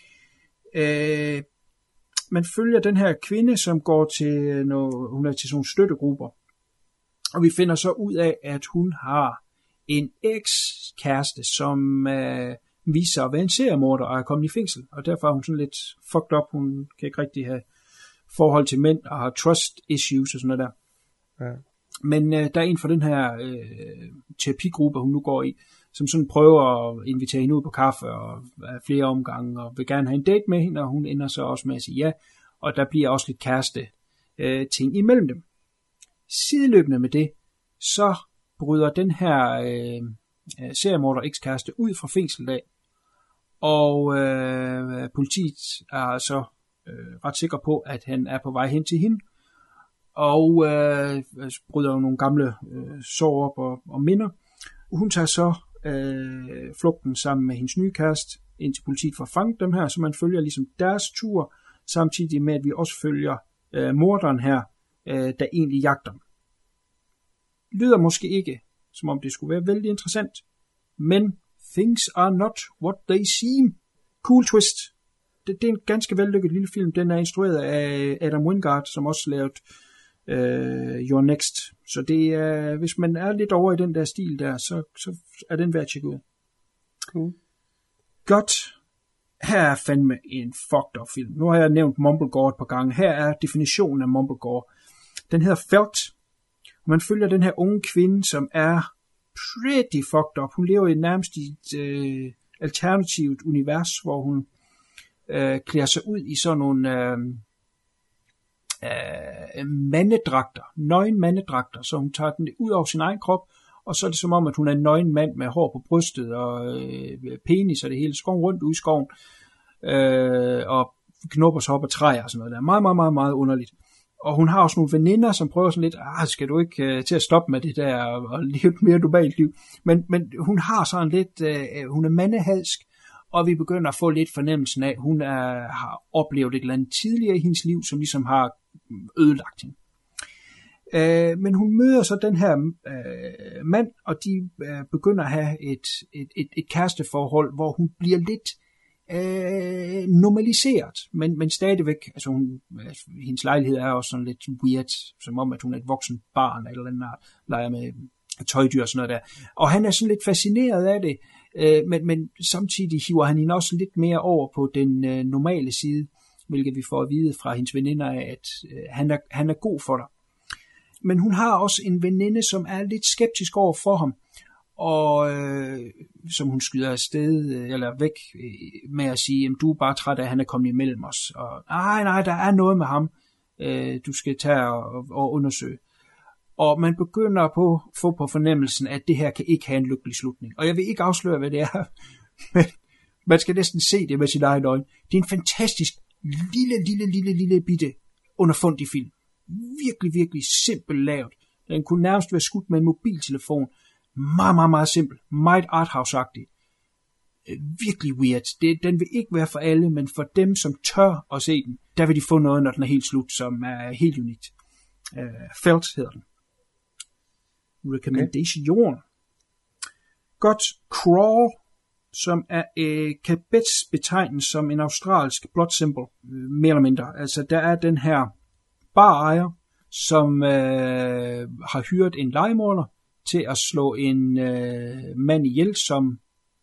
Man følger den her kvinde, som går til hun er til sådan nogle støttegrupper. Og vi finder så ud af, at hun har en ekskæreste, som viser sig at være en seriemorder og er kommet i fængsel. Og derfor er hun sådan lidt fucked up. Hun kan ikke rigtig have forhold til mænd og har trust issues og sådan noget der. Ja. Men der er en fra den her terapigruppe, hun nu går i, som sådan prøver at invitere hende ud på kaffe og flere omgange, og vil gerne have en date med hende, og hun ender så også med at sige ja, og der bliver også lidt kæreste ting imellem dem. Sideløbende med det, så bryder den her seriemorder ekskæreste ud fra fængslet af, og politiet er så ret sikker på, at han er på vej hen til hende, og bryder nogle gamle sår op og minder. Hun tager så flugten sammen med hendes nye kæreste, indtil politiet får fanget dem her, så man følger ligesom deres tur, samtidig med, at vi også følger morderen her, der egentlig jagter dem. Lyder måske ikke, som om det skulle være vældig interessant, men things are not what they seem. Cool twist. Det er en ganske vellykket lille film. Den er instrueret af Adam Wingard, som også lavede Your Next. Så det er, hvis man er lidt over i den der stil der, så er den værd at tjekke ud. Cool. Godt. Her er fandme en fucked up film. Nu har jeg nævnt Mumblegore et par gange. Her er definitionen af Mumblegore. Den hedder Felt. Man følger den her unge kvinde, som er pretty fucked up. Hun lever i nærmest et alternativt univers, hvor hun klæder sig ud i sådan nogle mandedragter, nøgen mandedragter, så hun tager den ud over sin egen krop, og så er det som om, at hun er en nøgen mand med hår på brystet og penis og det hele, så går hun rundt ude i skoven og knupper sig op af træer og sådan noget der. Meget, meget, meget, meget underligt. Og hun har også nogle veninder, som prøver sådan lidt, skal du ikke til at stoppe med det der, og leve et mere normalt liv. Men hun har sådan lidt, hun er mandehadsk, og vi begynder at få lidt fornemmelsen af, at hun har oplevet et eller andet tidligere i hendes liv, som ligesom har ødelagt hende. Men hun møder så den her mand, og de begynder at have et kæresteforhold, hvor hun bliver lidt normaliseret, men stadigvæk, altså hendes lejlighed er også sådan lidt weird, som om at hun er et voksen barn eller andet, leger med tøjdyr og sådan noget der. Og han er sådan lidt fascineret af det, men samtidig hiver han hende også lidt mere over på den normale side, hvilket vi får at vide fra hendes veninder af, at han er god for dig. Men hun har også en veninde, som er lidt skeptisk over for ham, og som hun skyder afsted, eller væk med at sige, at du er bare træt af, at han er kommet imellem os. Og nej, der er noget med ham, du skal tage og undersøge. Og man begynder at få på fornemmelsen, at det her kan ikke have en lykkelig slutning. Og jeg vil ikke afsløre, hvad det er, men man skal næsten se det med sin egen øjne. Det er en fantastisk lille bitte underfundig film. Virkelig, virkelig simpelt lavet. Den kunne nærmest være skudt med en mobiltelefon. Meget, meget, meget simpel. Meget arthouse-agtig. Virkelig weird. Den vil ikke være for alle, men for dem, som tør at se den, der vil de få noget, når den er helt slut, som er helt unikt. Felt hedder den. Recommendation. Okay. Godt. Crawl, som er kan bedst betegnes som en australsk blood symbol, mere eller mindre. Altså, der er den her barejer, som har hyret en legemorder til at slå en mand ihjel, som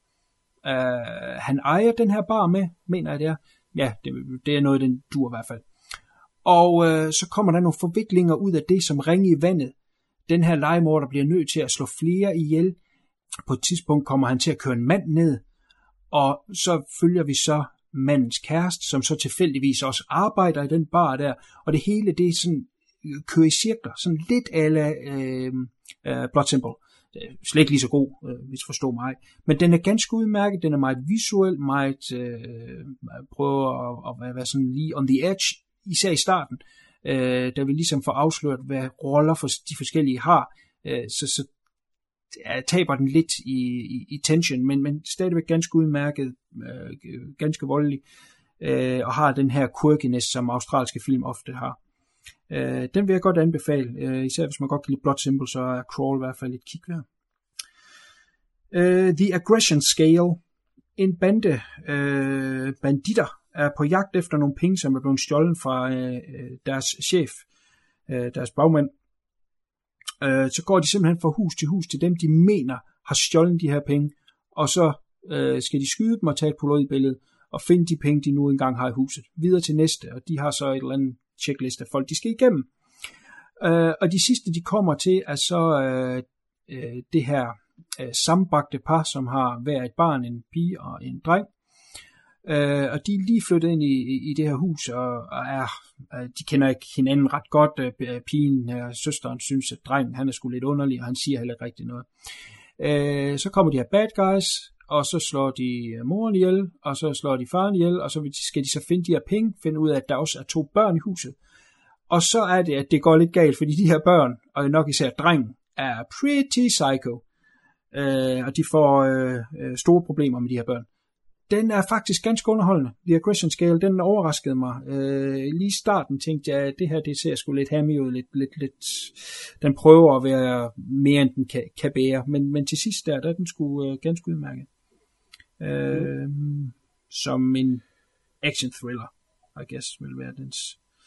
han ejer den her bar med, mener jeg det er. Ja, det er noget, den dur i hvert fald. Og så kommer der nogle forviklinger ud af det, som ringe i vandet. Den her legemorder bliver nødt til at slå flere ihjel. På et tidspunkt kommer han til at køre en mand ned, og så følger vi så mandens kæreste, som så tilfældigvis også arbejder i den bar der, og det hele det er sådan kører i cirkler, sådan lidt ala Blood Simple. Slet ikke lige så god, hvis du forstår mig. Men den er ganske udmærket, den er meget visuel, meget prøver at være sådan lige on the edge, især i starten, der vi ligesom får afsløret, hvad roller for de forskellige har, så taber den lidt i tension, men stadigvæk ganske udmærket, ganske voldelig, og har den her quirkiness, som australske film ofte har. Den vil jeg godt anbefale, især hvis man godt kan lide Blood Simple, så er Crawl i hvert fald et kig værd. The Aggression Scale. En bande banditter er på jagt efter nogle penge, som er blevet stjålet fra deres chef, deres bagmænd. Så går de simpelthen fra hus til dem, de mener har stjålet de her penge, og så skal de skyde dem og tage et polaroidbillede og finde de penge, de nu engang har i huset. Videre til næste, og de har så et eller andet checkliste af folk, de skal igennem. Og de sidste, de kommer til, er så det her sambagte par, som har hver et barn, en pige og en dreng. Og de er lige flyttet ind i det her hus, og de kender ikke hinanden ret godt. Pigen og søsteren synes, at drengen han er sgu lidt underlig, og han siger heller ikke rigtig noget. Så kommer de her bad guys, og så slår de moren ihjel, og så slår de faren ihjel, og så skal de så finde de her penge, finde ud af, at der også er 2 børn i huset. Og så er det, at det går lidt galt, fordi de her børn, og nok især drengen, er pretty psycho. Og de får store problemer med de her børn. Den er faktisk ganske underholdende. The Aggression Scale, den overraskede mig. Lige i starten tænkte jeg, at det her, det ser sgu lidt hammy ud, lidt. Den prøver at være mere, end den kan bære. Men til sidst der er den sgu ganske udmærket. Som en action thriller, I guess, vil være dens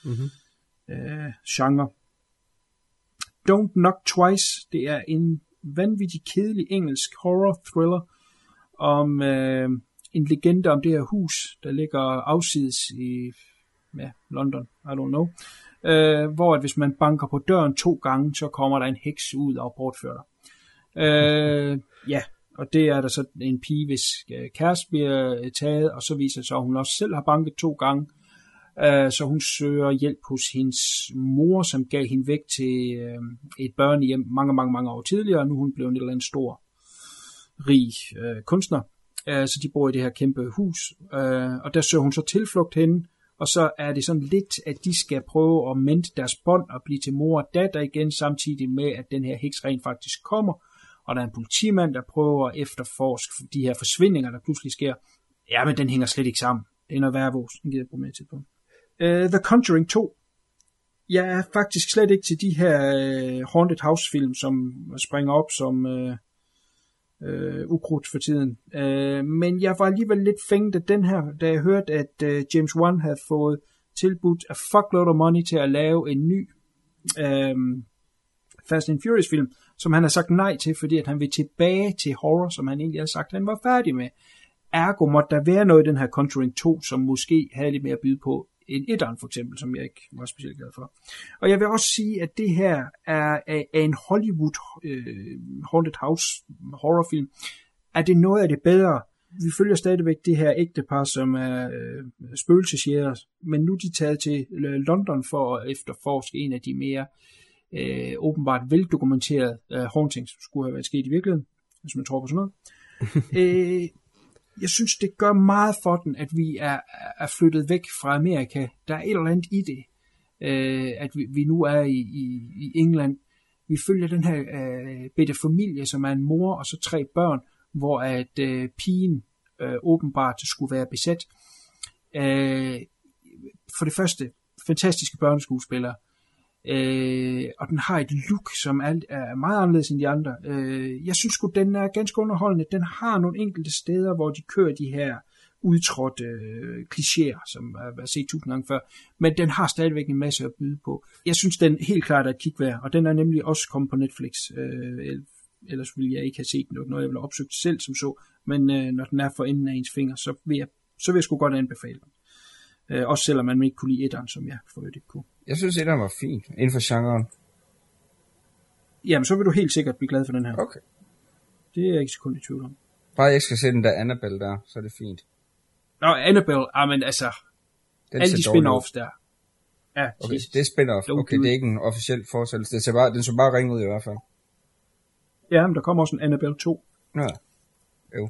genre. Don't Knock Twice, det er en vanvittig kedelig engelsk horror thriller om en legende om det her hus, der ligger afsides i London, I don't know, hvor at hvis man banker på døren 2 gange, så kommer der en heks ud og bortfører dig. Og det er der så en pige, hvis kæreste bliver taget, og så viser det sig, at hun også selv har banket 2 gange, så hun søger hjælp hos hendes mor, som gav hende væk til et børnehjem mange år tidligere, og nu er hun blevet en eller anden stor, rig kunstner. Så de bor i det her kæmpe hus, og der søger hun så tilflugt henne Og så er det sådan lidt, at de skal prøve at mende deres bånd og blive til mor og datter igen, samtidig med, at den her heks rent faktisk kommer. Og der er en politimand, der prøver at efterforske de her forsvindinger, der pludselig sker. Ja, men den hænger slet ikke sammen. Det er noget værvås. Den gider jeg bruge mere tid på. The Conjuring 2. Jeg er faktisk slet ikke til de her Haunted House-film, som springer op som ukrudt for tiden. Men jeg var alligevel lidt fængt af den her, da jeg hørte, at James Wan havde fået tilbudt a fuckload of money til at lave en ny Fast and Furious-film, som han har sagt nej til, fordi at han vil tilbage til horror, som han egentlig havde sagt, han var færdig med. Ergo måtte der være noget i den her Conjuring 2, som måske havde lidt mere at byde på end etteren for eksempel, som jeg ikke var specielt glad for. Og jeg vil også sige, at det her er en Hollywood Haunted House horrorfilm. Er det noget af det bedre? Vi følger stadigvæk det her ægtepar, som er spøgelsesjæger, men nu er de taget til London for at efterforske en af de mere åbenbart veldokumenterede hauntings, som skulle have været sket i virkeligheden, hvis man tror på sådan noget. Jeg synes, det gør meget for den, at vi er flyttet væk fra Amerika. Der er et eller andet i det, at vi nu er i England. Vi følger den her bitte familie, som er en mor og så 3 børn, hvor at pigen åbenbart skulle være besat. For det første, fantastiske børneskuespillere. Og den har et look, som er meget anderledes end de andre. Jeg synes sgu, den er ganske underholdende. Den har nogle enkelte steder, hvor de kører de her udtrådte klichéer, som har været set 1000 gange før. Men den har stadigvæk en masse at byde på. Jeg synes, den helt klart er et kig værd, og den er nemlig også kommet på Netflix. Ellers ville jeg ikke have set noget, jeg ville have opsøgt selv som så. Men når den er for enden af ens finger, så vil jeg sgu godt anbefale den. Også selvom man ikke kunne lide etteren, som jeg for øvrigt ikke kunne. Jeg synes, etteren var fint inden for genren. Jamen, så vil du helt sikkert blive glad for den her. Okay. Det er jeg ikke sekund i tvivl om. Bare jeg ikke skal se den der Annabelle der, så er det fint. Nå, Annabelle, men altså, den alle de spin-offs der. Ja, okay, det er spin-off. Okay, det er ikke en officiel fortsættelse. Den så bare ringe ud i hvert fald. Ja, men der kommer også en Annabelle 2. Ja. Jo.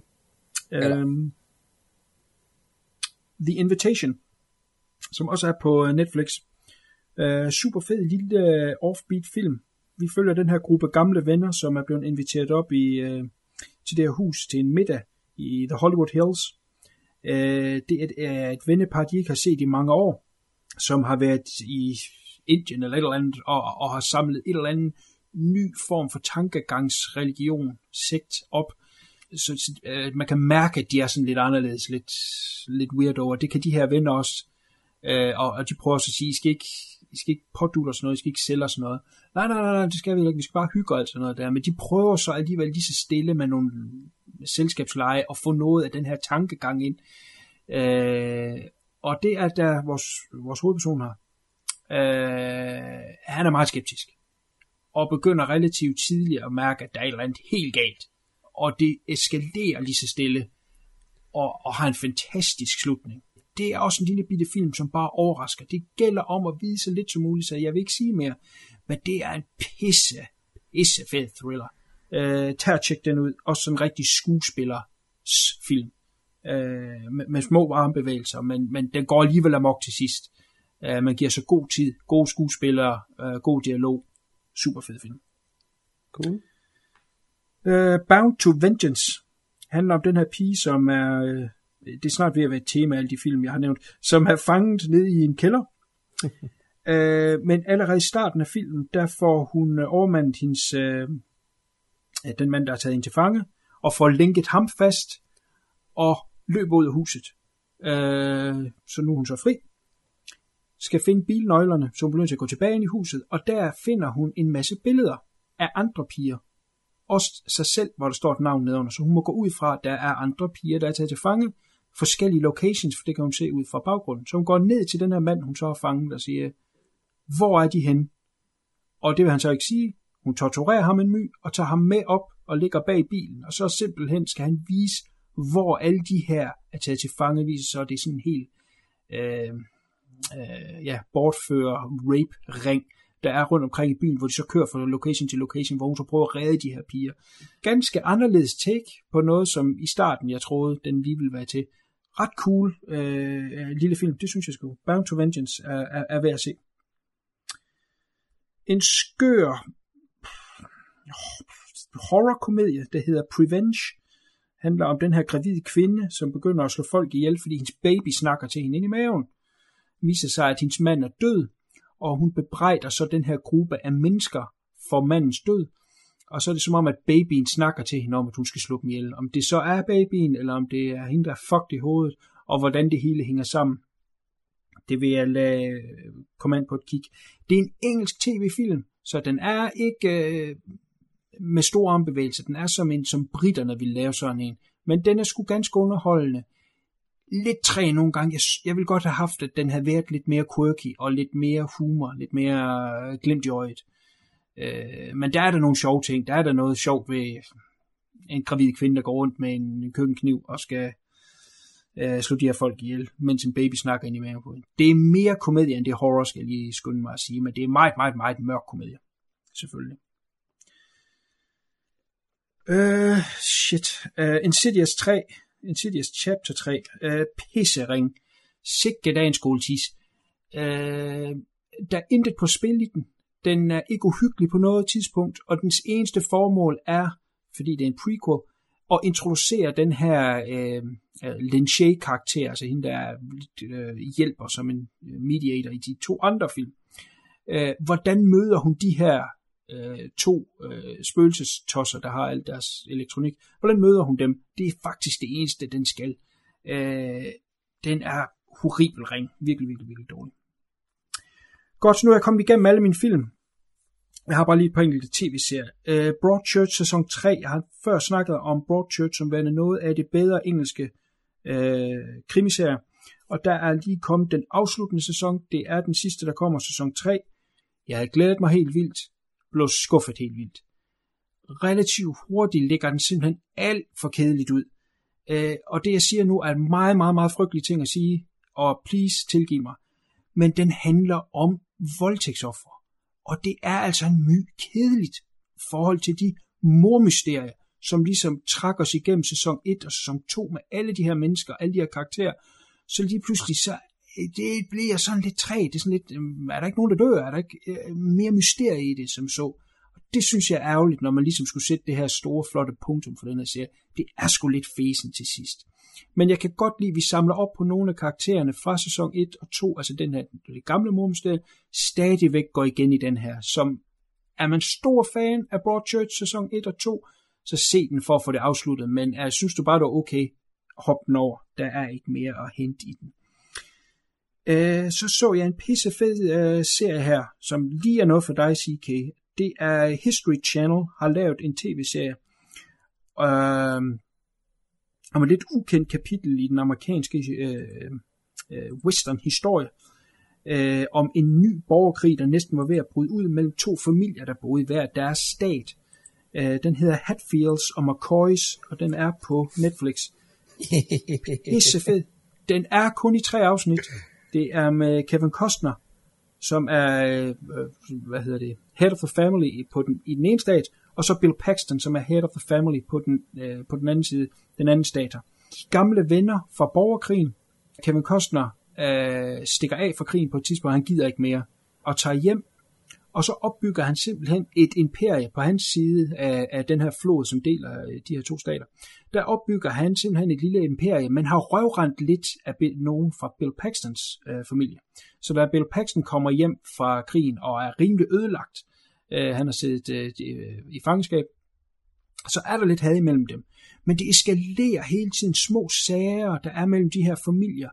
The Invitation, som også er på Netflix. Super fed lille offbeat film. Vi følger den her gruppe gamle venner, som er blevet inviteret op til det her hus til en middag i The Hollywood Hills. Det er et vennepar, de ikke har set i mange år, som har været i Indien eller et eller andet, og har samlet et eller andet ny form for tankegangsreligion, sekt op. Så man kan mærke, at de er sådan lidt anderledes, lidt weird over. Det kan de her venner også. Og de prøver så at sige, I skal ikke pådutte os noget, I skal ikke sælge os noget. Nej, det skal vi ikke. Vi skal bare hygge og alt sådan noget der. Men de prøver så alligevel lige så stille med nogle selskabsleje og få noget af den her tankegang ind. Og det er der vores hovedperson her. Han er meget skeptisk. Og begynder relativt tidligt at mærke, at der er et eller andet helt galt. Og det eskalerer lige så stille. Og har en fantastisk slutning. Det er også en lille bitte film, som bare overrasker. Det gælder om at vide så lidt som muligt, så jeg vil ikke sige mere. Men det er en pisse fed thriller. Tag og tjek den ud. Også sådan en rigtig skuespillersfilm. Med små armbevægelser, men den går alligevel amok til sidst. Man giver så god tid, gode skuespillere, god dialog. Super fed film. Cool. Bound to Vengeance handler om den her pige, som er... det er snart ved at være et tema af alle de film, jeg har nævnt, som er fanget nede i en kælder. Men allerede i starten af filmen, der får hun overmandet hendes, den mand, der har taget hende til fange, og får lænket ham fast, og løber ud af huset. Så nu er hun så fri. Skal finde bilnøglerne, så hun bliver nødt til at gå tilbage ind i huset, og der finder hun en masse billeder af andre piger. Også sig selv, hvor der står et navn nedenunder, så hun må gå ud fra, at der er andre piger, der er taget til fange, forskellige locations, for det kan hun se ud fra baggrunden. Så hun går ned til den her mand, hun så har fanget, og siger, hvor er de henne? Og det vil han så ikke sige. Hun torturerer ham en my, og tager ham med op, og ligger bag bilen, og så simpelthen skal han vise, hvor alle de her er taget til fange, viser så, det er sådan en helt bortfører, rape-ring, der er rundt omkring i byen, hvor de så kører fra location til location, hvor hun så prøver at redde de her piger. Ganske anderledes take på noget, som i starten, jeg troede, den lige ville være til. ret cool lille film. Det synes jeg sgu. Bound to Vengeance er værd at se. En skør horrorkomedie, der hedder Prevenge, handler om den her gravide kvinde, som begynder at slå folk ihjel, fordi hendes baby snakker til hende ind i maven. Det viser sig, at hendes mand er død, og hun bebrejder så den her gruppe af mennesker for mandens død. Og så er det som om, at babyen snakker til hende om, at hun skal slå dem ihjel. Om det så er babyen, eller om det er hende, der er fucked i hovedet, og hvordan det hele hænger sammen. Det vil jeg lade komme an på et kig. Det er en engelsk tv-film, så den er ikke med store armbevægelser. Den er som britterne ville lave sådan en. Men den er sgu ganske underholdende. Lidt træ nogle gange. Jeg vil godt have haft, at den havde været lidt mere quirky, og lidt mere humor, lidt mere glimt i øjet. Men der er der nogle sjove ting. Der er der noget sjovt ved en gravid kvinde, der går rundt med en køkkenkniv og skal slå de her folk ihjel, mens en baby snakker ind i maven på hende. Det er mere komedie, end det er horror, skal jeg lige skynde mig at sige, men det er meget, meget, meget mørk komedie. Selvfølgelig. Insidious 3. Insidious Chapter 3. Pissering. Sikke dagens skoletis. Der er intet på spil i den. Den er ikke uhyggelig på noget tidspunkt, og dens eneste formål er, fordi det er en prequel, at introducere den her Lin Shaye-karakter, altså hende, der hjælper som en mediator i de 2 andre film. Hvordan møder hun de her 2 spøgelsestosser, der har alt deres elektronik? Hvordan møder hun dem? Det er faktisk det eneste, den skal. Den er horribel ring. Virkelig, virkelig, virkelig dårlig. Godt, så nu er jeg kommet igennem alle mine film. Jeg har bare lige et par enkelte tv-serier. Broadchurch sæson 3. Jeg har før snakket om Broadchurch som værende noget af det bedre engelske krimiserier. Og der er lige kommet den afsluttende sæson. Det er den sidste, der kommer, sæson 3. Jeg havde glædet mig helt vildt. Blev skuffet helt vildt. Relativt hurtigt ligger den simpelthen alt for kedeligt ud. Og det jeg siger nu er en meget, meget, meget frygtelig ting at sige. Og please tilgiv mig. Men den handler om voldtægtsoffer. Og det er altså en kedeligt forhold til de mormysterier, som ligesom trak os igennem sæson 1 og sæson 2 med alle de her mennesker, alle de her karakterer. Så lige pludselig, så det bliver sådan lidt træt. Det er sådan lidt, er der ikke nogen, der dør? Er der ikke mere mysterie i det, som så? Og det synes jeg er ærgerligt, når man ligesom skulle sætte det her store, flotte punktum for den her serie. Det er sgu lidt fesen til sidst. Men jeg kan godt lide, at vi samler op på nogle af karaktererne fra sæson 1 og 2, altså den her, det gamle mormysterie, stadigvæk går igen i den her. Som er man stor fan af Broadchurch sæson 1 og 2, så se den for at få det afsluttet. Men jeg synes du bare, det er okay, hop den over. Der er ikke mere at hente i den. Så jeg en pissefed serie her, som lige er noget for dig, CK. Det er History Channel, har lavet en tv-serie om et lidt ukendt kapitel i den amerikanske western-historie, om en ny borgerkrig, der næsten var ved at bryde ud mellem 2 familier, der boede i hver deres stat. Den hedder Hatfields og McCoys, og den er på Netflix. Pissefed. Den er kun i 3 afsnit. Det er med Kevin Costner, som er head of the family i den ene stat, og så Bill Paxton, som er head of the family på den anden side, den anden stater. De gamle venner fra borgerkrigen. Kevin Costner stikker af fra krigen på et tidspunkt, han gider ikke mere, og tager hjem, og så opbygger han simpelthen et imperie på hans side af den her flod, som deler de her 2 stater. Der opbygger han simpelthen et lille imperie, men har røvrendt lidt af nogen fra Bill Paxtons familie. Så da Bill Paxton kommer hjem fra krigen og er rimelig ødelagt, han har siddet i fangenskab, så er der lidt had imellem dem. Men det eskalerer hele tiden små sager, der er mellem de her familier,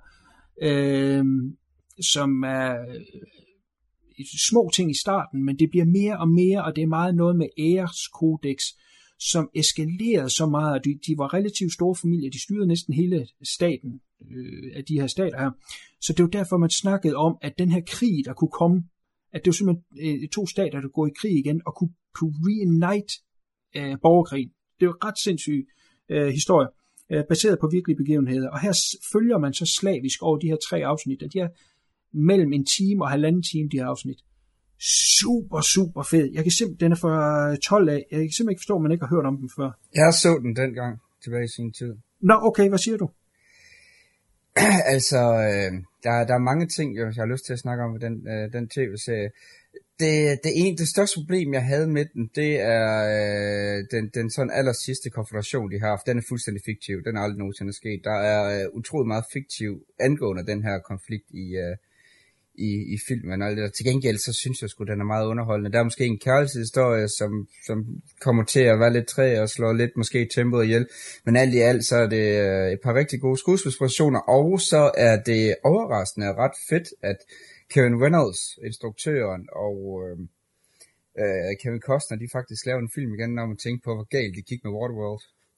som er små ting i starten, men det bliver mere og mere, og det er meget noget med æreskodex, som eskalerede så meget, at de var relativt store familier, de styrede næsten hele staten af de her stater her. Så det var derfor, man snakkede om, at den her krig, der kunne komme, at det var simpelthen 2 stater, der går i krig igen, og kunne reunite borgerkrigen. Det var ret sindssyg historie, baseret på virkelige begivenheder. Og her følger man så slavisk over de her 3 afsnit, og de er mellem 1 time og 1,5 time, de her afsnit. Super, super fed. Jeg kan den er fra 12 af. Jeg kan simpelthen ikke forstå, at man ikke har hørt om den før. Jeg så den dengang, tilbage i sin tid. Nå, okay, hvad siger du? Altså, der er mange ting, jeg har lyst til at snakke om med den tv-serie. Det største problem, jeg havde med den, det er den sådan aller sidste konfrontation, de har haft. Den er fuldstændig fiktiv. Den er aldrig nogensinde sket. Der er utroligt meget fiktiv angående den her konflikt i filmen. Og til gengæld, så synes jeg sgu, den er meget underholdende. Der er måske en kærlighedshistorie, som kommer til at være lidt træ og slår lidt måske tempoet ihjel. Men alt i alt, så er det et par rigtig gode skuespilspræstationer. Og så er det overraskende ret fedt, at Kevin Reynolds, instruktøren, og Kevin Costner, de faktisk lavede en film igen, når man tænker på, hvor galt det gik med Waterworld.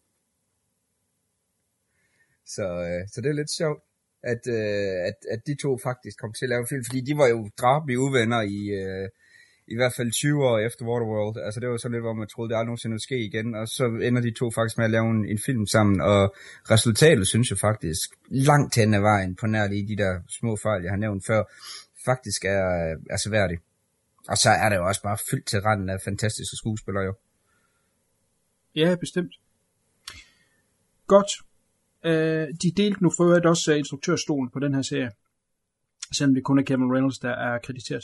Så det er lidt sjovt, at de to faktisk kom til at lave en film, fordi de var jo drabelige uvenner i hvert fald 20 år efter Waterworld. Altså det var sådan lidt, hvor man troede, det aldrig nogensinde ville ske igen, og så ender de to faktisk med at lave en film sammen, og resultatet synes jeg faktisk langt hen ad vejen, på nær lige de der små fejl, jeg har nævnt før, faktisk er seværdigt. Og så er det jo også bare fyldt til randen af fantastiske skuespillere jo. Ja, bestemt. Godt. De delte nu for øvrigt også instruktørstolen på den her serie, selvom det kun er Kevin Reynolds, der er krediteret.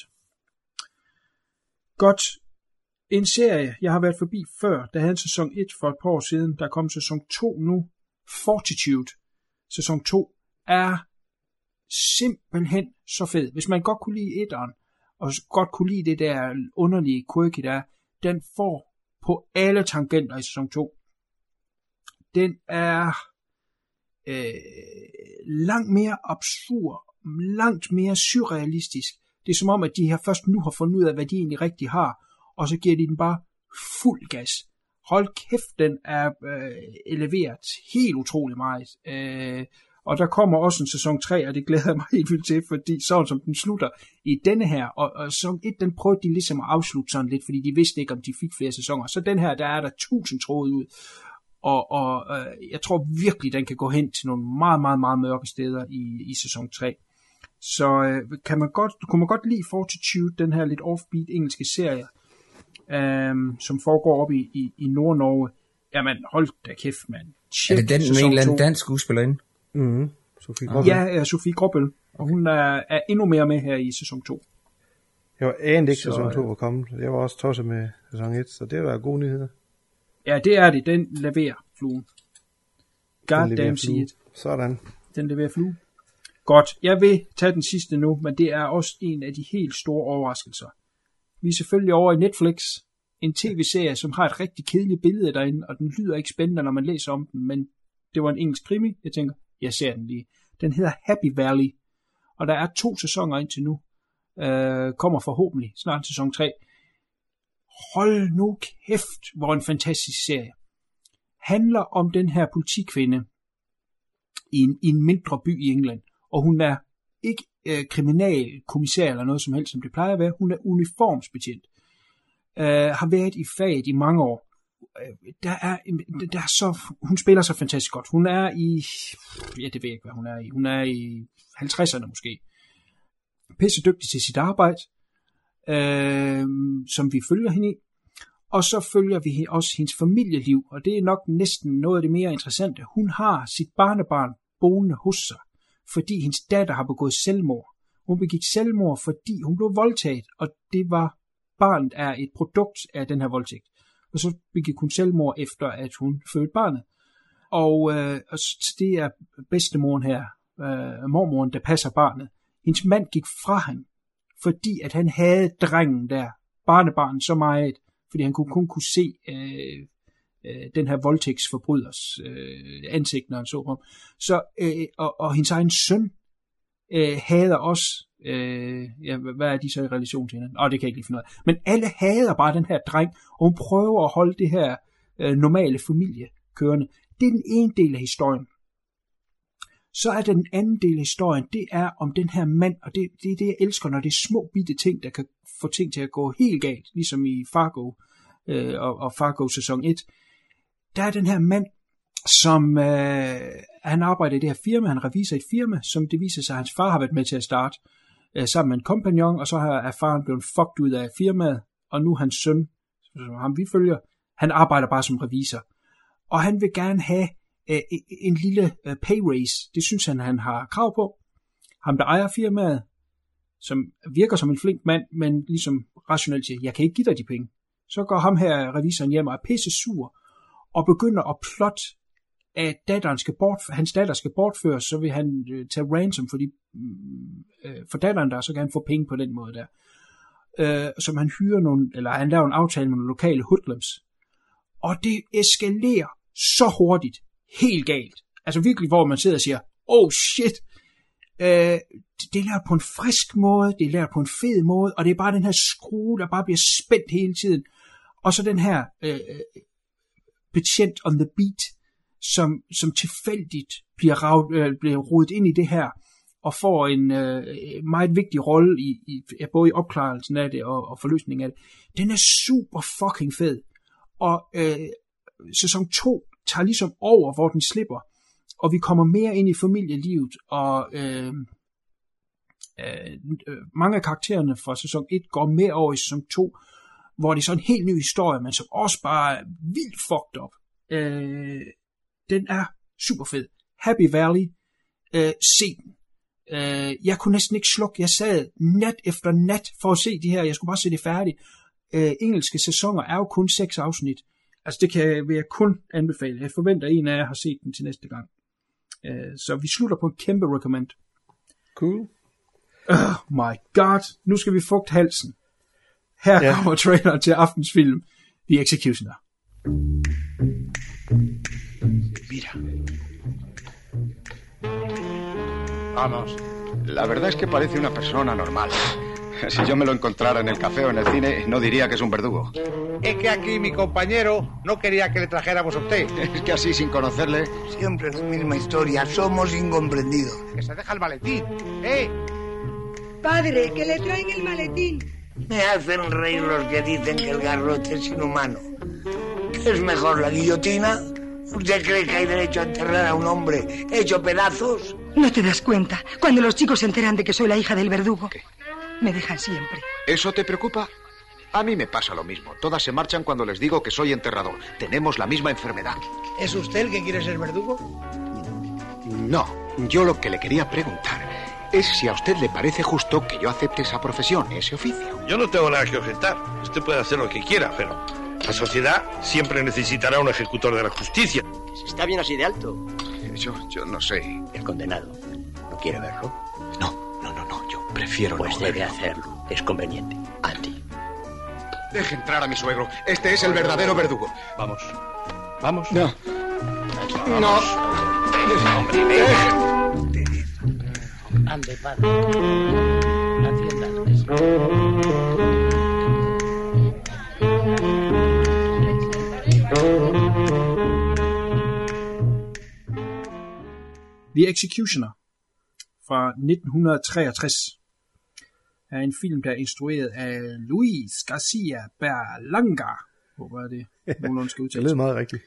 Godt. En serie, jeg har været forbi før, der havde en sæson 1 for et par år siden, der kom sæson 2 nu, Fortitude. Sæson 2 er simpelthen så fed. Hvis man godt kunne lide etteren, og godt kunne lide det der underlige quirky der, den får på alle tangenter i sæson 2. Den er langt mere absurd, langt mere surrealistisk. Det er som om, at de her først nu har fundet ud af, hvad de egentlig rigtig har, og så giver de den bare fuld gas. Hold kæft, den er eleveret helt utrolig meget. Og der kommer også en sæson 3, og det glæder jeg mig helt vildt til, fordi sådan som den slutter i denne her, og sæson 1, den prøvede de ligesom at afslutte sådan lidt, fordi de vidste ikke, om de fik flere sæsoner. Så den her, der er der 1000 tråde ud, og jeg tror virkelig, den kan gå hen til nogle meget, meget, meget mørke steder i sæson 3. Så kunne man godt lide Fortitude, den her lidt offbeat engelske serie, som foregår op i Nord-Norge. Jamen, hold da kæft, mand. Er det den med en eller anden dansk skuespillerinde? Mhm. Sofie Gråbøl. Ja, Sofie Gråbøl. Og hun er endnu mere med her i sæson 2. Jeg var anede ikke, sæson 2 var kommet. Jeg var også tosset med sæson 1, så det var gode nyheder. Ja, det er det. Den leverer fluen. Goddamn see it. Sådan. Den leverer flue. Godt, jeg vil tage den sidste nu, men det er også en af de helt store overraskelser. Vi er selvfølgelig over i Netflix, en tv-serie, som har et rigtig kedeligt billede derinde, og den lyder ikke spændende, når man læser om den, men det var en engelsk krimi. Jeg tænker, jeg ser den lige. Den hedder Happy Valley, og der er 2 sæsoner indtil nu. Kommer forhåbentlig snart sæson 3. Hold nu kæft, hvor en fantastisk serie. Handler om den her politikvinde i en mindre by i England, og hun er ikke kriminalkommissær eller noget som helst, som det plejer at være. Hun er uniformsbetjent. Har været i faget i mange år. Hun spiller så fantastisk godt. Hun er i, det ved jeg ikke, hvad hun er i. Hun er i 50'erne måske. Pisse dygtig til sit arbejde, som vi følger hende i. Og så følger vi også hendes familieliv, og det er nok næsten noget af det mere interessante. Hun har sit barnebarn boende hos sig, fordi hendes datter har begået selvmord. Hun begik selvmord, fordi hun blev voldtaget, og det var barnet er et produkt af den her voldtægt. Og så begik hun selvmord efter, at hun fødte barnet. Og det er bedstemoren her, mormoren, der passer barnet. Hendes mand gik fra hende, fordi at han havde drengen der, barnebarnet så meget, fordi han kun kunne se den her voldtægtsforbryders ansigt, når han så ham. Så, og hendes egen søn hader også, hvad er de så i relation til hinanden? Det kan jeg ikke lige finde ud af. Men alle hader bare den her dreng, og hun prøver at holde det her normale familie kørende. Det er den ene del af historien. Så er den anden del af historien, det er om den her mand, og det er det, jeg elsker, når det er små bitte ting, der kan få ting til at gå helt galt, ligesom i Fargo og Fargo sæson 1. Der er den her mand, som han arbejder i det her firma, han reviser et firma, som det viser sig, at hans far har været med til at starte sammen med en kompagnon, og så er faren blevet fucked ud af firmaet, og nu hans søn, som ham vi følger, han arbejder bare som revisor. Og han vil gerne have en lille pay raise. Det synes han har krav på. Ham, der ejer firmaet, som virker som en flink mand, men ligesom rationelt siger, jeg kan ikke give dig de penge. Så går ham her, revisoren, hjem og er pisse sur, og begynder at plotte, at hans datter skal bortføres, så vil han tage ransom for datteren der, så kan han få penge på den måde der. Som han han laver en aftale med nogle lokale hoodlums. Og det eskalerer så hurtigt, helt galt. Altså virkelig, hvor man sidder og siger, oh shit, det er lavet på en frisk måde, det er lavet på en fed måde, og det er bare den her skrue, der bare bliver spændt hele tiden. Og så den her betjent on the beat, som tilfældigt bliver rodet ind i det her, og får en meget vigtig rolle både i opklarelsen af det og forløsningen af det. Den er super fucking fed. Og sæson 2 tager ligesom over, hvor den slipper, og vi kommer mere ind i familielivet, og mange af karaktererne fra sæson 1 går mere over i sæson 2, hvor det er så en helt ny historie, men som også bare er vildt fucked up. Den er super fed. Happy Valley, se den. Jeg kunne næsten ikke slukke. Jeg sad nat efter nat for at se de her. Jeg skulle bare se det færdigt. Engelske sæsoner er jo kun 6 afsnit. Altså det vil jeg kun anbefale. Jeg forventer, en af jer har set den til næste gang. Så vi slutter på en kæmpe recommend. Cool. Oh my god. Nu skal vi fugte halsen. Her kommer traileren til aftens film, The Executioner. Mira. Vamos. La verdad es que parece una persona normal. Si yo me lo encontrara en el café o en el cine, no diría que es un verdugo. Es que aquí mi compañero no quería que le trajéramos a usted. Es que así, sin conocerle... Siempre la misma historia, somos incomprendidos. Que se deja el maletín, ¿eh? Padre, que le traen el maletín. Me hacen reír los que dicen que el garrote es inhumano. ¿Qué es mejor, la guillotina? ¿Usted cree que hay derecho a enterrar a un hombre hecho pedazos? No te das cuenta. Cuando los chicos se enteran de que soy la hija del verdugo, ¿qué? Me dejan siempre. ¿Eso te preocupa? A mí me pasa lo mismo. Todas se marchan cuando les digo que soy enterrador. Tenemos la misma enfermedad. ¿Es usted el que quiere ser verdugo? No, yo lo que le quería preguntar es si a usted le parece justo que yo acepte esa profesión, ese oficio. Yo no tengo nada que objetar. Usted puede hacer lo que quiera, pero la sociedad siempre necesitará un ejecutor de la justicia. ¿Está bien así de alto? Yo no sé. El condenado. ¿No quiere verlo? No, yo prefiero pues no debe verlo. hacerlo. Es conveniente. Andy. Deje entrar a mi suegro. Este es el verdadero verdugo. Vamos. Vamos. No. Vamos. No. Hombre, Ande, padre. Atienda antes. The Executioner fra 1963 er en film, der er instrueret af Luis Garcia Berlanga. Hvor er det? Nogenlunde skal udtale. Det lyder meget rigtigt.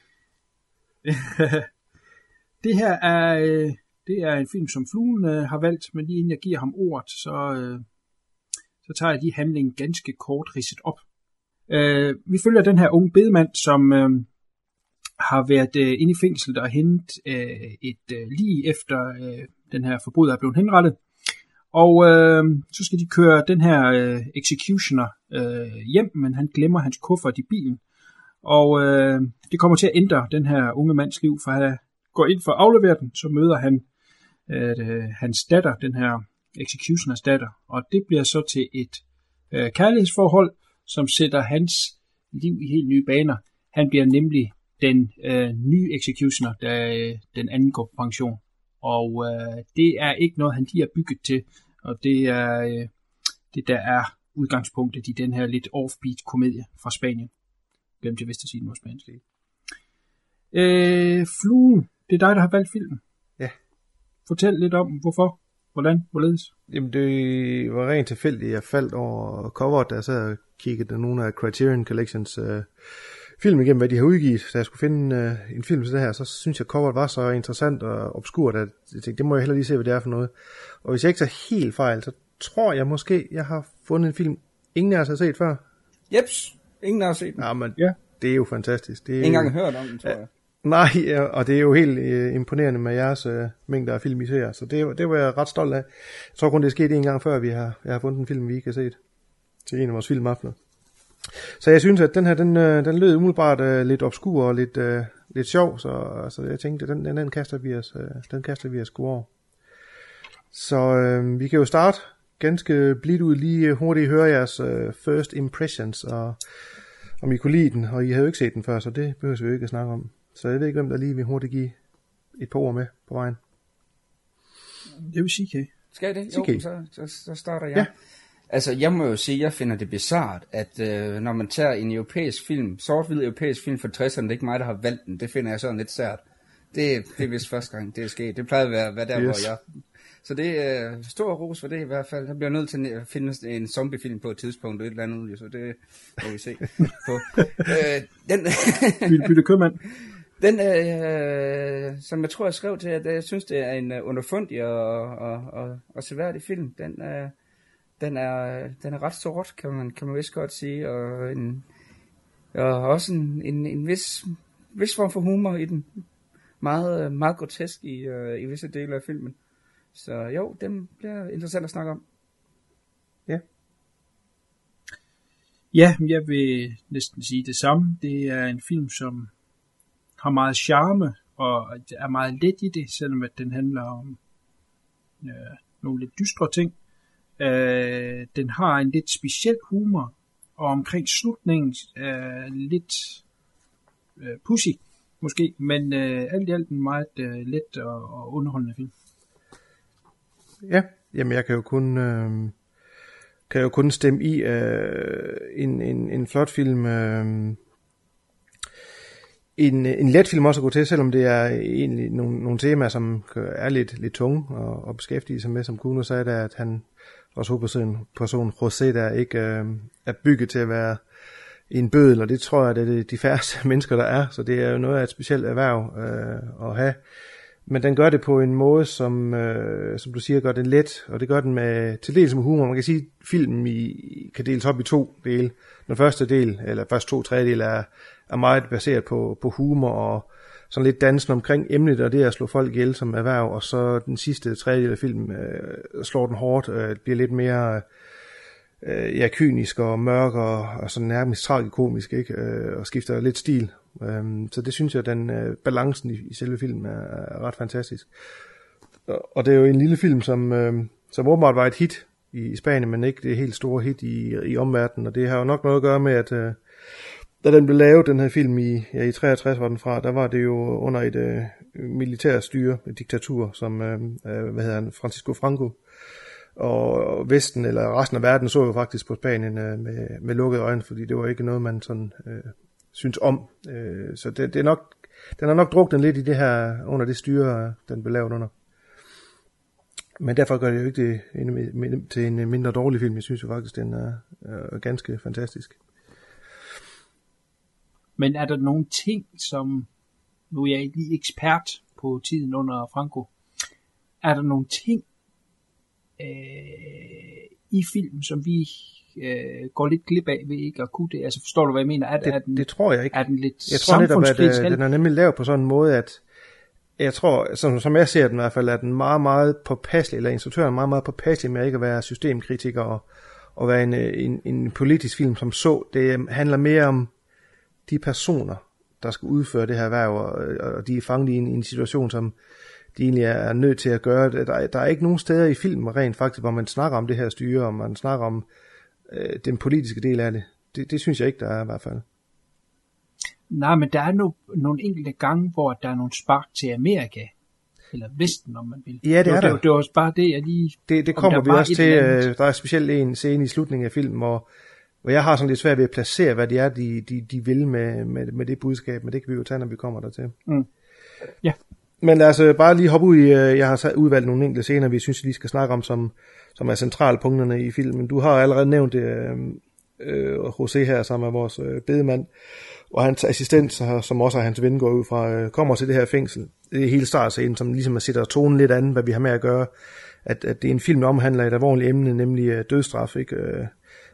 Det her er en film, som Fluen har valgt, men lige inden jeg giver ham ordet, så tager jeg de handlingen ganske kort ridset op. Vi følger den her unge bedemand, som har været inde i fængslet og hentet lige efter den her forbryder er blevet henrettet. Og så skal de køre den her executioner hjem, men han glemmer hans kuffert i bilen. Og det kommer til at ændre den her unge mands liv, for han går ind for at aflevere den, så møder han hans datter, den her executioners datter. Og det bliver så til et kærlighedsforhold, som sætter hans liv i helt nye baner. Han bliver nemlig den nye executioner, da den anden går på pension. Og det er ikke noget, han lige er bygget til, og det er det, der er udgangspunktet i den her lidt offbeat komedie fra Spanien. Glemte jeg vist at sige noget spansk. Fluen, det er dig, der har valgt filmen. Ja. Fortæl lidt om, hvorfor, hvordan, hvorledes. Jamen, det var rent tilfældigt, jeg faldt over coveret, da jeg sad og kiggede nogle af Criterion Collections film igennem, hvad de har udgivet. Da jeg skulle finde en film til det her, så synes jeg, coveret var så interessant og obskurt, at jeg tænkte, det må jeg heller lige se, hvad det er for noget. Og hvis jeg ikke tager helt fejl, så tror jeg måske, jeg har fundet en film, ingen af os har set før. Jeps, ingen har set den. Ja, men ja. Det er jo fantastisk. Det er ingen gang hørt om den, tror jeg. Nej, og det er jo helt imponerende med jeres mængder af film, I ser, så det var jeg ret stolt af. Jeg tror kun, det er sket en gang før, jeg har fundet en film, vi ikke har set til en af vores filmaftener. Så jeg synes, at den her, den lød umiddelbart lidt obskur og lidt sjov, så jeg tænkte, den kaster vi os sgu over. Så vi kan jo starte ganske blidt ud, lige hurtigt høre jeres first impressions, og om I kunne lide den, og I havde jo ikke set den før, så det behøver vi jo ikke at snakke om. Så jeg ved ikke, hvem der lige vil hurtigt give et par ord med på vejen. Det vil sige, okay. Skal jeg det? Jo, så starter jeg. Ja. Altså, jeg må jo sige, jeg finder det bizart, at når man tager en europæisk film, sort-hvid europæisk film fra 60'erne, det er ikke mig, der har valgt den. Det finder jeg sådan lidt sært. Det er vist første gang, det er sket. Det plejede at være der, hvor jeg... Så det er stor ros for det i hvert fald. Jeg bliver nødt til at finde en zombiefilm på et tidspunkt, et eller andet, så det må vi se på. Bytte købmand. Den, som jeg tror, jeg skrev til, at jeg synes, det er en underfundig og seværdig film. Den er ret sort, kan man vist godt sige, og også en vis form for humor i den. Meget, meget grotesk i visse dele af filmen. Så jo, dem bliver interessant at snakke om. Ja. Ja, jeg vil næsten sige det samme. Det er en film, som har meget charme og er meget let i det, selvom at den handler om nogle lidt dystre ting. Den har en lidt speciel humor, og omkring slutningen lidt pussy måske, men alt i alt en meget let og underholdende film. Ja, jamen jeg kan jo kun stemme i en flot film, en let film også at gå til, selvom det er egentlig nogle temaer, som er lidt tunge og beskæftige sig med, som Kuno sagde der, at han også hovedperson José der ikke er bygget til at være en bødel, og det tror jeg, det er de færreste mennesker, der er, så det er jo noget af et specielt erhverv at have. Men den gør det på en måde, som du siger, gør den let, og det gør den med til dels med humor. Man kan sige, at filmen kan deles op i 2 dele. Den første del, eller først 2/3 er meget baseret på humor og sådan lidt dansen omkring emnet, og det er at slå folk ihjel som erhverv, og så den sidste 3/3 af filmen slår den hårdt, bliver lidt mere kynisk og mørk og sådan nærmest tragikomisk, ikke? Og skifter lidt stil. Så det synes jeg, den balancen i selve filmen er ret fantastisk. Og det er jo en lille film, som åbenbart var et hit i Spanien, men ikke det helt store hit i omverdenen, og det har jo nok noget at gøre med, at da den blev lavet, den her film i 63 var den fra, der var det jo under et militærstyre, et diktatur, som Francisco Franco, og Vesten, eller resten af verden, så jo faktisk på Spanien med lukkede øjne, fordi det var ikke noget, man sådan synes om. Så den har nok druknet lidt i det her, under det styre, den blev lavet under. Men derfor gør det jo ikke det til en mindre dårlig film. Jeg synes jo faktisk, den er ganske fantastisk. Men er der nogle ting, som, nu er jeg ikke lige ekspert på tiden under Franco, er der nogle ting i filmen, som vi går lidt glip af ved ikke at kunne det? Altså forstår du, hvad jeg mener? Det tror jeg ikke. Er den lidt jeg tror netop, at den er nemlig lavet på sådan en måde, at jeg tror, som jeg ser den i hvert fald, er den meget, meget påpasselig, eller instruktøren meget, meget påpasselig med ikke at være systemkritiker og være en politisk film som så. Det handler mere om de personer, der skal udføre det her erhverv, og de er fanget i en situation, som de egentlig er nødt til at gøre. Der er ikke nogen steder i filmen rent faktisk, hvor man snakker om det her styre, og man snakker om den politiske del af det. Det synes jeg ikke, der er i hvert fald. Nej, men der er nogle enkelte gange, hvor der er nogle spark til Amerika, eller Vesten, om man vil. Ja, det er der. Det var også bare det, jeg lige... Det kommer vi også til. Der er specielt en scene i slutningen af filmen, hvor jeg har sådan lidt svært ved at placere, hvad det er, de vil med det budskab, men det kan vi jo tage, når vi kommer dertil. Mm. Ja. Men lad os bare lige hoppe ud i, jeg har udvalgt nogle enkelte scener, vi synes, vi skal snakke om, som er centralpunkterne i filmen. Du har allerede nævnt José her, som er vores bedemand, og hans assistent, som også er hans ven, går ud fra, kommer til det her fængsel. Det er hele startscenen, som ligesom sætter tonen lidt an, hvad vi har med at gøre. At det er en film, der omhandler et alvorligt emne, nemlig dødsstraf, ikke?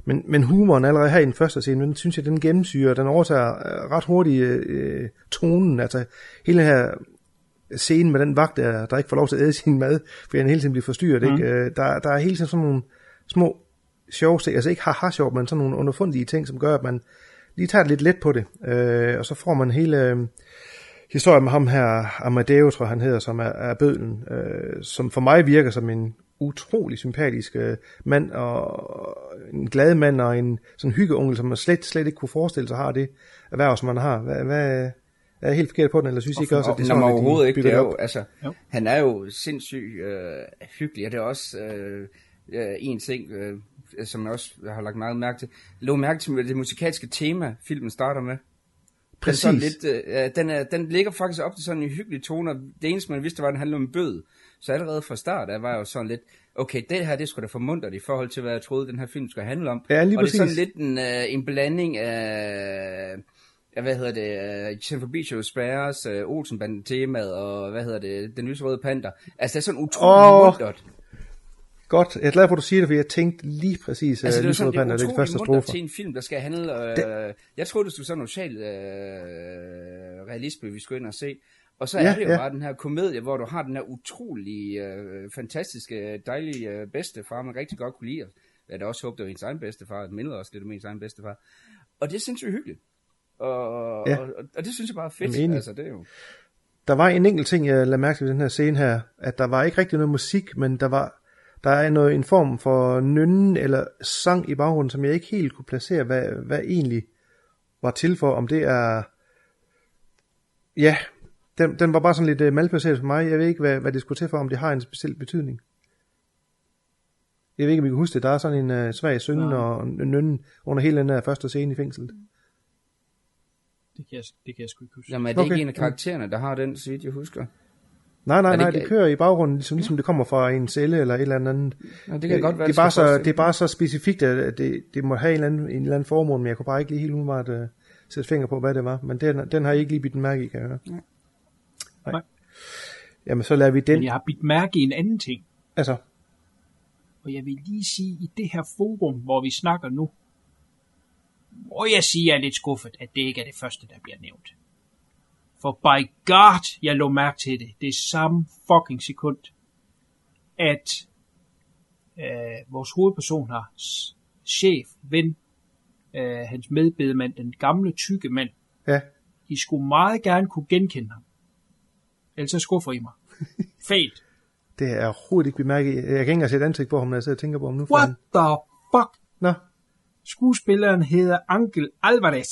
Men humoren allerede her i den første scene, den synes jeg, den gennemsyrer, den overtager ret hurtigt tonen, altså hele den her scene med den vagt, der ikke får lov til at æde sin mad, fordi han hele tiden bliver forstyrret, ikke? Der er hele tiden sådan nogle små sjove ting, altså ikke haha-sjov, men sådan nogle underfundige ting, som gør, at man lige tager det lidt let på det, og så får man hele historien med ham her, Amadeo, tror jeg han hedder, som er bødlen, som for mig virker som en utrolig sympatisk mand, og en glad mand, og en sådan hyggeonkel, som man slet ikke kunne forestille sig har det erhverv, som man har. Hvad er jeg helt forkert på den, eller synes I ikke også, at det er sådan, overhovedet ikke, det er jo, altså, han er jo sindssygt hyggelig, og det er også en ting, som jeg også har lagt meget mærke til. Lå mærke til det musikalske tema, filmen starter med. Præcis. Den ligger faktisk op til sådan en hyggelig tone, og det eneste, man vidste, var, at den handlede om bød. Så allerede fra start af var jo sådan lidt, okay, det her, det skulle da formuntret i forhold til, hvad jeg troede, den her film skulle handle om. Ja, lige og præcis. Det er sådan lidt en blanding af, Jennifer Beach Sparrows, Olsenbanden-temaet, og Den lyserøde panter. Altså, det er sådan utrolig muntert. Godt, jeg er glad for, at du siger det, for jeg tænkte lige præcis, altså, det er de første strofer. Til en film, der skal handle, jeg troede, det skulle sådan noget social realisme, vi skulle ind og se. Og så er det jo bare den her komedie, hvor du har den her utrolig fantastiske, dejlige bedstefar, man rigtig godt kunne lide. Jeg havde også håbet, det var hendes egen bedstefar, det mindede også lidt om hendes egen bedstefar. Og det er sindssygt hyggeligt. Og det synes jeg bare er fedt. Altså, det er jo... Der var en enkelt ting, jeg lagde mærke til i den her scene her, at der var ikke rigtig noget musik, men der er en form for nynne eller sang i baggrunden, som jeg ikke helt kunne placere, hvad egentlig var til for, om det er... Ja, den var bare sådan lidt malplaceret for mig. Jeg ved ikke, hvad det skulle til for, om det har en speciel betydning. Jeg ved ikke, om I kan huske det. Der er sådan en svag synge og nynne under hele den her første scene i fængslet. Det kan jeg sgu ikke huske. Jamen, er det ikke en af karaktererne, der har den, så vidt jeg husker? Nej, det kører i baggrunden, ligesom det kommer fra en celle eller et eller andet. Ja, det kan godt være, det er bare så specifikt, at det må have en eller anden formål, men jeg kunne bare ikke lige helt umiddelbart sætte finger på, hvad det var. Men den har jeg ikke lige bidt mærke i, kan jeg høre. Nej. Jamen, så lader vi den... Men jeg har bidt mærke i en anden ting. Altså? Og jeg vil lige sige, i det her forum, hvor vi snakker nu, hvor jeg siger, jeg er lidt skuffet, at det ikke er det første, der bliver nævnt. For by God, jeg lå mærke til det. Det er samme fucking sekund, at vores hovedperson har chef, ven, hans medbedemand, den gamle tykke mand. Ja. I skulle meget gerne kunne genkende ham. Ellers så skuffer I mig. Falt. Det er overhovedet ikke bemærket. Jeg kan ikke engang sætte ansigt på ham, når jeg sidder og tænker på ham nu. What the fuck? Nå. Skuespilleren hedder Angel Alvarez.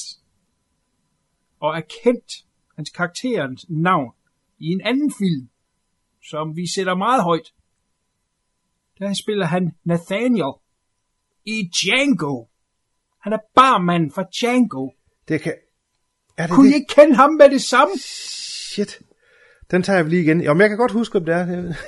Og er kendt hans karakterens navn i en anden film, som vi sætter meget højt. Der spiller han Nathaniel i Django. Han er barmanden fra Django. Kunne I ikke kende ham med det samme? Shit. Den tager jeg lige igen. Jo, men jeg kan godt huske, om det er.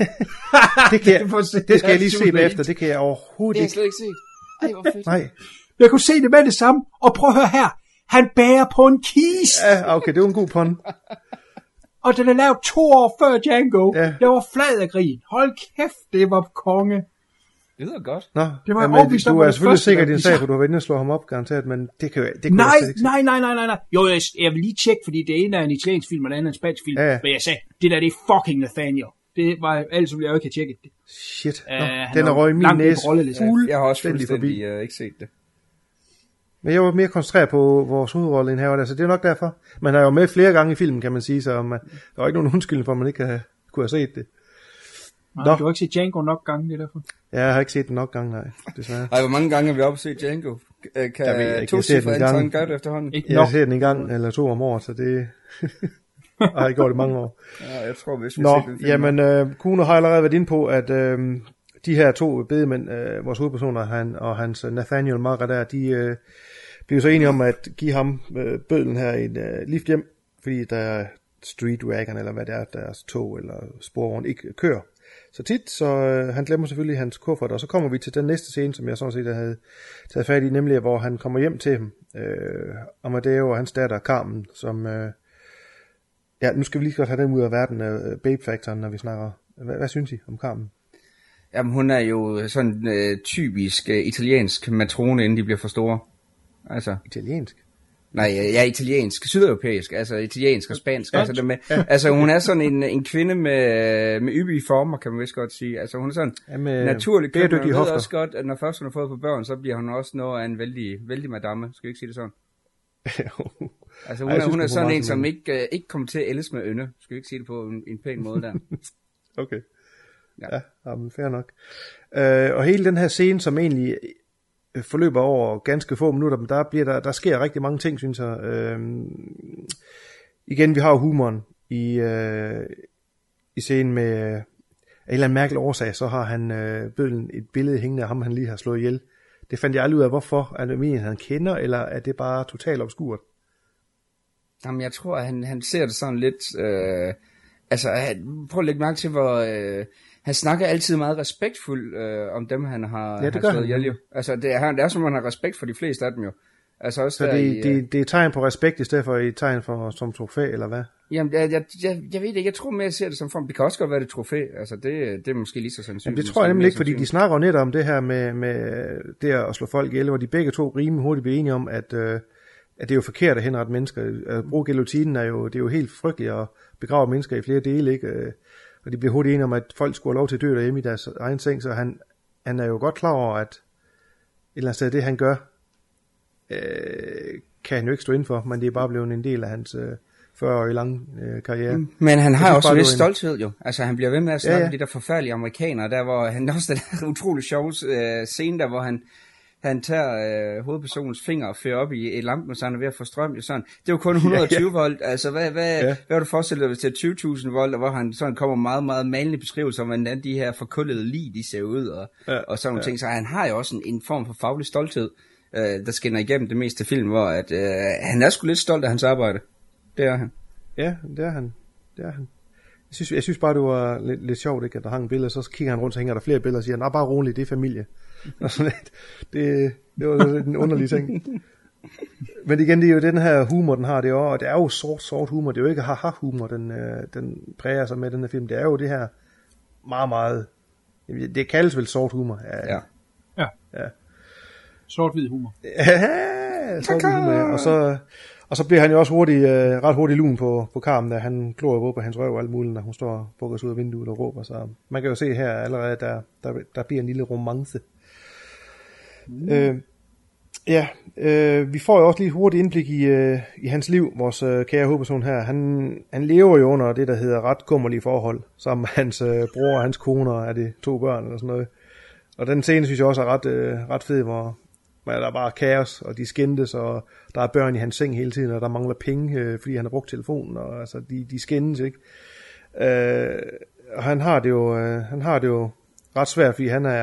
Det skal jeg lige se bagefter. Det kan jeg overhovedet ikke. Det har jeg slet ikke set. Ej, hvor fedt. Nej. Jeg kunne se det med det samme. Og prøv at høre her. Han bærer på en kis. Ja, okay, det var en god pun. Og den er lavet 2 år før Django. Ja. Jeg var flad af grin. Hold kæft, det var konge. Det lyder godt. Nå, det var du er selvfølgelig sikker i din sag, for du har været inde og slå ham op, garanteret, men det kunne jeg ikke. Nej. Jo, jeg vil lige tjekke, fordi det ene er en italiensk film, og det andet er en spansk film. Ja. Men jeg sagde, det der, det er fucking Nathaniel. Det var, ellers ville jeg jo ikke have tjekket det. Shit, den er røg i min næse. Jeg har også fuldstændig ikke set det. Men jeg var mere koncentreret på vores hovedrolle end her, så det er nok derfor. Man har jo med flere gange i filmen, kan man sige, så der var ikke nogen undskyldning for, at man ikke kunne have set det. Nej, du har ikke set Django nok gange, det er derfor. Ja, jeg har ikke set den nok gange, nej, desværre. Ej, hvor mange gange har vi oppe set Django? Kan to cifre antal gøre det efterhånden? Jeg har set den en gang eller 2 om året, så det har jeg gjort i mange år. Ja, jeg tror, hvis vi ser den film. Jamen, Kuno har allerede været inde på, at de her 2 bedemænd, vores hovedpersoner, og hans Nathaniel Marra der, de bliver så enige om at give ham bødlen her i et lift hjem, fordi der er streetwagon, eller hvad det er, deres tog eller sporvogn ikke kører så tit, så han glemmer selvfølgelig hans kuffert, og så kommer vi til den næste scene, som jeg sådan set havde taget fat i, nemlig hvor han kommer hjem til dem, Amadeo og hans datter Carmen, som nu skal vi lige godt have dem ud af verden, Babe Factoren, når vi snakker. Hvad synes I om Carmen? Jamen, hun er jo sådan typisk italiensk matrone, inden de bliver for store. Altså. Italiensk? Nej, ja, italiensk, sydeuropæisk, altså italiensk og spansk. Altså, det med, altså hun er sådan en kvinde med yppige former, kan man vist godt sige. Altså hun er sådan naturlig køn, og hun ved også godt, at når først hun har fået på børn, så bliver hun også noget af en vældig madame. Skal vi ikke sige det sådan? Altså hun er sådan en, som ikke kommer til at ældes med ynde. Skal vi ikke sige det på en pæn måde der? Okay. Ja, men fair nok. Og hele den her scene, som egentlig forløber over ganske få minutter, men der sker rigtig mange ting, synes jeg. Igen, vi har jo humoren i scenen med af en eller anden mærkelig årsag, så har han bødlen et billede hængende af ham, han lige har slået ihjel. Det fandt jeg aldrig ud af, hvorfor. Er det meningen, han kender, eller er det bare totalt obskurt? Jamen, jeg tror, at han ser det sådan lidt... prøv at lægge mærke til, hvor... han snakker altid meget respektfuldt om dem, han har slået ihjel jo. Altså, det er som, han har respekt for de fleste af dem jo. Altså, også så det er tegn på respekt, i stedet for et tegn som trofæ, eller hvad? Jamen, jeg ved det. Jeg tror mere, jeg ser det som form. Det kan også godt være det trofæ. Altså, det er måske lige så sandsynligt. Jamen, det tror jeg nemlig ikke, fordi de snakker jo net om det her med det at slå folk ihjel, hvor de begge to rimelig hurtigt bliver enige om, at det er jo forkert at henrette mennesker. At bruge guillotinen det er jo helt frygteligt at begrave mennesker i flere dele, ikke? Og de bliver hurtigt enige om, at folk skulle have lov til at dø derhjemme i deres egen seng, så han er jo godt klar over, at et eller andet sted, det han gør, kan han jo ikke stå inden for, men det er bare blevet en del af hans 40-årige lange karriere. Men han har også en vis stolthed jo. Altså han bliver ved med at snakke om de der forfærdelige amerikanere, der hvor han også den utrolig sjove scene der, hvor han tager hovedpersonens finger og fører op i et lampe, så han er ved at få strøm. Sådan. Det er jo kun 120 volt. Altså, hvad har du forestillet dig til 20.000 volt, hvor han sådan kommer meget, meget malende beskrivelser om, hvordan de her forkullede lig, de ser ud, og sådan nogle ting. Så han har jo også en form for faglig stolthed, der skinner igennem det meste film, hvor at, han er sgu lidt stolt af hans arbejde. Det er han. Ja, det er han. Jeg synes bare, det var lidt sjovt, ikke, at der hang billeder, så kigger han rundt, så hænger der flere billeder, og siger, nej, bare roligt, det er familie. Og sådan det var en underlig ting. Men igen, det er jo den her humor, den har, og det er jo sort humor, det er jo ikke haha-humor, den præger sig med den her film, det er jo det her meget, meget, det kaldes vel sort humor. Ja. Sort-hvid humor. Ja, sort-hvid humor, ja. Og så bliver han jo også ret hurtigt lun på Carmen, da han glor både på hans røv og alt muligt, når hun står og bukker sig ud af vinduet og råber. Så man kan jo se her allerede, der bliver en lille romance. Vi får jo også lige hurtigt indblik i hans liv, vores kære hovedperson her. Han lever jo under det, der hedder ret kummerlige forhold, sammen med hans bror og hans kone, og er det 2 børn eller sådan noget. Og den scene synes jeg også er ret fed, hvor der er bare kaos, og de skændes, og der er børn i hans seng hele tiden, og der mangler penge, fordi han har brugt telefonen, og altså, de skændes, ikke? Og han har det jo ret svært, fordi han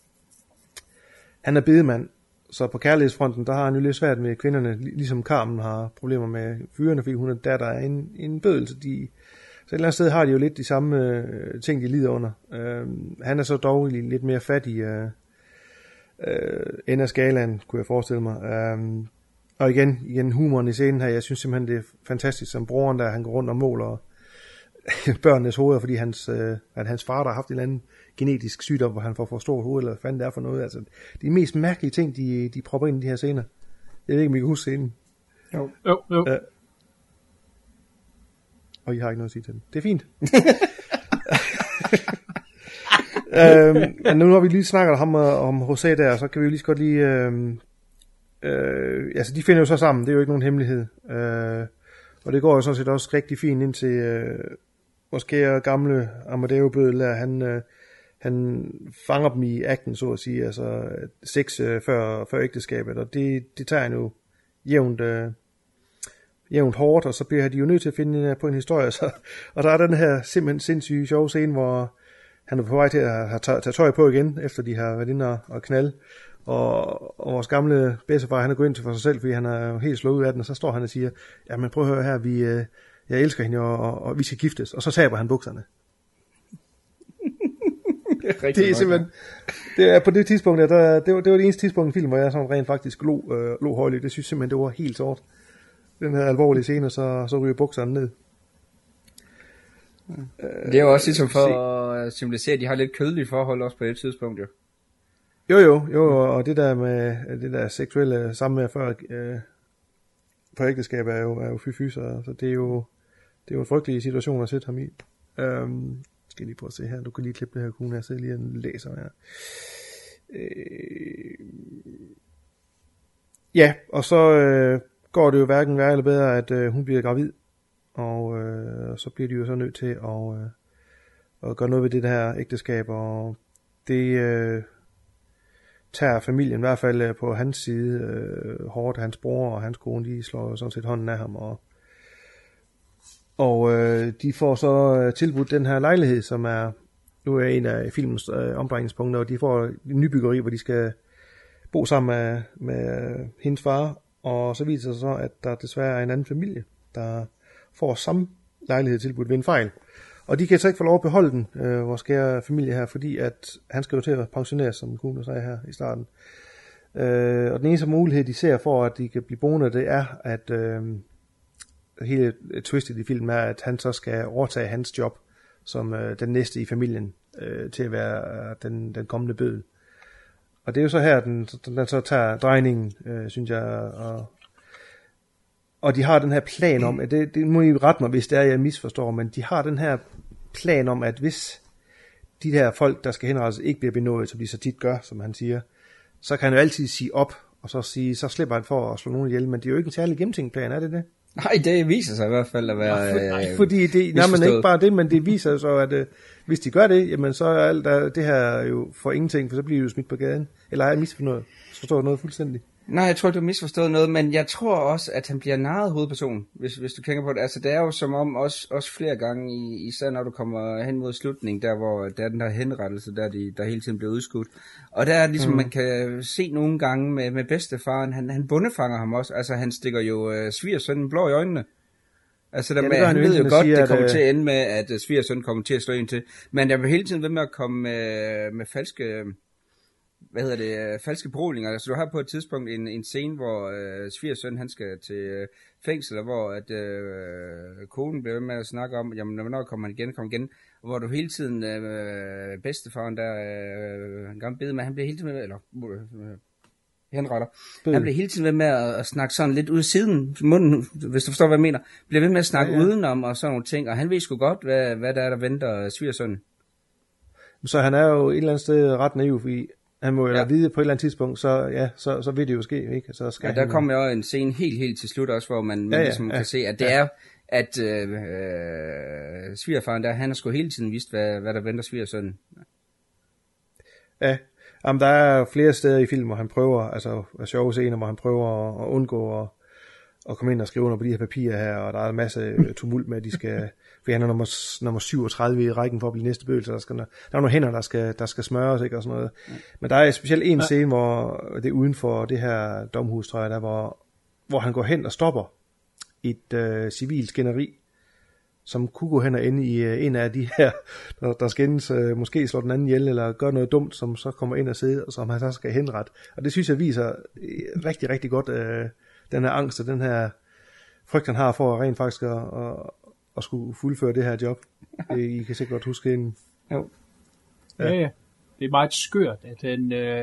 er bedemand, så på kærlighedsfronten, der har han jo lidt svært med kvinderne, ligesom Carmen har problemer med fyrene, fordi hun er der er en bødel, så et eller andet sted har de jo lidt de samme ting, de lider under. Han er så dog lidt mere fattig, ende af skalaen, kunne jeg forestille mig. Og igen humoren i scenen her, jeg synes simpelthen det er fantastisk, som broren der, han går rundt og måler børnenes hoveder, fordi at hans far der har haft en eller anden genetisk sygdom, hvor han får for stort hoved, eller hvad fanden det er for noget. Altså, de mest mærkelige ting, de propper ind i de her scener. Jeg ved ikke, om I kan huske scenen. Jo. Og I har ikke noget at sige til den. Det er fint. Men nu når vi lige snakker om José der, så kan vi jo lige så godt lige altså de finder jo så sammen, det er jo ikke nogen hemmelighed, og det går jo sådan set også rigtig fint ind til måske gamle Amadeo-bødel der, han fanger dem i akten, så at sige, altså 6 før ægteskabet, og det tager han jo jævnt hårdt, og så bliver de jo nødt til at finde på en historie, så, og der er den her simpelthen sindssyge sjove scene, hvor han er på vej til at tage tøj på igen, efter de har været inde og knalde. Og vores gamle bedstefar, han er gået ind til for sig selv, fordi han er jo helt slået ud af den, og så står han og siger, ja, men prøv at høre her, jeg elsker hende, og vi skal giftes. Og så taber han bukserne. Det er simpelthen, det er på det tidspunkt, det var det eneste tidspunkt i film, hvor jeg sådan rent faktisk lå højligt. Det synes simpelthen, det var helt sort. Den her alvorlige scene, så ryger bukserne ned. Det er jo også ligesom for at symbolisere, at de har lidt kødelige forhold også på det tidspunkt, jo. Jo, og det der med det der seksuelle samvær før ægteskab er jo fy, så det er jo en frygtelig situation at sætte ham i. Skal jeg lige prøve at se her, du kan lige klippe det her kone, jeg sidder lige og læser her. Ja, og så går det jo hverken værre eller bedre, at hun bliver gravid, og så bliver de jo så nødt til at gøre noget ved det her ægteskab, og det tager familien i hvert fald på hans side hårdt. Hans bror og hans kone, de slår sådan set hånden af ham, og de får så tilbudt den her lejlighed, som nu er en af filmens ombringningspunkter, og de får en nybyggeri, hvor de skal bo sammen med hendes far, og så viser det sig så, at der desværre er en anden familie, der får samme lejlighed tilbudt ved en fejl. Og de kan så ikke få lov at beholde den, vores kære familie her, fordi at han skal jo til at pensioneres, som Kuno sagde her i starten. Og den eneste mulighed, de ser for, at de kan blive boende, det er, at hele twistet i filmen er, at han så skal overtage hans job som den næste i familien til at være den kommende bøddel. Og det er jo så her, den så tager drejningen, synes jeg, og de har den her plan om, at det må I rette mig, hvis det er, jeg misforstår, men de har den her plan om, at hvis de her folk, der skal henrettes, ikke bliver benådet, som de så tit gør, som han siger, så kan han jo altid sige op, og så slipper han for at slå nogen ihjel, men det er jo ikke en særlig gennemtænkt plan, er det det? Nej, det viser sig i hvert fald at være fordi det, men ikke bare det, men det viser så, at hvis de gør det, jamen så er alt det her jo for ingenting, for så bliver de jo smidt på gaden. Eller er jeg misforstået noget fuldstændig? Nej, jeg tror ikke, du har misforstået noget, men jeg tror også, at han bliver narret hovedperson, hvis du kigger på det. Altså, det er jo som om, også flere gange, især når du kommer hen mod slutningen, der hvor der er den her henrettelse, der hele tiden bliver udskudt. Og der er ligesom, man kan se nogle gange med bedstefaren, han bundefanger ham også. Altså, han stikker jo svigersønnen blå i øjnene. Altså, han ved jo godt, det kommer til at ende med, at svigersønnen kommer til at slå ind til. Men jeg vil hele tiden ved med at komme med falske... falske beroligninger. Altså, du har på et tidspunkt en scene, hvor svigersøn, han skal til fængsel, hvor at konen bliver ved med at snakke om, jamen, hvornår kommer han igen, og hvor du hele tiden, bedstefaren der, en gammel bedemand, han bliver hele tiden med, henretter, han bliver hele tiden ved med at snakke sådan lidt ud af siden munden, hvis du forstår, hvad jeg mener, bliver ved med at snakke udenom og sådan nogle ting, og han ved sgu godt, hvad der er, der venter svigersønnen. Så han er jo et eller andet sted ret naiv, fordi han må jo vide på et eller andet tidspunkt, så vil det jo ske, ikke? Så skal der kommer jo en scene helt til slut også, hvor man ligesom kan se, at det er, at svigerfaren der, han har sgu hele tiden vist, hvad der venter svigersønnen. Ja, jamen, der er flere steder i filmen, hvor han prøver, altså sjove scener, hvor han prøver at undgå at komme ind og skrive under på de her papirer her, og der er en masse tumult med, at de skal, for han er nummer 37 i rækken for at blive næste bødel, så der er nogle hænder, der skal smøres, ikke, og sådan noget. Men der er specielt en scene, hvor det er uden for det her domhus, tror jeg, der, hvor han går hen og stopper et civilt skænderi, som kunne gå hen og ende i en af de her, der skændes, måske slår den anden ihjel, eller gør noget dumt, som så kommer ind og sidder, og som han så skal henrette. Og det synes jeg viser rigtig, rigtig godt den her angst og den her frygt, han har for rent faktisk at skulle fuldføre det her job. I kan sikkert godt huske inden. Jo. Ja. Det er meget skørt, at han,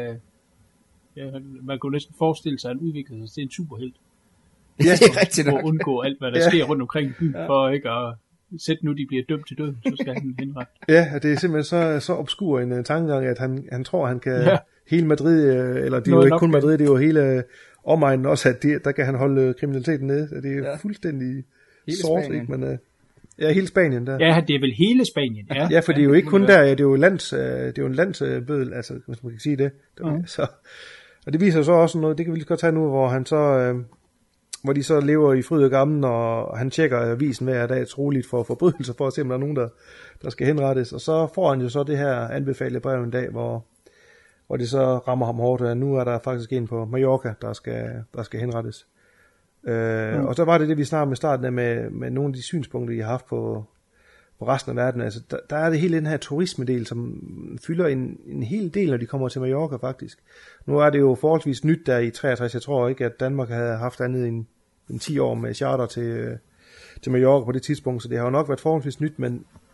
man kunne næsten forestille sig, at han udviklede sig til en superhelt. Ja, det er rigtigt nok. For at undgå alt, hvad der sker rundt omkring i byen, for ikke at sætte nu, de bliver dømt til døden, så skal han henrette. Ja, det er simpelthen så obskur en tankegang, at han tror, han kan hele Madrid, eller det er jo ikke kun Madrid, det er jo hele omegnen også, at der kan han holde kriminaliteten nede. Det er fuldstændig sort, ikke? Men hele Spanien der. Ja, det er vel hele Spanien, ja. Ja, for det er jo ikke kun der, det er jo en landsbødel, altså, hvis man kan sige det. Så, og det viser så også noget, det kan vi lige godt tage nu, hvor han så... hvor de så lever i fryd og gammen, og han tjekker avisen hver dag troligt for forbrydelser, for at se, om der er nogen, der skal henrettes. Og så får han jo så det her anbefalede brev en dag, hvor det så rammer ham hårdt, at nu er der faktisk en på Mallorca, der skal henrettes. Og så var det vi snakkede med starten af med nogle af de synspunkter, de har haft på resten af verden. Altså, der er det hele den her turismedel, som fylder en hel del, når de kommer til Mallorca faktisk. Nu er det jo forholdsvis nyt der i 63. Jeg tror ikke, at Danmark havde haft andet end 10 år med charter til Mallorca på det tidspunkt, så det har jo nok været forholdsvis nyt, men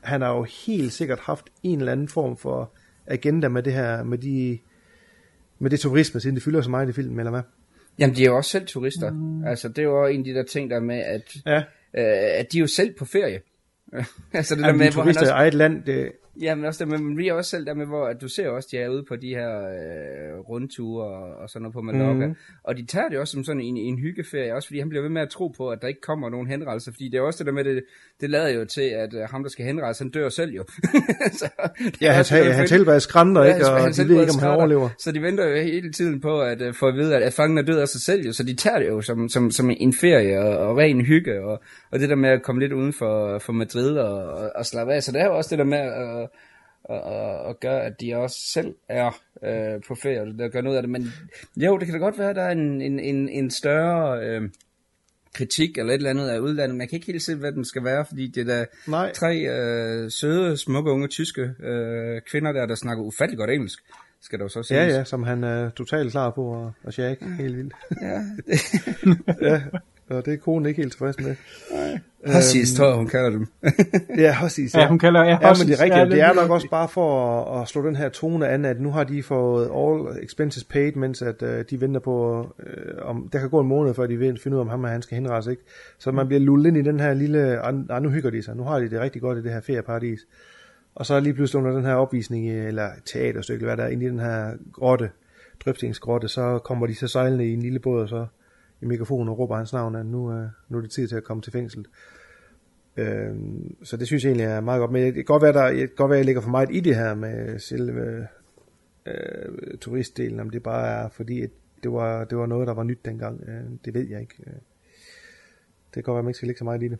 han har jo helt sikkert haft en eller anden form for agenda med det her, med det turisme, siden det fylder så meget i filmen, eller hvad? Jamen, de er jo også selv turister. Altså, det er jo en af de der ting, der med, at de er jo selv på ferie. Altså, det der med, hvor han også... i eget land, det... Ja, men også der med, vi er også selv der med, hvor at du ser også, de er ude på de her rundture og sådan noget på Mallorca. Og de tager det også som sådan en hyggeferie, også fordi han bliver ved med at tro på, at der ikke kommer nogen henrettelse. Fordi det er også det der med, det lader jo til, at ham, der skal henrettes, han dør selv jo. Så, han tilbærer skrænter, ikke? Og de ved ikke, om han overlever. Så de venter jo hele tiden på, at få at vide, at fangen er død af sig selv jo. Så de tager det jo som en ferie og ren hygge. Og det der med at komme lidt uden for Madrid og slappe af. Så det er jo også det der med og gør, at de også selv er på ferie, der gør noget af det. Men jo, det kan da godt være, at der er en større kritik eller et eller andet af udlandet. Man kan ikke helt se, hvad den skal være, fordi det er der 3 søde, smukke, unge, tyske kvinder der snakker ufattelig godt engelsk. Skal der jo så siges. Ja, som han er totalt klar på at shake helt vildt. Ja. Ja, og det er konen ikke helt tilfreds med. Hussies, tror jeg, hun kalder dem. Ja, hussies. Ja, hun kalder men det er rigtigt. Det er nok også bare for at slå den her tone an, at nu har de fået all expenses paid, mens at de venter på, om der kan gå en måned, før de vil finde ud af, om han skal henrettes, ikke? Så man bliver lullet ind i den her lille, nu hygger de sig. Nu har de det rigtig godt i det her ferieparadis. Og så lige pludselig under den her opvisning, eller teaterstykke, hvad der er, inde i den her grotte, drøbtingsgrotte, så kommer de så sejlende i en lille båd, og så i mikrofonen og råber hans navn, at nu er det tid til at komme til fængsel. Så det synes jeg egentlig er meget godt. Men det kan godt være, at jeg ligger for meget i det her med selve turistdelen, om det bare er fordi, at det var noget, der var nyt dengang. Det ved jeg ikke. Det kan godt være, at man ikke skal ligge så meget i det.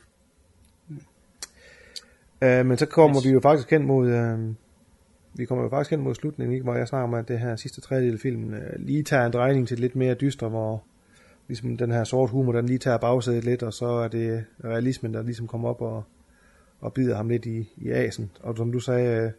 Men så kommer vi jo faktisk hen mod slutningen, ikke? Hvor jeg snakker om, at det her sidste tredjedel af filmen lige tager en drejning til lidt mere dystre, hvor ligesom den her sort humor, den lige tager bagsædet lidt, og så er det realismen, der ligesom kommer op og bider ham lidt i asen. Og som du sagde,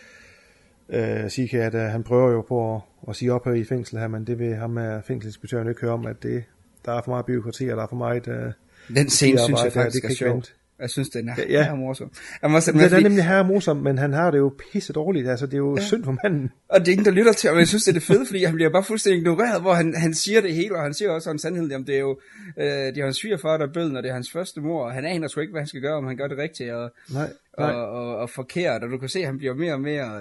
Sika, at han prøver jo på at sige op her i fængsel her, men det vil ham af fængselsinspektøren ikke høre om, at der er for meget bureaukrati, og der er for meget den scene synes jeg faktisk er sjov. Jeg synes, den er her morsom. Den er nemlig her morsom, men han har det jo pisse dårligt. Altså, det er jo synd for manden. Og det er ingen, der lytter til, og jeg synes, det er det fede, fordi han bliver bare fuldstændig ignoreret, hvor han siger det hele, og han siger også en sandhed, om det er jo det er hans svigerfar, der er bøden, og det er hans første mor, og han aner sgu ikke, hvad han skal gøre, om han gør det rigtigt og forkert, og du kan se, at han bliver mere og mere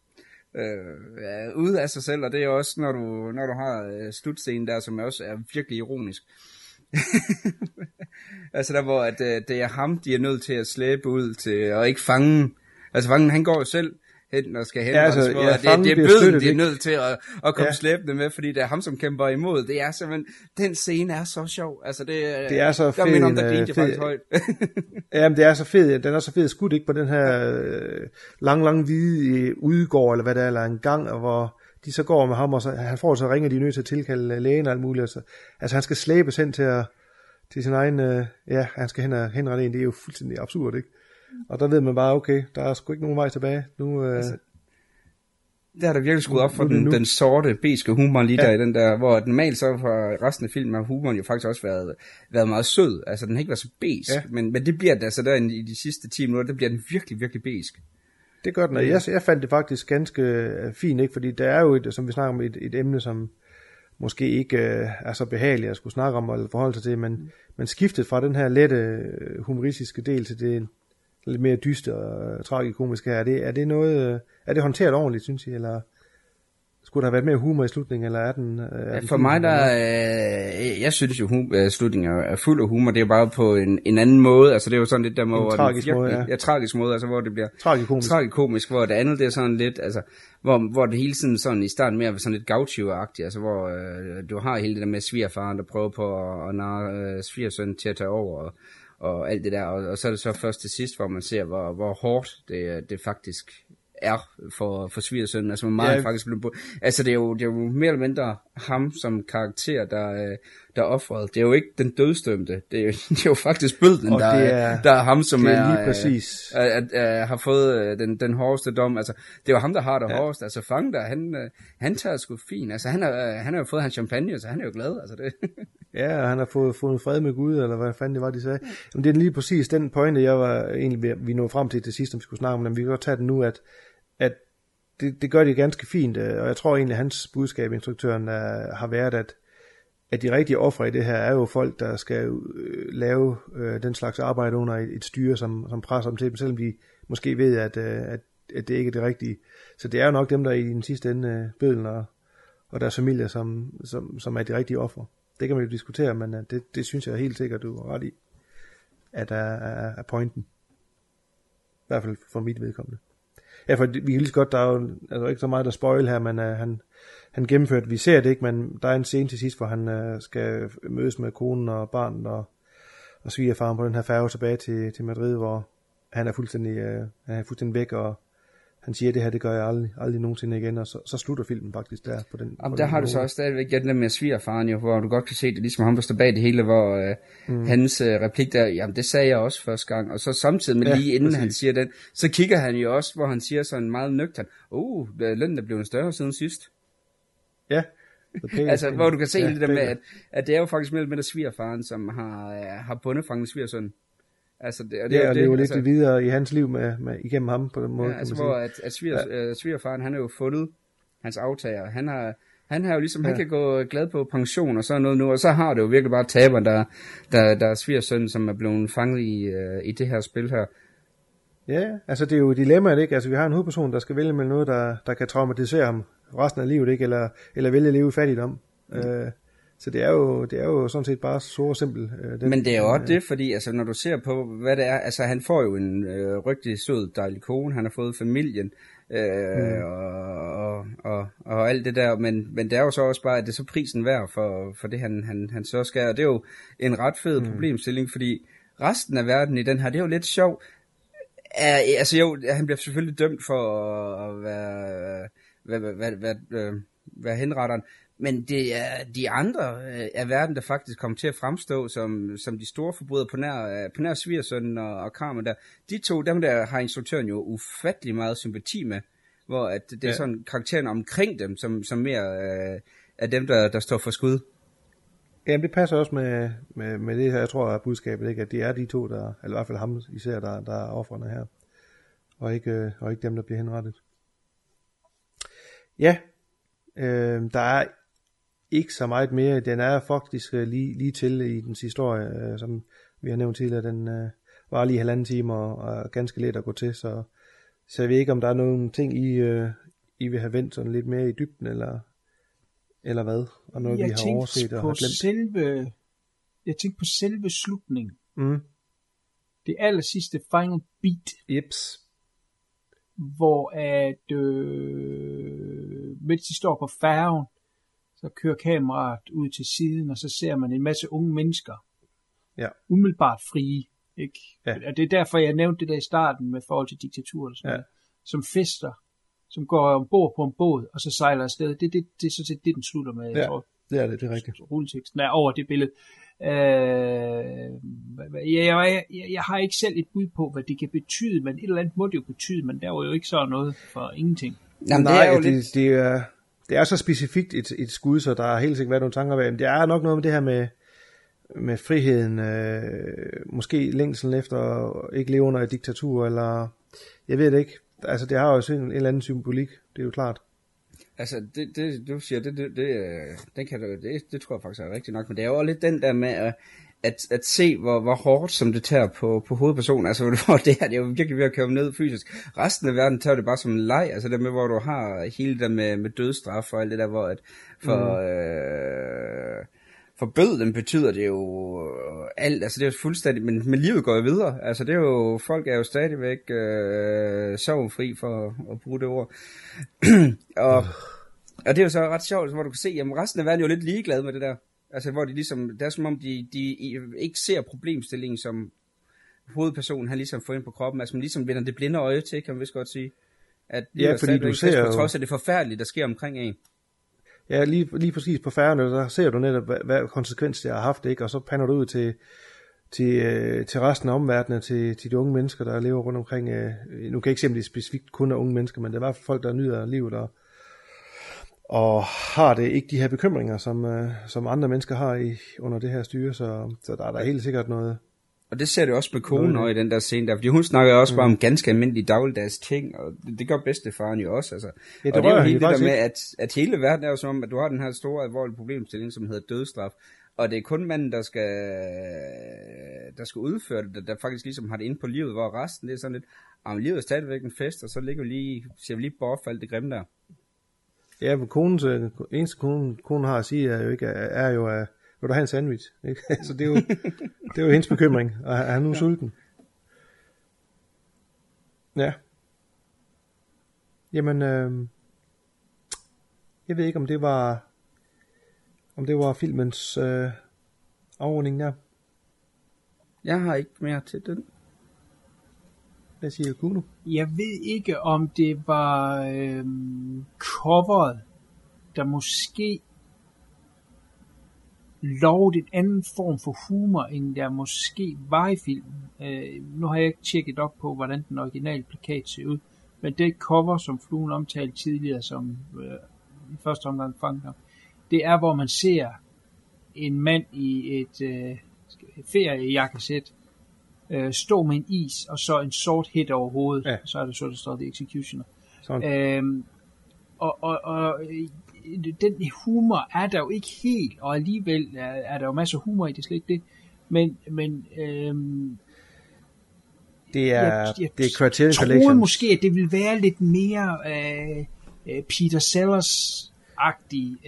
ude af sig selv, og det er også, når du har slutscenen der, som også er virkelig ironisk. Altså der hvor at det er ham, de er nødt til at slæbe ud til og ikke fange. Altså fangen, han går jo selv hen og skal hen, det er bøden, de er nødt til at komme slæbende med, fordi det er ham, som kæmper imod. Det er simpelthen, den scene er så sjov. Altså det er så fedt. Om der grinte faktisk højt. Jamen det er så fedt. Den er så fedt skudt ikke på den her lang hvide udgård eller hvad det er, eller en gang, hvor de så går med ham, og så, han får så ringer de nødt til at tilkalde lægen og alt muligt. Altså han skal slæbes hen til sin egen, han skal henrette en. Det er jo fuldstændig absurd, ikke? Og der ved man bare, okay, der er sgu ikke nogen vej tilbage. Nu, der er der virkelig skruet op for den sorte, beske humor lige der i den der, hvor normalt så for resten af filmen har humoren jo faktisk også været meget sød. Altså den har ikke været så besk, men det bliver det altså der i de sidste 10 minutter, der bliver den virkelig, virkelig besk. Det gør den, og jeg fandt det faktisk ganske fint, ikke? Fordi der er jo, som vi snakker om, et emne, som måske ikke er så behageligt at skulle snakke om eller forholde sig til, men skiftet fra den her lette humoristiske del til det lidt mere dyste og tragikomiske her, er det håndteret ordentligt, synes I, eller skulle der have været mere humor i slutningen, eller er den... For mig, jeg synes jo, slutningen er fuld af humor, det er bare på en anden måde, altså det er jo sådan lidt der måde, tragisk måde, altså hvor det bliver tragikomisk, hvor det andet det er sådan lidt, altså hvor det hele tiden sådan i starten mere var sådan lidt gaucho-agtigt, altså hvor du har hele det der med svigerfaren, der prøver på at narre svigersøn til at tage over, og alt det der, og så er det så først til sidst, hvor man ser, hvor hårdt det faktisk er for svigersønnen, altså meget faktisk blevet på. Altså det er jo mere eller mindre ham som karakter, der offret. Det er jo ikke den dødsdømte. Det er jo faktisk bødlen, der er ham, som har fået den hårdeste dom. Altså det er jo ham, der har det hårdeste. Altså fangen der, han tager sgu fint. Altså han har jo fået hans champagne, så han er jo glad. Altså det. Ja, han har fundet fred med Gud, eller hvad fanden det var, de sagde. Men det er lige præcis den pointe, jeg var egentlig vi nåede frem til sidst, om vi skulle snakke om, men vi kan godt tage den nu, at det gør det ganske fint, og jeg tror egentlig, at hans budskab, instruktøren, har været, at de rigtige ofre i det her er jo folk, der skal lave den slags arbejde under et styre, som presser dem til dem, selvom de måske ved, at det ikke er det rigtige. Så det er jo nok dem, der i den sidste ende bødlen og deres familie, som er de rigtige ofre. Det kan man jo diskutere, men det synes jeg helt sikkert, du har ret i, at er pointen. I hvert fald for mit vedkommende. Ja, for vi kan lige så godt, der er jo altså ikke så meget der spoil her, men han gennemførte, vi ser det ikke, men der er en scene til sidst, hvor han skal mødes med konen og barnet og svigerfaren på den her færge tilbage til Madrid, hvor han er fuldstændig væk, og han siger, det her, det gør jeg aldrig nogensinde igen, og så slutter filmen faktisk der på den. Jamen, der har du så også stadigvæk den der med svigerfaren, jo, hvor du godt kan se det, ligesom ham, der står bag det hele, hvor hans replik der, jamen det sagde jeg også første gang, og så samtidig med lige inden han siger den, så kigger han jo også, hvor han siger sådan meget nøgtern, lønnen er blevet større siden sidst. Ja. Altså, hvor du kan se det der med, at det er jo faktisk mellem med der svigerfaren, som har bundefanget svigersønnen. Altså, og det er jo lidt videre i hans liv med igennem ham på den måde. Ja, altså hvor at svigerfaren, han har jo fundet hans aftager. Han har jo ligesom, han kan gå glad på pension og sådan noget nu, og så har det jo virkelig bare taberen, der er svigersønnen, som er blevet fanget i det her spil her. Ja, altså det er jo dilemmaet, ikke? Altså vi har en hovedperson, der skal vælge mellem noget, der kan traumatisere ham resten af livet, ikke? Eller vælge at leve i fattigdom. Så det er jo sådan set bare så simpelt. Men det er jo også det, fordi altså, når du ser på, hvad det er, altså han får jo en rigtig sød, dejlig kone, han har fået familien, og alt det der, men det er jo så også bare, at det er så prisen værd for det, han så skal, og det er jo en ret fed problemstilling, fordi resten af verden i den her, det er jo lidt sjov. Altså jo, han bliver selvfølgelig dømt for at være henretteren, men det er de andre af verden, der faktisk kommer til at fremstå som de store forbrydere på nær svigersønnen og Carmen der. De to, dem der har instruktøren jo ufattelig meget sympati med, hvor at det er sådan karakteren omkring dem, som mere af dem, der står for skud. Jamen det passer også med det her, jeg tror er budskabet, ikke? At det er de to, eller i hvert fald ham især, der er ofrene her, og ikke dem, der bliver henrettet. Ja, der er ikke så meget mere. Den er faktisk lige til i dens historie, som vi har nævnt tidligere. Den var lige 1,5 time og er ganske let at gå til, så jeg ved ikke, om der er nogle ting, I vil have vendt sådan lidt mere i dybden, eller hvad? Og noget, vi har overset og har glemt. Jeg tænkte på selve slutningen. Det aller sidste final beat. Jeps. Hvor at mens de står på færgen, så kører kameraet ud til siden, og så ser man en masse unge mennesker. Ja. Umiddelbart frie. Ikke? Ja. Og det er derfor, jeg nævnte det der i starten med forhold til diktatur. Som fester, som går ombord på en båd, og så sejler afsted. Det er så set det, den slutter med. Ja, det er det er rigtigt. Rulleteksten er over det billede. Jeg har ikke selv et bud på, hvad det kan betyde, men et eller andet må det jo betyde, men der var jo ikke så noget for ingenting. Jamen, nej, det er jo lidt... det er så specifikt et skud, så der har helt sikkert været nogle tanker bag. Men det er nok noget med det her med friheden, måske længselen efter at ikke leve under et diktatur, eller jeg ved det ikke. Altså det har jo også en eller anden symbolik, det er jo klart. Altså det du siger, det tror jeg faktisk er rigtigt nok, men det er jo lidt den der med at se hvor hårdt som det tager på hovedpersonen, altså hvor det er jo virkelig ved at køre ned fysisk. Resten af verden tager det bare som en leg, altså det med hvor du har hele det med dødsstraf og alt det der, hvor at for bøden betyder det jo alt, altså det er jo fuldstændig, men livet går jo videre, altså det er jo, folk er jo stadigvæk sovefri for at bruge det ord, og det er jo så ret sjovt, hvor du kan se, jamen resten af verden er jo lidt ligeglade med det der, altså hvor de ligesom, det er som om de ikke ser problemstillingen som hovedpersonen, han ligesom får ind på kroppen, altså man ligesom vender det blinde øje til, kan man vist godt sige, at fordi du ser på trods af det forfærdelige, der sker omkring en. Ja, lige præcis på færgerne, der ser du netop, hvad konsekvens det har haft, ikke? Og så pander du ud til resten af omverdenen, til de unge mennesker, der lever rundt omkring. Nu kan jeg ikke se, om det er specifikt kun af unge mennesker, men det er i hvert fald folk, der nyder livet og har det ikke de her bekymringer, som andre mennesker har under det her styre, så der er der helt sikkert noget. Og det ser det også med konen i den der scene der, fordi hun snakker også bare om ganske almindelige dagligdags ting, og det gør bedstefaren jo også, altså. Ja, og det er jo helt det der med, at hele verden er jo som om, at du har den her store alvorlige problemstilling, som hedder dødsstraf, og det er kun manden, der skal udføre det, der faktisk ligesom har det inde på livet, hvor resten det er sådan lidt, livet er stadigvæk en fest, og så ligger vi lige bort for alt det grimme der. Ja, men eneste konen har at sige, er jo at vil du have en sandwich? Ikke? Så det er jo hendes bekymring, og er han nu sulten? Ja. Jamen, jeg ved ikke, om det var filmens afrunding der. Jeg har ikke mere til den. Hvad siger Kuno? Jeg ved ikke, om det var coveret, der måske lovede en anden form for humor, end der måske var i filmen. Nu har jeg ikke tjekket op på, hvordan den originale plakat ser ud, men det cover, som Fluen omtalte tidligere, som i første omgang fanger, det er, hvor man ser en mand i et feriejakkesæt stå med en is, og så en sort hæt over hovedet, ja. Så er det så, der står The Executioner. Og den humor er der jo ikke helt, og alligevel er der jo masser af humor i det, slet ikke det. Men det er Criterion Collection. Jeg troede måske, at det ville være lidt mere Peter Sellers-agtig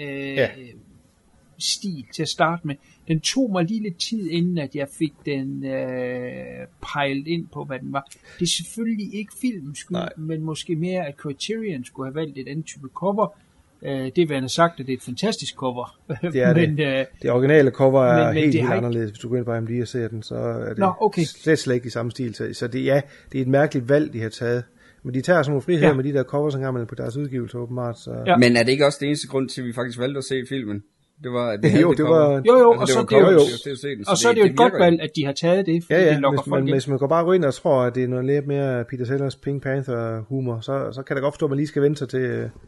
stil til at starte med. Den tog mig lige lidt tid, inden at jeg fik den pejlet ind på, hvad den var. Det er selvfølgelig ikke filmens skyld, men måske mere, at Criterion skulle have valgt et andet type cover. Det vil jeg sagt, at det er et fantastisk cover. Det er men, det originale cover er helt anderledes. Hvis du går ind på IMDb og ser den, så er det slet ikke i samme stil. Så det er et mærkeligt valg, de har taget. Men de tager sådan nogle friheder med de der covers en gang på deres udgivelse åbenbart. Så. Ja. Men er det ikke også det eneste grund til, at vi faktisk valgte at se filmen? Det var, at jo, og så er det jo et godt valg, at de har taget det, fordi det lokker folk ind. Hvis man går bare ind og tror, at det er noget lidt mere Peter Sellers Pink Panther humor, så kan det godt forstå, at man lige skal vente sig til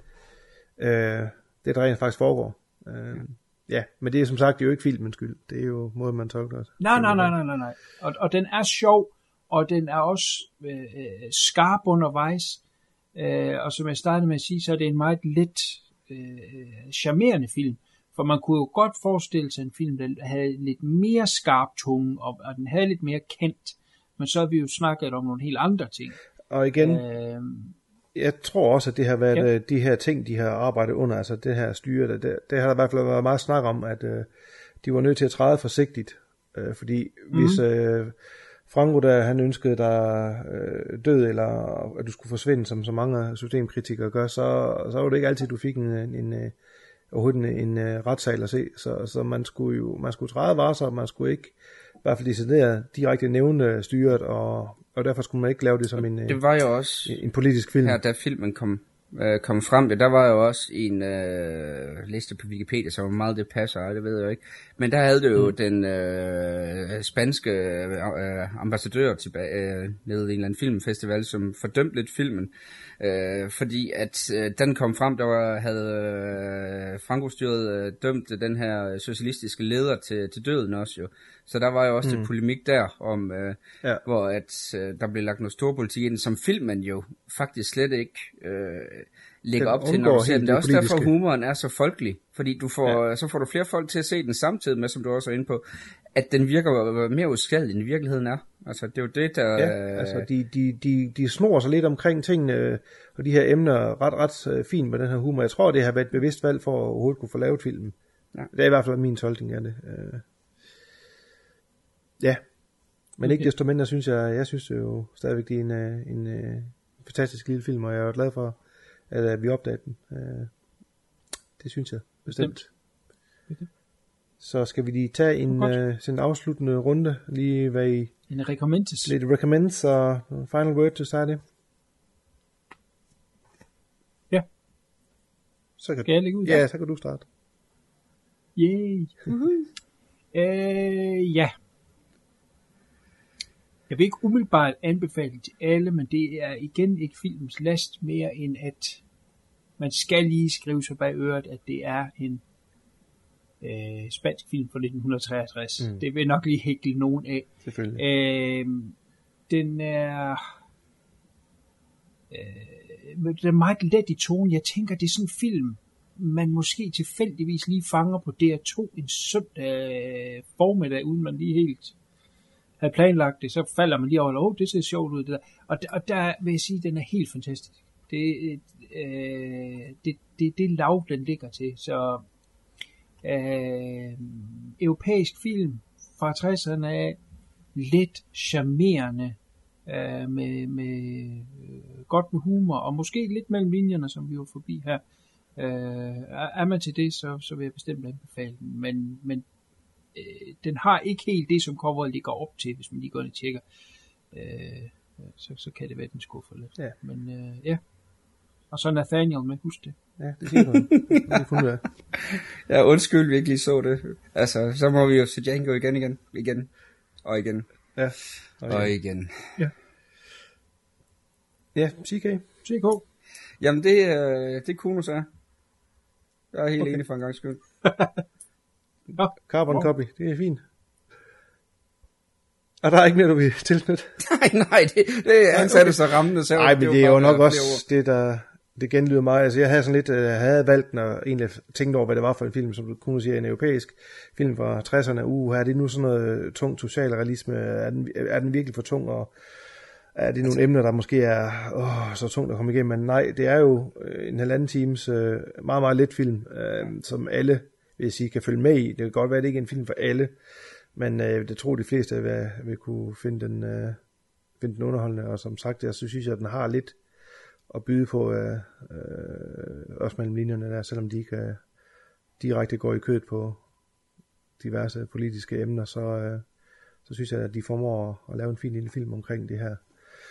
det, der rent faktisk foregår. Ja, men det er som sagt, det er jo ikke filmens skyld. Det er jo måden, man tolker det. Nej. Og den er sjov, og den er også skarp undervejs. Og som jeg startede med at sige, så er det en meget let charmerende film. For man kunne jo godt forestille sig en film, der havde lidt mere skarp tunge, og den havde lidt mere kendt. Men så har vi jo snakket om nogle helt andre ting. Og igen, jeg tror også, at det har været de her ting, de har arbejdet under, altså det her styre, det har der i hvert fald været meget snak om, at de var nødt til at træde forsigtigt. Fordi hvis Franco, der han ønskede dig død, eller at du skulle forsvinde, som så mange systemkritikere gør, så var det ikke altid, du fik overhovedet en retssal at se, så man skulle træde varsomt, man skulle ikke i hvert fald direkte nævne styret, og derfor skulle man ikke lave det som det var jo også en politisk film. Her, da filmen kom frem, der var jo også en liste på Wikipedia, så hvor meget det passer, det ved jeg jo ikke. Men der havde det jo den spanske ambassadør tilbage nede i en eller anden filmfestival, som fordømte lidt filmen, fordi at den kom frem, havde Franco-styret dømt den her socialistiske leder til døden også jo. Så der var jo også et polemik der om, hvor at der blev lagt noget storpolitik ind, som filmen jo faktisk slet ikke lægger op til, når du ser den. Det er også derfor, humoren er så folkelig, fordi så får du flere folk til at se den samtidig med, som du også er inde på, at den virker mere uskadelig, end i virkeligheden er. Altså, det er jo det, der... Ja, altså, de snor sig lidt omkring tingene, og de her emner ret fint med den her humor. Jeg tror, det har været et bevidst valg for at overhovedet kunne få lavet filmen. Ja. Det er i hvert fald min tolkning af det. Ja, men ikke desto mindre synes jeg synes jo stadigvæk, det er en fantastisk lille film, og jeg er glad for, at vi opdagede den. Det synes jeg bestemt. Okay. Så skal vi lige tage en afsluttende runde, lige hvad I... En recommends. Lidt recommends og final word til starte. Ja. Så kan skal jeg lægge ud? Ja, så kan du starte. Yay. Ja. Jeg vil ikke umiddelbart anbefale til alle, men det er igen ikke filmens last mere end at man skal lige skrive sig bag øret, at det er en spansk film fra 1963. Det vil nok lige hækle nogen af. Selvfølgelig. Den er meget let i tonen. Jeg tænker, det er sådan en film, man måske tilfældigvis lige fanger på DR2 en søndag formiddag, uden man lige helt havde planlagt det. Så falder man lige over, det ser sjovt ud, det der. Og der vil jeg sige, at den er helt fantastisk. Det lav, den ligger til. Så europæisk film fra 60'erne af, let, charmerende, med godt med humor, og måske lidt mellem linjerne, som vi var forbi her. Er man til det, så vil jeg bestemt anbefale den. Men den har ikke helt det, som coveret ligger op til, hvis man lige går ind og tjekker. Så kan det være, den skuffer lidt. Ja. Men ja. Og så Nathaniel med, husk det. Ja, det siger du. Ja, undskyld, vi ikke lige så det. Altså, så må vi jo se Django igen. Ja. Og igen. Ja. Ja, CK. Jamen, det Kuno så. Jeg er helt enig for en gang skyld. Carbon copy, det er fint. Og der er ikke mere, du vil tilknytte? Nej, det han satte så rammende. Nej, men det er jo nok også det, der det genlyder mig. Altså, jeg havde sådan lidt, havde valgt den, og egentlig tænkt over, hvad det var for en film, som du kunne sige, en europæisk film fra 60'erne. Er det nu sådan noget tung socialrealisme? Er den virkelig for tung, og er det nogle emner, der måske er så tungt at komme igennem? Men nej, det er jo en halvanden times meget, meget let film, som alle, vil jeg sige, kan følge med i. Det kan godt være, at det ikke er en film for alle, men det tror de fleste vil kunne finde den underholdende, og som sagt, jeg synes, at den har lidt at byde på, også mellem linjerne der, selvom de ikke direkte går i kødet på diverse politiske emner, så synes jeg, at de formår at lave en fin lille film omkring det her,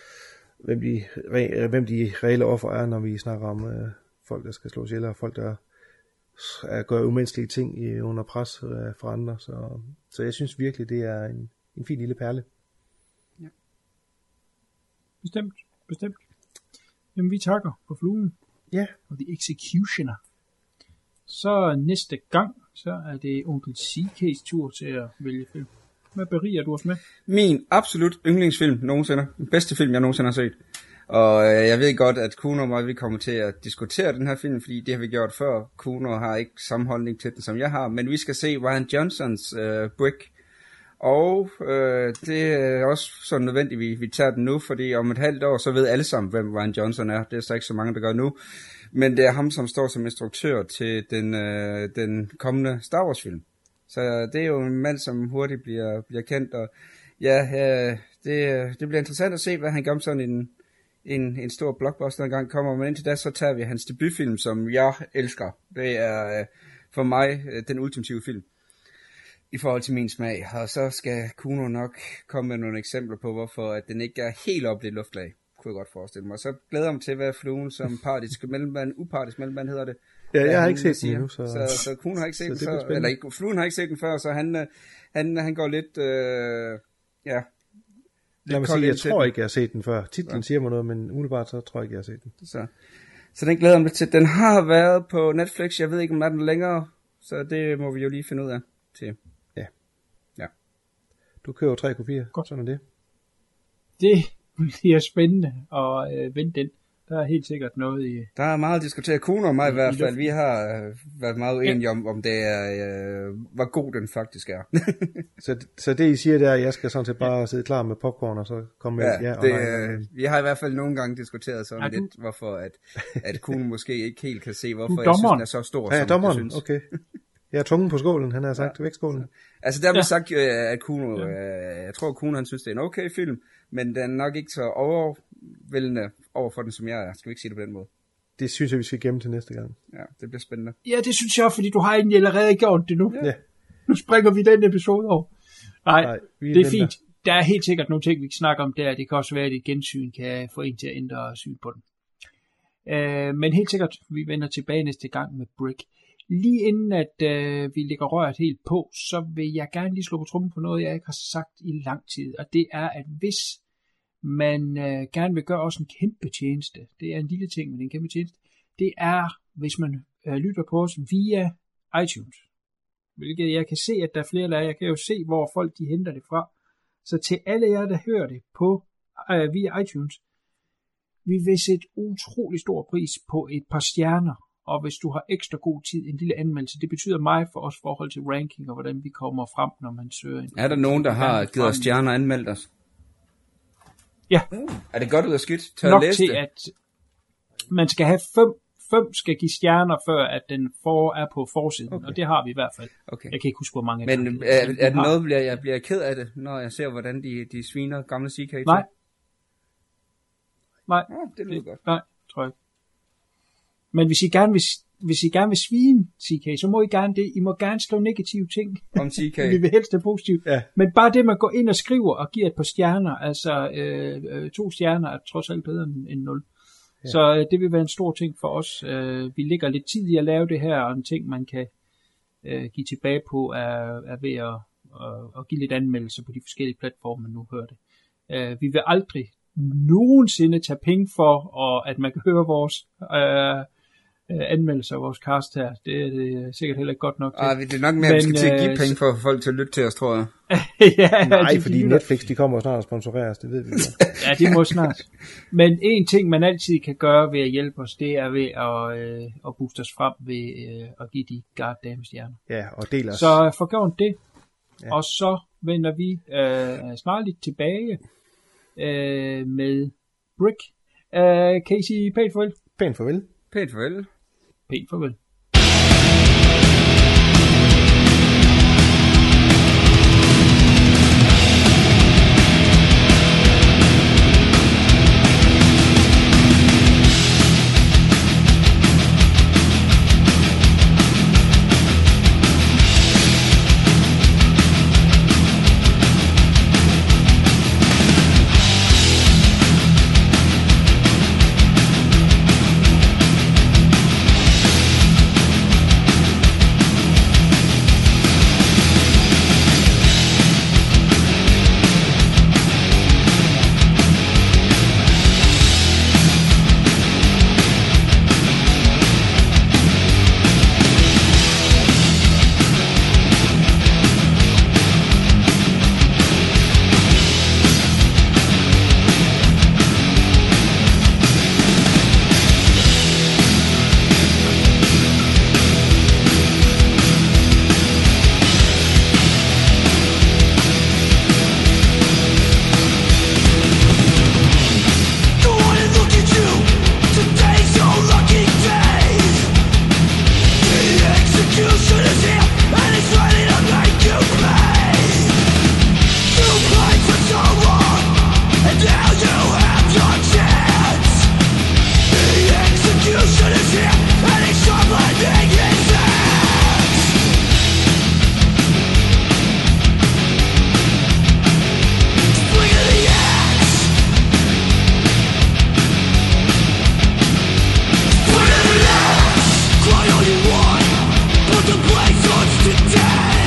hvem de reelle offer er, når vi snakker om folk, der skal slås ihjel, og folk, der gør umenneskelige ting under pres fra andre. Så jeg synes virkelig, det er en fin lille perle. Ja. Bestemt. Jamen, vi takker for fluen. Ja. Og The Executioner. Så næste gang, så er det onkel CK's tur til at vælge film. Hvad beriger du os med? Min absolut yndlingsfilm nogensinde. Den bedste film, jeg nogensinde har set. Og jeg ved godt, at Kuno og mig, vi kommer til at diskutere den her film, fordi det har vi gjort før. Kuno har ikke samme holdning til den, som jeg har. Men vi skal se Rian Johnsons Brick. Og det er også så nødvendigt, vi tager den nu, fordi om et halvt år, så ved alle sammen, hvem Rian Johnson er. Det er så ikke så mange, der gør nu. Men det er ham, som står som instruktør til den kommende Star Wars film. Så det er jo en mand, som hurtigt bliver kendt. Og ja, det bliver interessant at se, hvad han gør med sådan en stor blockbuster engang kommer. Men indtil da, så tager vi hans debutfilm, som jeg elsker. Det er for mig den ultimative film i forhold til min smag, og så skal Kuno nok komme med nogle eksempler på, hvorfor at den ikke er helt op det luftlag, kunne jeg godt forestille mig. Så glæder jeg mig til, hvad fluen som upartisk mellemmand hedder det. Ja, jeg har ikke set den endnu. Så Kuno har ikke set den før, eller ikke, fluen har ikke set den før, så han går lidt, Lad mig sige, jeg tror ikke, jeg har set den før. Titlen siger mig noget, men umiddelbart så tror jeg ikke, jeg har set den. Så den glæder jeg mig til. Den har været på Netflix, jeg ved ikke, om den er den længere, så det må vi jo lige finde ud af til. Ja. Du køber 3 kopier. Godt, sådan er det. Det bliver spændende at vente den. Der er helt sikkert noget i... Der er meget at diskutere. Kuno og mig i hvert fald. Vi har været meget uenige om det er, hvor god den faktisk er. så det I siger, det er, at jeg skal sådan set bare sidde klar med popcorn, og så komme med... Vi har i hvert fald nogle gange diskuteret sådan lidt, hvorfor at Kuno måske ikke helt kan se, hvorfor jeg synes, den er så stor, som dommeren. jeg synes. Okay. Jeg er tungen på skålen, han har sagt, vægtskålen. Altså der har vi sagt, at Kuno, jeg tror Kuno han synes, det er en okay film, men den er nok ikke så overvældende over for den, som jeg er. Skal vi ikke sige det på den måde? Det synes jeg, vi skal gemme til næste gang. Ja, det bliver spændende. Ja, det synes jeg, fordi du har egentlig allerede gjort det nu. Ja. Nu springer vi den episode over. Nej, det er fint. Der er helt sikkert nogle ting, vi kan snakke om der. Det kan også være, at et gensyn kan få en til at ændre syn på den. Men helt sikkert, vi vender tilbage næste gang med Brick. Lige inden at vi lægger røret helt på, så vil jeg gerne lige slå på trummen på noget, jeg ikke har sagt i lang tid. Og det er, at hvis man gerne vil gøre også en kæmpe tjeneste, det er en lille ting, men en kæmpe tjeneste, det er hvis man lytter på os via iTunes, hvilket jeg kan se, at der er flere af jer. Jeg kan jo se, hvor folk de henter det fra. Så til alle jer, der hører det på via iTunes, vi vil sætte utrolig stor pris på et par stjerner, og hvis du har ekstra god tid, en lille anmeldelse. Det betyder meget for os forhold til ranking, og hvordan vi kommer frem, når man søger. Er der nogen, der har givet os stjerner og anmeldt os? Ja. Er det godt ud af skidt? Nok til, at man skal have 5 skal give stjerner, før at den er på forsiden, okay. Og det har vi i hvert fald. Okay. Jeg kan ikke huske, hvor mange. Men er det noget, jeg bliver ked af det, når jeg ser, hvordan de sviner gamle CK? Nej. Ja, det lyder godt. Nej, tror jeg ikke. Men hvis I gerne vil svine CK, så må I gerne det. I må gerne skrive negative ting. Om CK. Vi vil helst have positivt. Ja. Men bare det, man går ind og skriver og giver et par stjerner, altså 2 stjerner er trods alt bedre end 0. Ja. Så det vil være en stor ting for os. Vi ligger lidt tid i at lave det her, og en ting, man kan give tilbage på, er ved at give lidt anmeldelser på de forskellige platforme, man nu hører det. Vi vil aldrig nogensinde tage penge for, og at man kan høre vores anmeldelser af vores cast her. Det er sikkert heller ikke godt nok til. Det er nok mere, vi skal til at give penge for folk til at lytte til os, tror jeg. Ja, nej, fordi Netflix, de kommer snart og sponsorerer os, det ved vi jo. Ja, de må snart. Men en ting, man altid kan gøre ved at hjælpe os, det er ved at booste os frem ved at give de goddamn stjerner. Ja, og del os. Så forgjort det. Ja. Og så vender vi snart lidt tilbage med Brick. Kan I sige pænt farvel? Pænt farvel. Pænt farvel. Pænt farvel. Cry all you want, but the place wants to die.